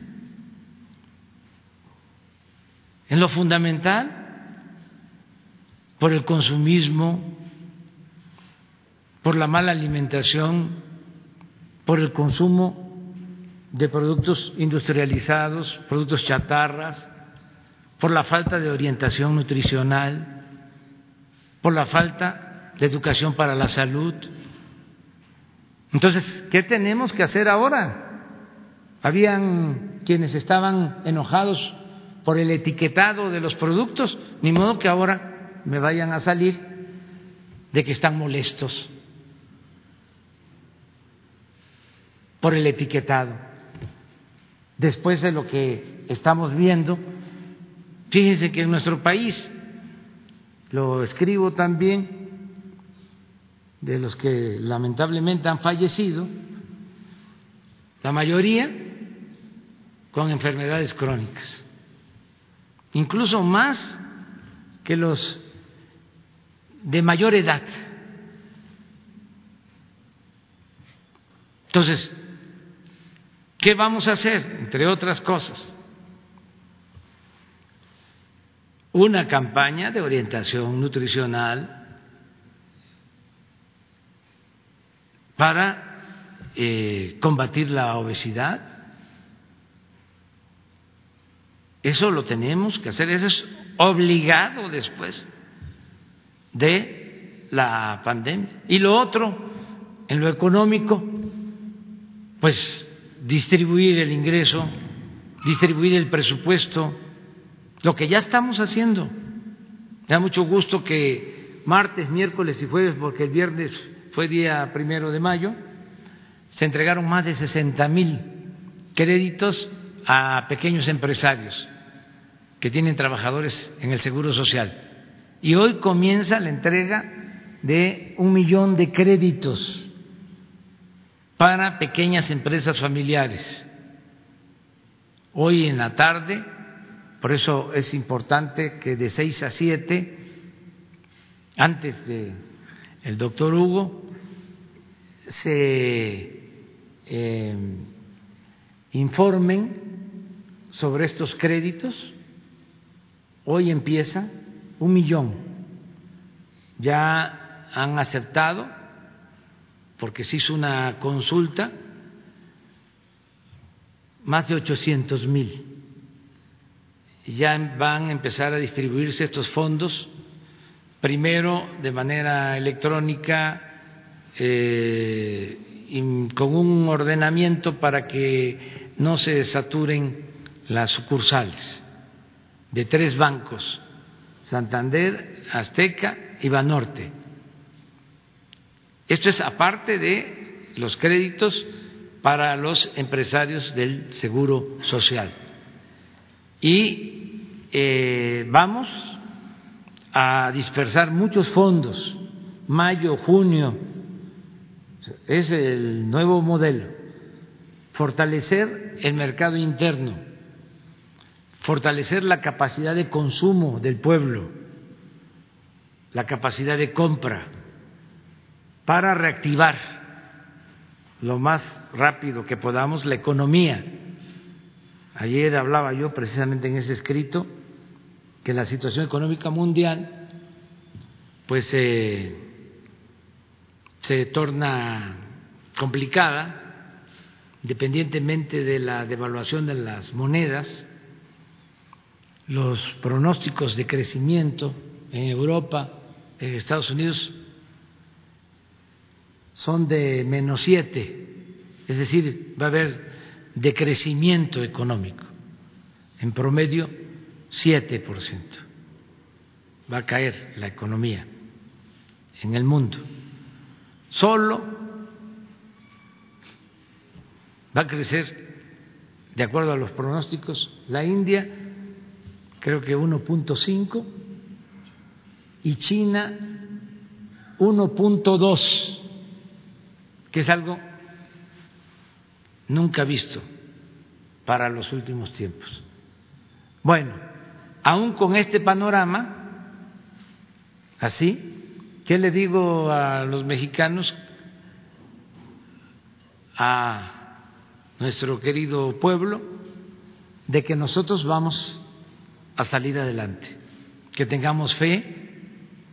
En lo fundamental, por el consumismo, por la mala alimentación, por el consumo de productos industrializados, productos chatarras, por la falta de orientación nutricional, por la falta de educación para la salud. Entonces, ¿qué tenemos que hacer ahora? Habían quienes estaban enojados por el etiquetado de los productos, ni modo que ahora me vayan a salir de que están molestos por el etiquetado. Después de lo que estamos viendo, fíjense que en nuestro país, lo escribo también, de los que lamentablemente han fallecido, la mayoría con enfermedades crónicas, incluso más que los de mayor edad. Entonces, ¿qué vamos a hacer? Entre otras cosas, una campaña de orientación nutricional para eh, combatir la obesidad. Eso lo tenemos que hacer, eso es obligado después de la pandemia. Y lo otro, en lo económico, pues distribuir el ingreso, distribuir el presupuesto, lo que ya estamos haciendo. Me da mucho gusto que martes, miércoles y jueves, porque el viernes fue día primero de mayo, se entregaron más de sesenta mil créditos a pequeños empresarios que tienen trabajadores en el Seguro Social. Y hoy comienza la entrega de un millón de créditos para pequeñas empresas familiares. Hoy en la tarde, por eso es importante que de seis a siete, antes de el doctor Hugo, se eh, informen sobre estos créditos. Hoy empieza un millón. Ya han aceptado, porque se hizo una consulta más de ochocientos mil. Ya van a empezar a distribuirse estos fondos, primero de manera electrónica, eh, y con un ordenamiento para que no se saturen las sucursales de tres bancos, Santander, Azteca y Banorte. Esto es aparte de los créditos para los empresarios del Seguro Social. Y eh, vamos a dispersar muchos fondos, mayo, junio, es el nuevo modelo, fortalecer el mercado interno, fortalecer la capacidad de consumo del pueblo, la capacidad de compra, para reactivar lo más rápido que podamos la economía. Ayer hablaba yo precisamente en ese escrito que la situación económica mundial pues eh, se torna complicada independientemente de la devaluación de las monedas. Los pronósticos de crecimiento en Europa, en Estados Unidos, son de menos siete, es decir, va a haber decrecimiento económico, en promedio siete por ciento. Va a caer la economía en el mundo. Solo va a crecer, de acuerdo a los pronósticos, la India, creo que uno punto cinco, y China uno punto dos, que es algo nunca visto para los últimos tiempos. Bueno, aún con este panorama, así, ¿qué le digo a los mexicanos, a nuestro querido pueblo, de que nosotros vamos a salir adelante, que tengamos fe,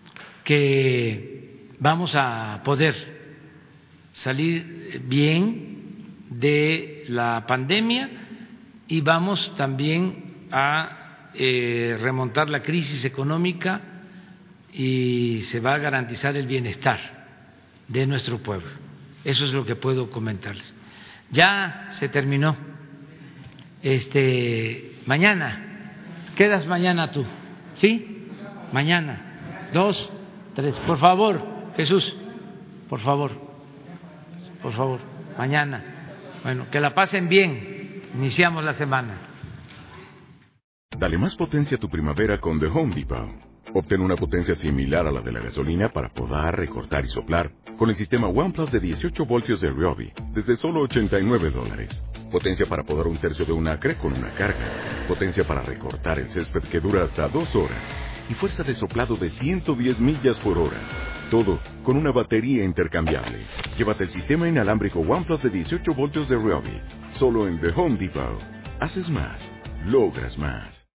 que vamos a poder salir bien de la pandemia y vamos también a eh, remontar la crisis económica y se va a garantizar el bienestar de nuestro pueblo. Eso es lo que puedo comentarles. Ya se terminó. Este, mañana, quedas mañana tú, ¿sí? Mañana, dos, tres. Por favor, Jesús, por favor. Por favor, mañana. Bueno, que la pasen bien. Iniciamos la semana. Dale más potencia a tu primavera con The Home Depot. Obtén una potencia similar a la de la gasolina para podar, recortar y soplar con el sistema OnePlus de dieciocho voltios de Ryobi desde solo ochenta y nueve dólares. Potencia para podar un tercio de un acre con una carga. Potencia para recortar el césped que dura hasta dos horas. Y fuerza de soplado de ciento diez millas por hora. Todo con una batería intercambiable. Llévate el sistema inalámbrico OnePlus de dieciocho voltios de Ryobi. Solo en The Home Depot. Haces más. Logras más.